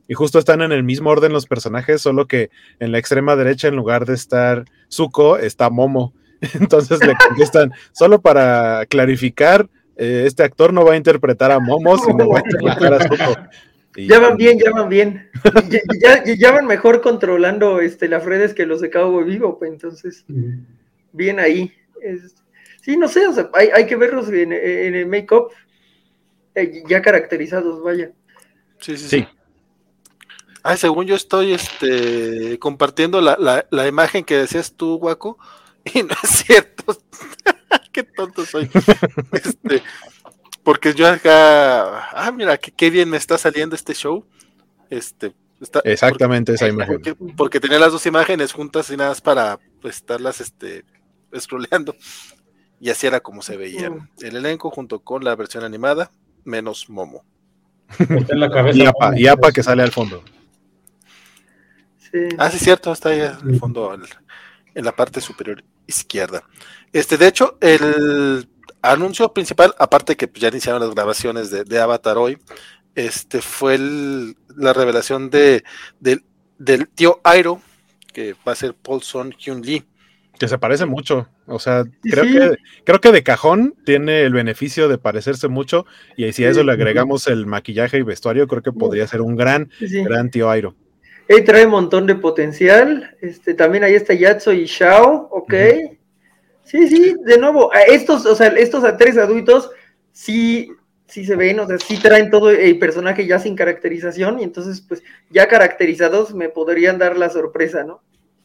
y justo están en el mismo orden los personajes, solo que en la extrema derecha, en lugar de estar Zuko, está Momo. Entonces le contestan, solo para clarificar, eh, este actor no va a interpretar a Momo, sino va a interpretar a Zuko. Y, ya van bien, ya van bien. ya, ya, ya van mejor controlando este, las redes que los de Cowboy Vivo, pues entonces, bien ahí. Es, sí, no sé, o sea, hay, hay que verlos en, en el make-up, eh, ya caracterizados, vaya. Sí, sí, sí. sí. Ay, según yo estoy este, compartiendo la, la, la imagen que decías tú, Guaco, y no es cierto. Qué tonto soy. Este, porque yo acá, ah, mira, qué, qué bien me está saliendo este show. Este, está, Exactamente porque, esa imagen. Porque, porque tenía las dos imágenes juntas y nada más para pues, estarlas este, scrolleando. Y así era como se veían. El elenco junto con la versión animada, menos Momo. En la cabeza, y Apa, y Apa que sale al fondo. Sí. Ah, sí, cierto, está ahí al fondo, en, en la parte superior izquierda. Este, de hecho, el anuncio principal, aparte que ya iniciaron las grabaciones de, de Avatar hoy, este fue el, la revelación de, de del tío Iroh, que va a ser Paul Son Hyun Lee. Que se parece mucho, o sea, creo sí. que creo que de cajón tiene el beneficio de parecerse mucho, y si a eso le agregamos el maquillaje y vestuario, creo que podría ser un gran, sí. gran tío Iroh. Él trae un montón de potencial, este, también ahí está Yatso y Shao, ok. Uh-huh. Sí, sí, de nuevo, estos, o sea, estos tres adultos sí, sí se ven, o sea, sí traen todo el personaje ya sin caracterización, y entonces, pues, ya caracterizados me podrían dar la sorpresa, ¿no?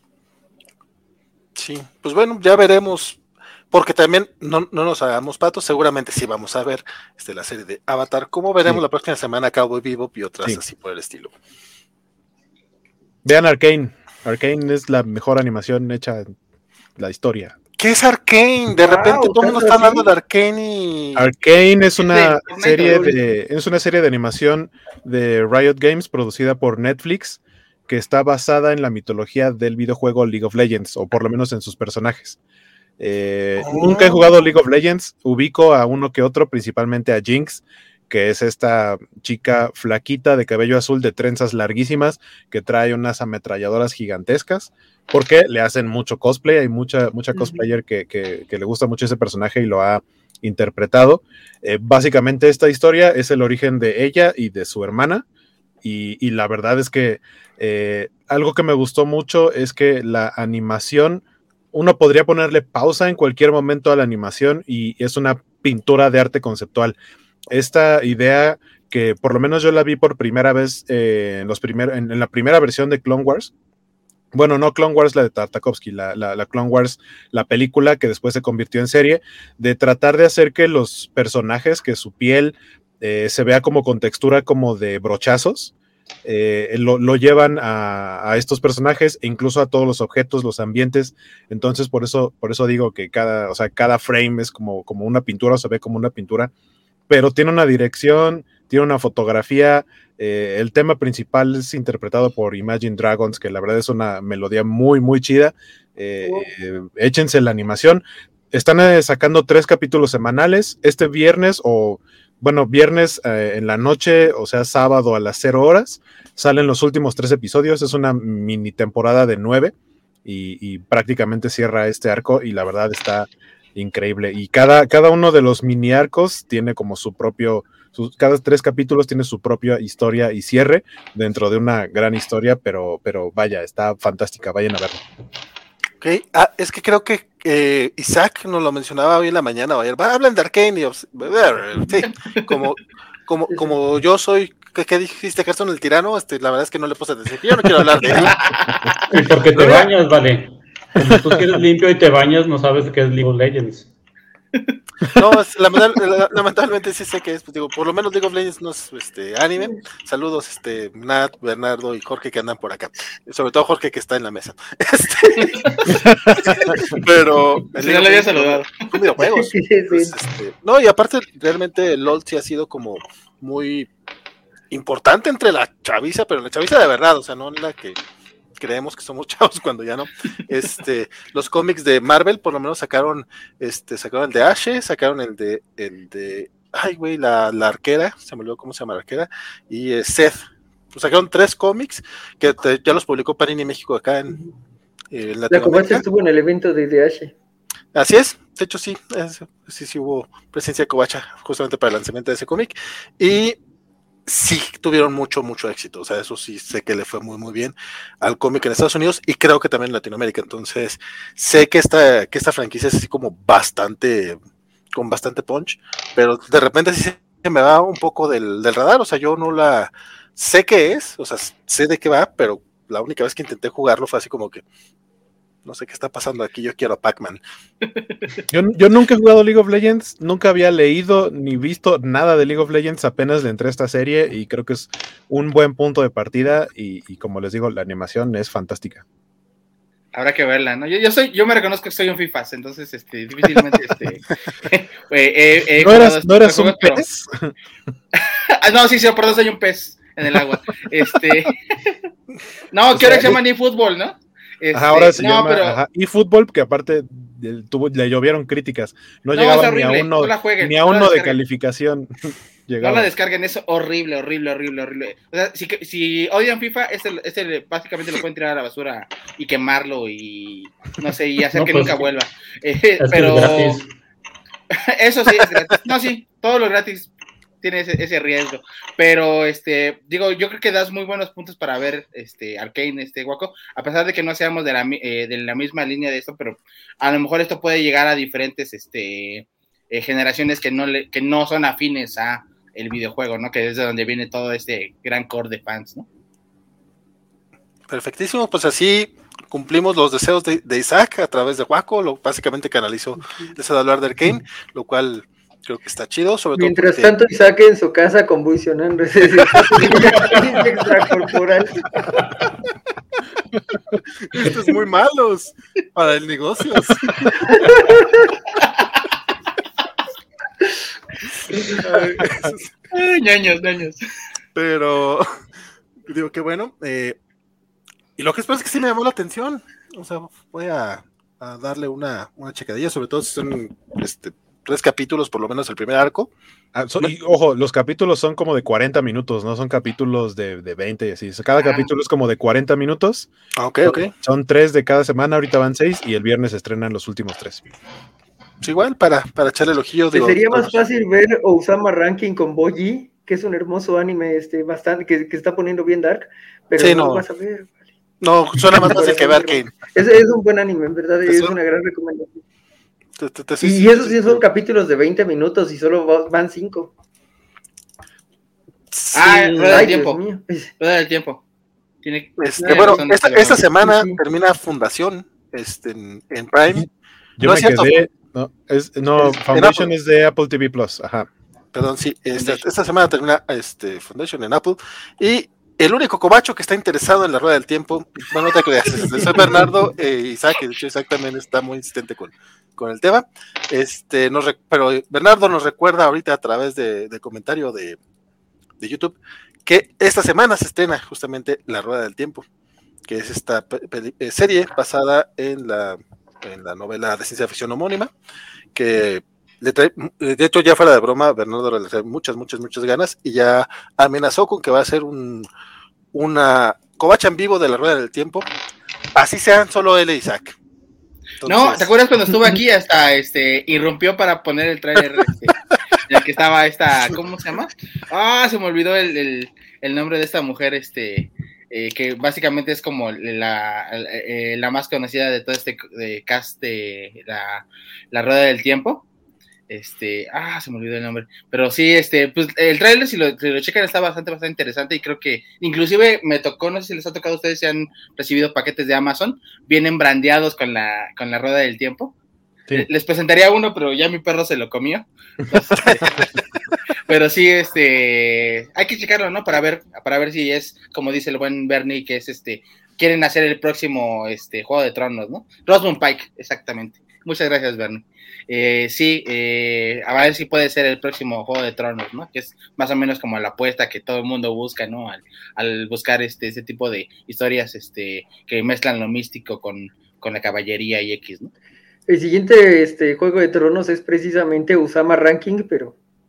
Sí, pues bueno, ya veremos, porque también no, no nos hagamos patos, seguramente sí vamos a ver este, la serie de Avatar, como veremos sí. la próxima semana Cowboy Bebop y otras sí. así por el estilo. Vean Arcane, Arcane es la mejor animación hecha en la historia. ¿Qué es Arcane? De wow, repente todo el mundo está hablando de Arcane y... Arcane es una sí, serie de es una serie de animación de Riot Games producida por Netflix, que está basada en la mitología del videojuego League of Legends, o por lo menos en sus personajes. Eh, oh. Nunca he jugado League of Legends, ubico a uno que otro, principalmente a Jinx, que es esta chica flaquita de cabello azul de trenzas larguísimas, que trae unas ametralladoras gigantescas, porque le hacen mucho cosplay, hay mucha, mucha cosplayer que, que, que le gusta mucho ese personaje y lo ha interpretado. Eh, básicamente esta historia es el origen de ella y de su hermana, y, y la verdad es que eh, algo que me gustó mucho es que la animación, uno podría ponerle pausa en cualquier momento a la animación y es una pintura de arte conceptual. Esta idea que por lo menos yo la vi por primera vez eh, en, los primer, en, en la primera versión de Clone Wars. Bueno, no Clone Wars la de Tartakovsky, la, la, la Clone Wars, la película que después se convirtió en serie, de tratar de hacer que los personajes, que su piel eh, se vea como con textura como de brochazos, eh, lo, lo llevan a, a estos personajes e incluso a todos los objetos, los ambientes. Entonces por eso, por eso digo que cada, o sea, cada frame es como, como una pintura, o se ve como una pintura, pero tiene una dirección, tiene una fotografía. Eh, el tema principal es interpretado por Imagine Dragons, que la verdad es una melodía muy, muy chida. Eh, oh. eh, échense la animación. Están eh, sacando tres capítulos semanales. Este viernes, o bueno, viernes eh, en la noche, o sea, sábado a las cero horas, salen los últimos tres episodios. Es una mini temporada de nueve y, y prácticamente cierra este arco, y la verdad está increíble. Y cada, cada uno de los mini arcos tiene como su propio... Sus, cada tres capítulos tiene su propia historia y cierre dentro de una gran historia, pero, pero vaya, está fantástica, vayan a verlo. Ok, ah, es que creo que eh, Isaac nos lo mencionaba hoy en la mañana, ayer, hablan de Arcane, y, sí, como, como, como yo soy, ¿qué, qué dijiste, Gerson, el tirano? Este, la verdad es que no le puse atención, yo no quiero hablar de él. Y porque te bañas, vale. Como tú quieres limpio y te bañas, no sabes qué es League of Legends. No, lamentablemente sí sé que es, pues, digo, por lo menos League of Legends no es este, anime. Saludos, este, Nat, Bernardo y Jorge que andan por acá, sobre todo Jorge que está en la mesa. Este, pero si no le había saludado. Son videojuegos. Sí, sí. Pues, este, no, y aparte realmente el LOL sí ha sido como muy importante entre la chaviza, pero la chaviza de verdad, o sea, no la que creemos que somos chavos cuando ya no. Este, los cómics de Marvel por lo menos sacaron, este, sacaron el de Ashe, sacaron el de, el de, ay güey, la, la arquera, se me olvidó cómo se llama la arquera, y eh, Seth, sacaron tres cómics que te, ya los publicó Panini México acá en, en La Covacha estuvo en el evento de D H. Así es, de hecho sí, es, sí, sí hubo presencia de Covacha justamente para el lanzamiento de ese cómic y sí tuvieron mucho, mucho éxito, o sea, eso sí sé que le fue muy, muy bien al cómic en Estados Unidos y creo que también en Latinoamérica, entonces sé que esta, que esta franquicia es así como bastante, con bastante punch, pero de repente sí se me va un poco del, del radar, o sea, yo no la sé qué es, o sea, sé de qué va, pero la única vez que intenté jugarlo fue así como que no sé qué está pasando aquí, yo quiero a Pac-Man. Yo, yo nunca he jugado League of Legends, nunca había leído ni visto nada de League of Legends, apenas le entré a esta serie y creo que es un buen punto de partida y, y como les digo, la animación es fantástica. Habrá que verla, ¿no? Yo, yo soy, yo me reconozco que soy un FIFA, entonces este, difícilmente este, eh, eh, eh, ¿No eras, ¿no eras un pero... pez? No, sí, sí, perdón, soy un pez en el agua. Este... No, O que ahora sea, se llama eFootball, ¿no? Este, Ajá, ahora se no, llama pero... ajá, eFootball, que aparte el, tuvo, le llovieron críticas. No, No, llegaba es horrible, ni a uno, no la jueguen, ni a no la uno de descarguen. calificación. No la descarguen, es horrible, horrible, horrible, horrible. O sea, si, si odian FIFA, este, este básicamente lo pueden tirar a la basura y quemarlo y no sé, y hacer No, que pues, nunca vuelva. Eh, es pero que es gratis. eso sí es gratis. No, sí, todo lo gratis tiene ese, ese riesgo. Pero este, digo, yo creo que das muy buenos puntos para ver este Arcane, este Guaco, a pesar de que no seamos de la, eh, de la misma línea de esto, pero a lo mejor esto puede llegar a diferentes este eh, generaciones que no le, que no son afines a el videojuego, ¿no? Que es de donde viene todo este gran core de fans, ¿no? Perfectísimo, pues así cumplimos los deseos de, de Isaac a través de Waco, lo básicamente canalizó el deseo de hablar de Arcane, lo cual creo que está chido, sobre Mientras todo porque... tanto Isaac en su casa convulsionando ese extracorporal. Esto es muy malos para el negocio. Ay, ñaños, ñaños. Pero digo que bueno, eh, y lo que espero es que sí me llamó la atención, o sea, voy a, a darle una, una checadilla, sobre todo si son este, tres capítulos, por lo menos el primer arco. Ah, so, y ojo, los capítulos son como de cuarenta minutos, no son capítulos de, de veinte y así. Cada ah. capítulo es como de cuarenta minutos. Ok, ok. Son, son tres de cada semana, ahorita van seis y el viernes se estrenan los últimos tres. Pues igual, para, para echarle el ojillo. Digo, sería más fácil ver Osama Ranking con Boji, que es un hermoso anime este, bastante, que, que está poniendo bien dark, pero sí, no, no lo vas a ver. Vale. No, suena más fácil que ver Arcane. Es, es un buen anime, en verdad, es una gran recomendación. Te, te, te, y, sí, y esos sí, sí son sí. capítulos de veinte minutos y solo van cinco. Sí. Ah, rueda del tiempo. Rueda del tiempo. Tiene, este, bueno, esta, esta semana sí, sí. termina Fundación este, en, en Prime. Yo no me es quedé. No, es, no es, Foundation es de Apple T V Plus. Ajá. Perdón, sí. Esta, esta semana termina este, Foundation en Apple. Y el único cobacho que está interesado en la rueda del tiempo, bueno, no te creas, soy Bernardo e Isaac, que de hecho Isaac también está muy insistente con, con el tema. Este, nos, pero Bernardo nos recuerda ahorita a través de, de comentario de, de YouTube que esta semana se estrena justamente La Rueda del Tiempo, que es esta serie basada en la, en la novela de ciencia ficción homónima, que le trae, de hecho ya fuera de broma, Bernardo le trae muchas, muchas, muchas ganas y ya amenazó con que va a ser un, una covacha en vivo de La Rueda del Tiempo, así sean solo él e Isaac. Entonces... No, ¿te acuerdas cuando estuvo aquí hasta este irrumpió para poner el tráiler este, en el que estaba esta, ¿cómo se llama? Ah, se me olvidó el, el, el nombre de esta mujer, este, eh, que básicamente es como la, eh, la más conocida de todo este de cast de la, la Rueda del Tiempo. Este, ah, se me olvidó el nombre, pero sí, este, pues el tráiler si lo, si lo checan está bastante, bastante interesante y creo que inclusive me tocó, no sé si les ha tocado a ustedes si han recibido paquetes de Amazon, vienen brandeados con la, con la Rueda del Tiempo. Sí. Les presentaría uno, pero ya mi perro se lo comió. Entonces, pero sí, este, hay que checarlo, ¿no? Para ver, para ver si es, como dice el buen Bernie, que es este, quieren hacer el próximo, este, Juego de Tronos, ¿no? Rosamund Pike, exactamente. Muchas gracias, Bernie. Eh, sí, eh, a ver si puede ser el próximo Juego de Tronos, ¿no? Que es más o menos como la apuesta que todo el mundo busca, ¿no? Al, al buscar este ese tipo de historias, este, que mezclan lo místico con, con la caballería y X, ¿no? El siguiente este, Juego de Tronos es precisamente Osama Ranking, pero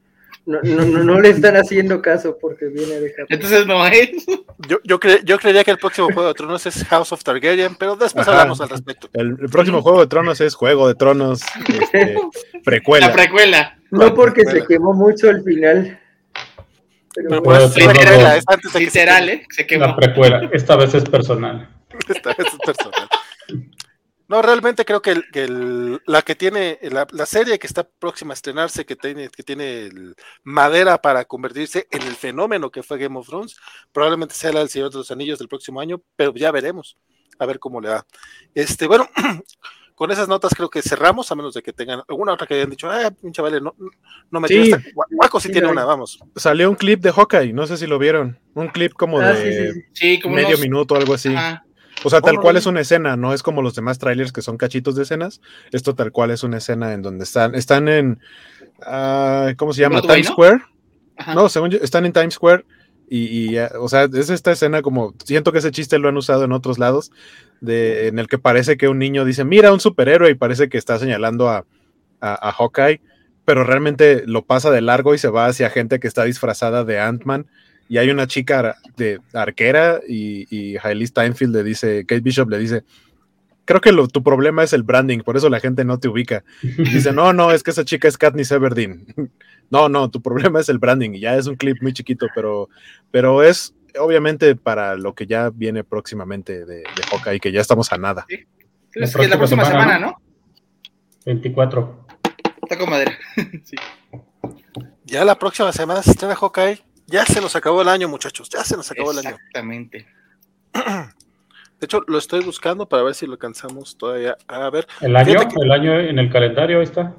no, no, no, no le están haciendo caso porque viene de Japón. Entonces no es. Yo, yo, cre yo creería que el próximo Juego de Tronos es House of Targaryen, pero después Ajá. hablamos al respecto. El, el próximo Juego de Tronos es Juego de Tronos este, precuela. La precuela. No porque se quemó mucho al final. Pero Pero Bueno, pues, sí, no, literal, no. es antes de que se Literal, queme. ¿eh? Se quemó. La precuela, esta vez es personal. Esta vez es personal. No, realmente creo que, el, que el, la que tiene, la, la serie que está próxima a estrenarse, que tiene, que tiene el madera para convertirse en el fenómeno que fue Game of Thrones, probablemente sea la del Señor de los Anillos del próximo año, pero ya veremos, a ver cómo le va. Este, bueno, con esas notas creo que cerramos, a menos de que tengan alguna otra que hayan dicho, ah, pinche vale, no, no me Sí. esta. Guaco sí, sí tiene no una, vamos. Salió un clip de Hawkeye, no sé si lo vieron, un clip como Ah, de sí, sí, sí. Sí, como medio unos... minuto, algo así. Ajá. O sea, tal Oh, cual no. es una escena, no es como los demás trailers que son cachitos de escenas. Esto tal cual es una escena en donde están, están en, uh, ¿cómo se llama? Broadway, Times ¿no? Square. Ajá. No, según yo, están en Times Square y, y uh, o sea, es esta escena como, siento que ese chiste lo han usado en otros lados, de, en el que parece que un niño dice, mira, un superhéroe, y parece que está señalando a, a, a Hawkeye, pero realmente lo pasa de largo y se va hacia gente que está disfrazada de Ant-Man. Y hay una chica de arquera y, y Hailey Steinfeld le dice, Kate Bishop le dice, creo que lo, tu problema es el branding, por eso la gente no te ubica. Y dice, no, no, es que esa chica es Katniss Everdeen. No, no, tu problema es el branding. Y ya es un clip muy chiquito, pero, pero es obviamente para lo que ya viene próximamente de, de Hawkeye, que ya estamos a nada. Sí. Es que es la próxima semana, ¿no? veinticuatro. Toco madera. Sí. Ya la próxima semana se estrena Hawkeye. Ya se nos acabó el año, muchachos. Ya se nos acabó el año. Exactamente. De hecho, lo estoy buscando para ver si lo alcanzamos todavía a ver. ¿El año? Que... ¿El año en el calendario ahí está?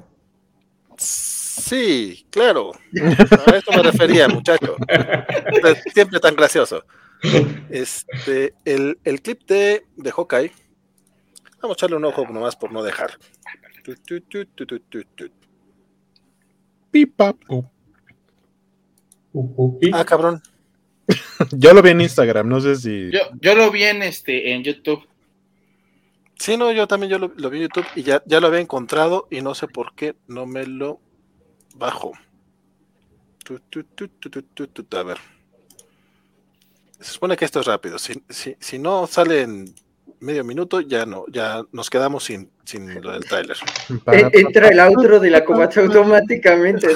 Sí, claro. A esto me refería, muchacho. Siempre tan gracioso. Este, el, el clip de, de Hawkeye. Vamos a echarle un ojo nomás por no dejar. Pipa. Ah, cabrón. Yo lo vi en Instagram, no sé si. Yo, yo lo vi en este en YouTube. Sí, no, yo también yo lo, lo vi en YouTube y ya, ya lo había encontrado y no sé por qué no me lo bajo. Tu, tu, tu, tu, tu, tu, tu, a ver. Se supone que esto es rápido. Si, si, si no sale en medio minuto, ya no, ya nos quedamos sin, sin lo del tráiler. Entra el outro de la covacha automáticamente.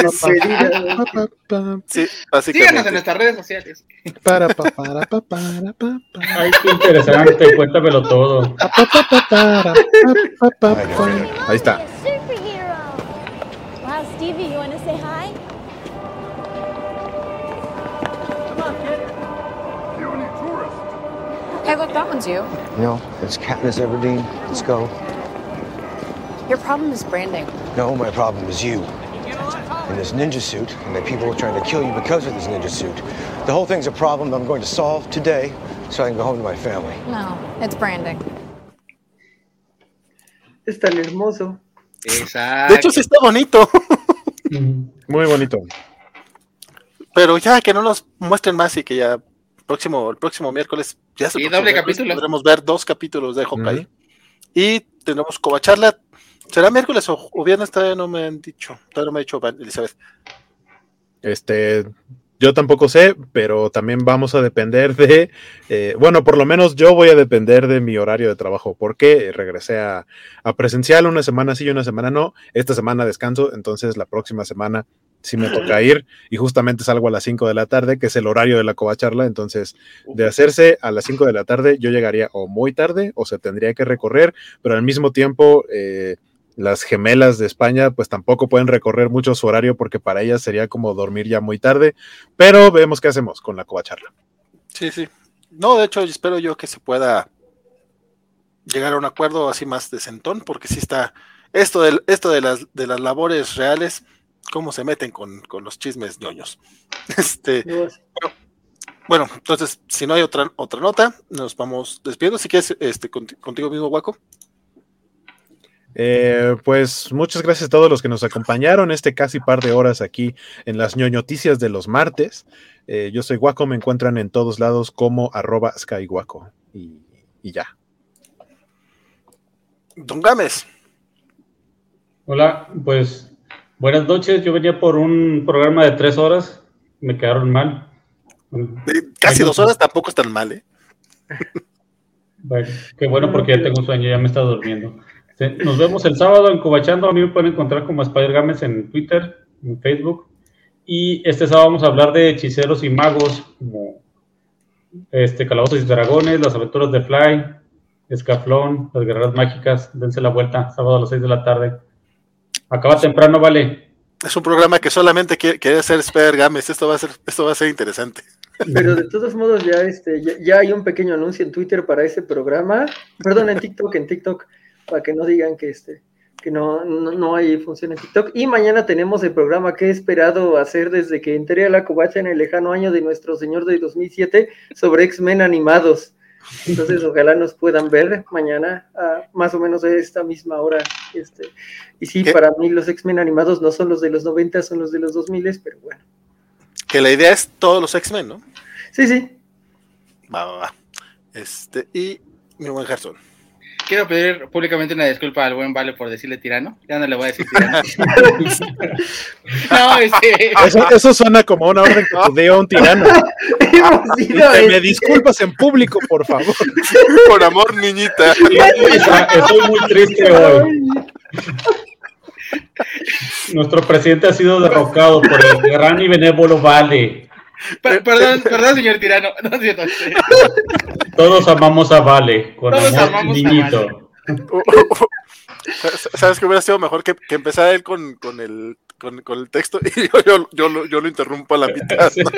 Sí, básicamente. Síganos en nuestras redes sociales. Para, pa, para, pa, para, pa, pa. Ay, qué interesante, cuéntamelo todo. Ahí está. Wow, Stevie, you want to say hi? Hey, look, that one's you. No, it's Katniss Everdeen. Let's go. Your problem is branding. No, my problem is you. In this ninja suit, and the people are trying to kill you because of this ninja suit. The whole thing's a problem I'm going to solve today so I can go home to my family. No, it's branding. Es tan hermoso. Exacto. De hecho, sí está bonito. Muy bonito. Pero ya que no nos muestren más y que ya próximo, el próximo miércoles ya es el Y próximo doble miércoles, capítulo. podremos ver dos capítulos de Hawkeye. Uh-huh. Y tenemos covacharla. ¿Será miércoles o, o viernes? Todavía no me han dicho. Todavía no me ha dicho Elizabeth. Este, yo tampoco sé, pero también vamos a depender de, eh, bueno, por lo menos yo voy a depender de mi horario de trabajo, porque regresé a, a presencial una semana sí y una semana no. Esta semana descanso, entonces la próxima semana sí me toca ir y justamente salgo a las cinco de la tarde, que es el horario de la covacharla. Entonces, de hacerse a las cinco de la tarde, yo llegaría o muy tarde o se tendría que recorrer, pero al mismo tiempo, eh, las gemelas de España pues tampoco pueden recorrer mucho su horario porque para ellas sería como dormir ya muy tarde, pero vemos qué hacemos con la covacharla. Sí, sí. No, de hecho, espero yo que se pueda llegar a un acuerdo así más decentón, porque sí está esto de, esto de las de las labores reales, cómo se meten con, con los chismes ñoños. Este, bueno, bueno, entonces, si no hay otra otra nota, nos vamos despidiendo. Si quieres, este, contigo mismo, Guaco. Eh, pues muchas gracias a todos los que nos acompañaron este casi par de horas aquí en las ñoñoticias de los martes. Eh, yo soy Guaco, me encuentran en todos lados como arroba skyguaco y, y ya. Don Gámez. Hola, pues Buenas noches, yo venía por un programa de tres horas, me quedaron mal. Casi dos horas tampoco es tan mal, ¿eh? Bueno, qué bueno porque ya tengo sueño, ya me está durmiendo. Nos vemos el sábado en Cobachando. A mí me pueden encontrar como Spider Games en Twitter, en Facebook. Y este sábado vamos a hablar de hechiceros y magos, como este, Calabozos y Dragones, Las Aventuras de Fly, Escaflón, Las Guerreras Mágicas. Dense la vuelta, sábado a las seis de la tarde. Acaba temprano, vale. Es un programa que solamente quiere, quiere hacer Spider Games. Esto va a ser, esto va a ser interesante. Pero de todos modos ya este ya, ya hay un pequeño anuncio en Twitter para ese programa, perdón, en TikTok, en TikTok, para que no digan que este que no, no, no hay función en TikTok. Y mañana tenemos el programa que he esperado hacer desde que entré a la covacha en el lejano año de nuestro señor de dos mil siete sobre X-Men animados. Entonces ojalá nos puedan ver mañana a más o menos a esta misma hora. Este, y sí, ¿qué? Para mí los X-Men animados no son los de los noventa, son los de los dos mil, pero bueno. Que la idea es todos los X-Men, ¿no? Sí, sí. Va, va, va. Este, y mi buen Gerson. Quiero pedir públicamente una disculpa al buen Vale por decirle tirano. Ya no le voy a decir tirano. No, este... eso, eso suena como una orden que te dio un tirano. Y te me disculpas en público, por favor. Por amor, niñita. Estoy muy triste hoy. Nuestro presidente ha sido derrocado por el gran y benévolo Vale. Per- perdón, perdón, señor tirano. No es cierto. Todos amamos a Vale, con Todos amor, amamos niñito. a Vale. ¿Sabes que hubiera sido mejor que, que empezara él con, con, el, con, con el texto y yo, yo, yo, lo, yo lo interrumpo a la mitad, ¿no?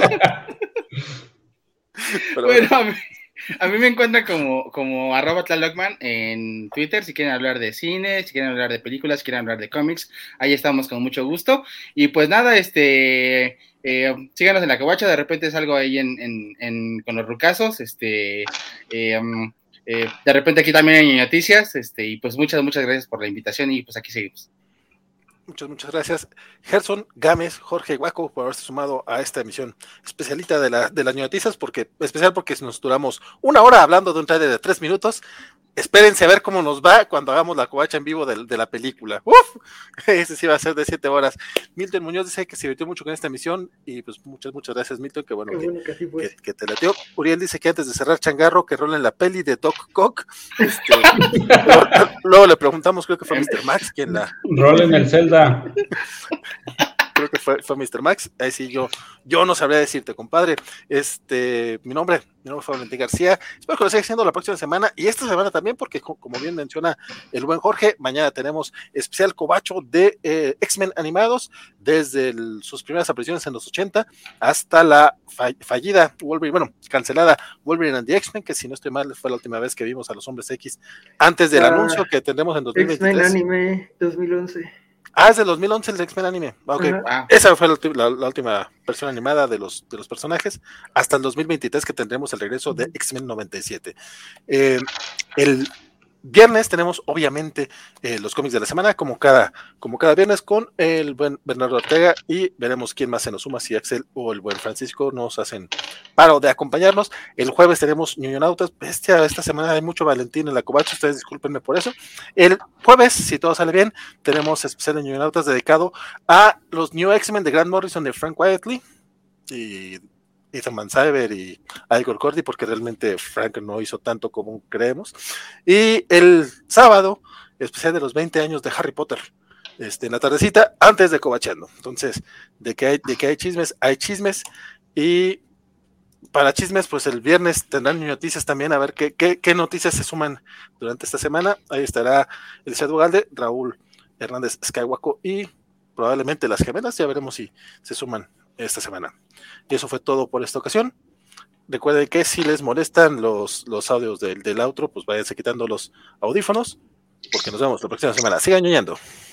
Pero bueno, bueno. A, mí, a mí me encuentran como, como arroba tlalocman en Twitter, si quieren hablar de cine, si quieren hablar de películas, si quieren hablar de cómics, ahí estamos con mucho gusto. Y pues nada, este... Eh, síganos en la covacha, de repente salgo ahí en, en, en con los rucazos, este, eh, um, eh, de repente aquí también hay noticias, este, y pues muchas, muchas gracias por la invitación y pues aquí seguimos. Muchas, muchas gracias. Gerson Gámez, Jorge Guaco, por haberse sumado a esta emisión especialita de, la, de las noticias, porque, especial porque nos duramos una hora hablando de un trailer de tres minutos. Espérense a ver cómo nos va cuando hagamos la covacha en vivo de, de la película. ¡Uf! Ese sí va a ser de siete horas. Milton Muñoz dice que se divirtió mucho con esta emisión y pues muchas, muchas gracias, Milton, que bueno, Qué que, bueno que, así fue. que, que te latió. Uriel dice que antes de cerrar changarro, que rolen la peli de Doc Cock. Este, luego, luego le preguntamos, creo que fue mister Max quien la... Rolen el Zelda. Creo que fue, fue mister Max, ahí sí yo, yo no sabría decirte, compadre. Este, mi nombre, mi nombre fue Valentín García, espero que lo siga haciendo la próxima semana, y esta semana también, porque como bien menciona el buen Jorge, mañana tenemos especial covacho de eh, X-Men animados, desde el, sus primeras apariciones en los ochenta, hasta la fa- fallida Wolverine, bueno, cancelada Wolverine and the X-Men, que si no estoy mal, fue la última vez que vimos a los Hombres X, antes del ah, anuncio que tendremos en dos mil veintitrés. X-Men Anime dos mil once. Ah, es del dos mil once el de X-Men Anime. Okay. Uh-huh. Esa fue la, la, la última versión animada de los, de los personajes. Hasta el dos mil veintitrés que tendremos el regreso de X-Men noventa y siete. Eh, el viernes tenemos obviamente eh, los cómics de la semana, como cada, como cada viernes, con el buen Bernardo Ortega, y veremos quién más se nos suma, si Axel o el buen Francisco nos hacen paro de acompañarnos. El jueves tenemos Ñoñonautas. Bestia, esta semana hay mucho Valentín en la covacha, ustedes discúlpenme por eso. El jueves, si todo sale bien, tenemos especial de Ñoñonautas dedicado a los New X-Men de Grant Morrison de Frank Whiteley y Ethan Van Sciver y Igor Cordy, porque realmente Frank no hizo tanto como creemos. Y el sábado, especial de los veinte años de Harry Potter, este, en la tardecita, antes de Covachando. Entonces, de que hay, de que hay chismes, hay chismes. Y para chismes, pues el viernes tendrán noticias también, a ver qué, qué, qué noticias se suman durante esta semana. Ahí estará Eliseo Ugalde, Raúl Hernández Skywalker y probablemente las gemelas, ya veremos si se suman esta semana. Y eso fue todo por esta ocasión. Recuerden que si les molestan los, los audios del, del outro, pues váyanse quitando los audífonos, porque nos vemos la próxima semana. Sigan ñoñando.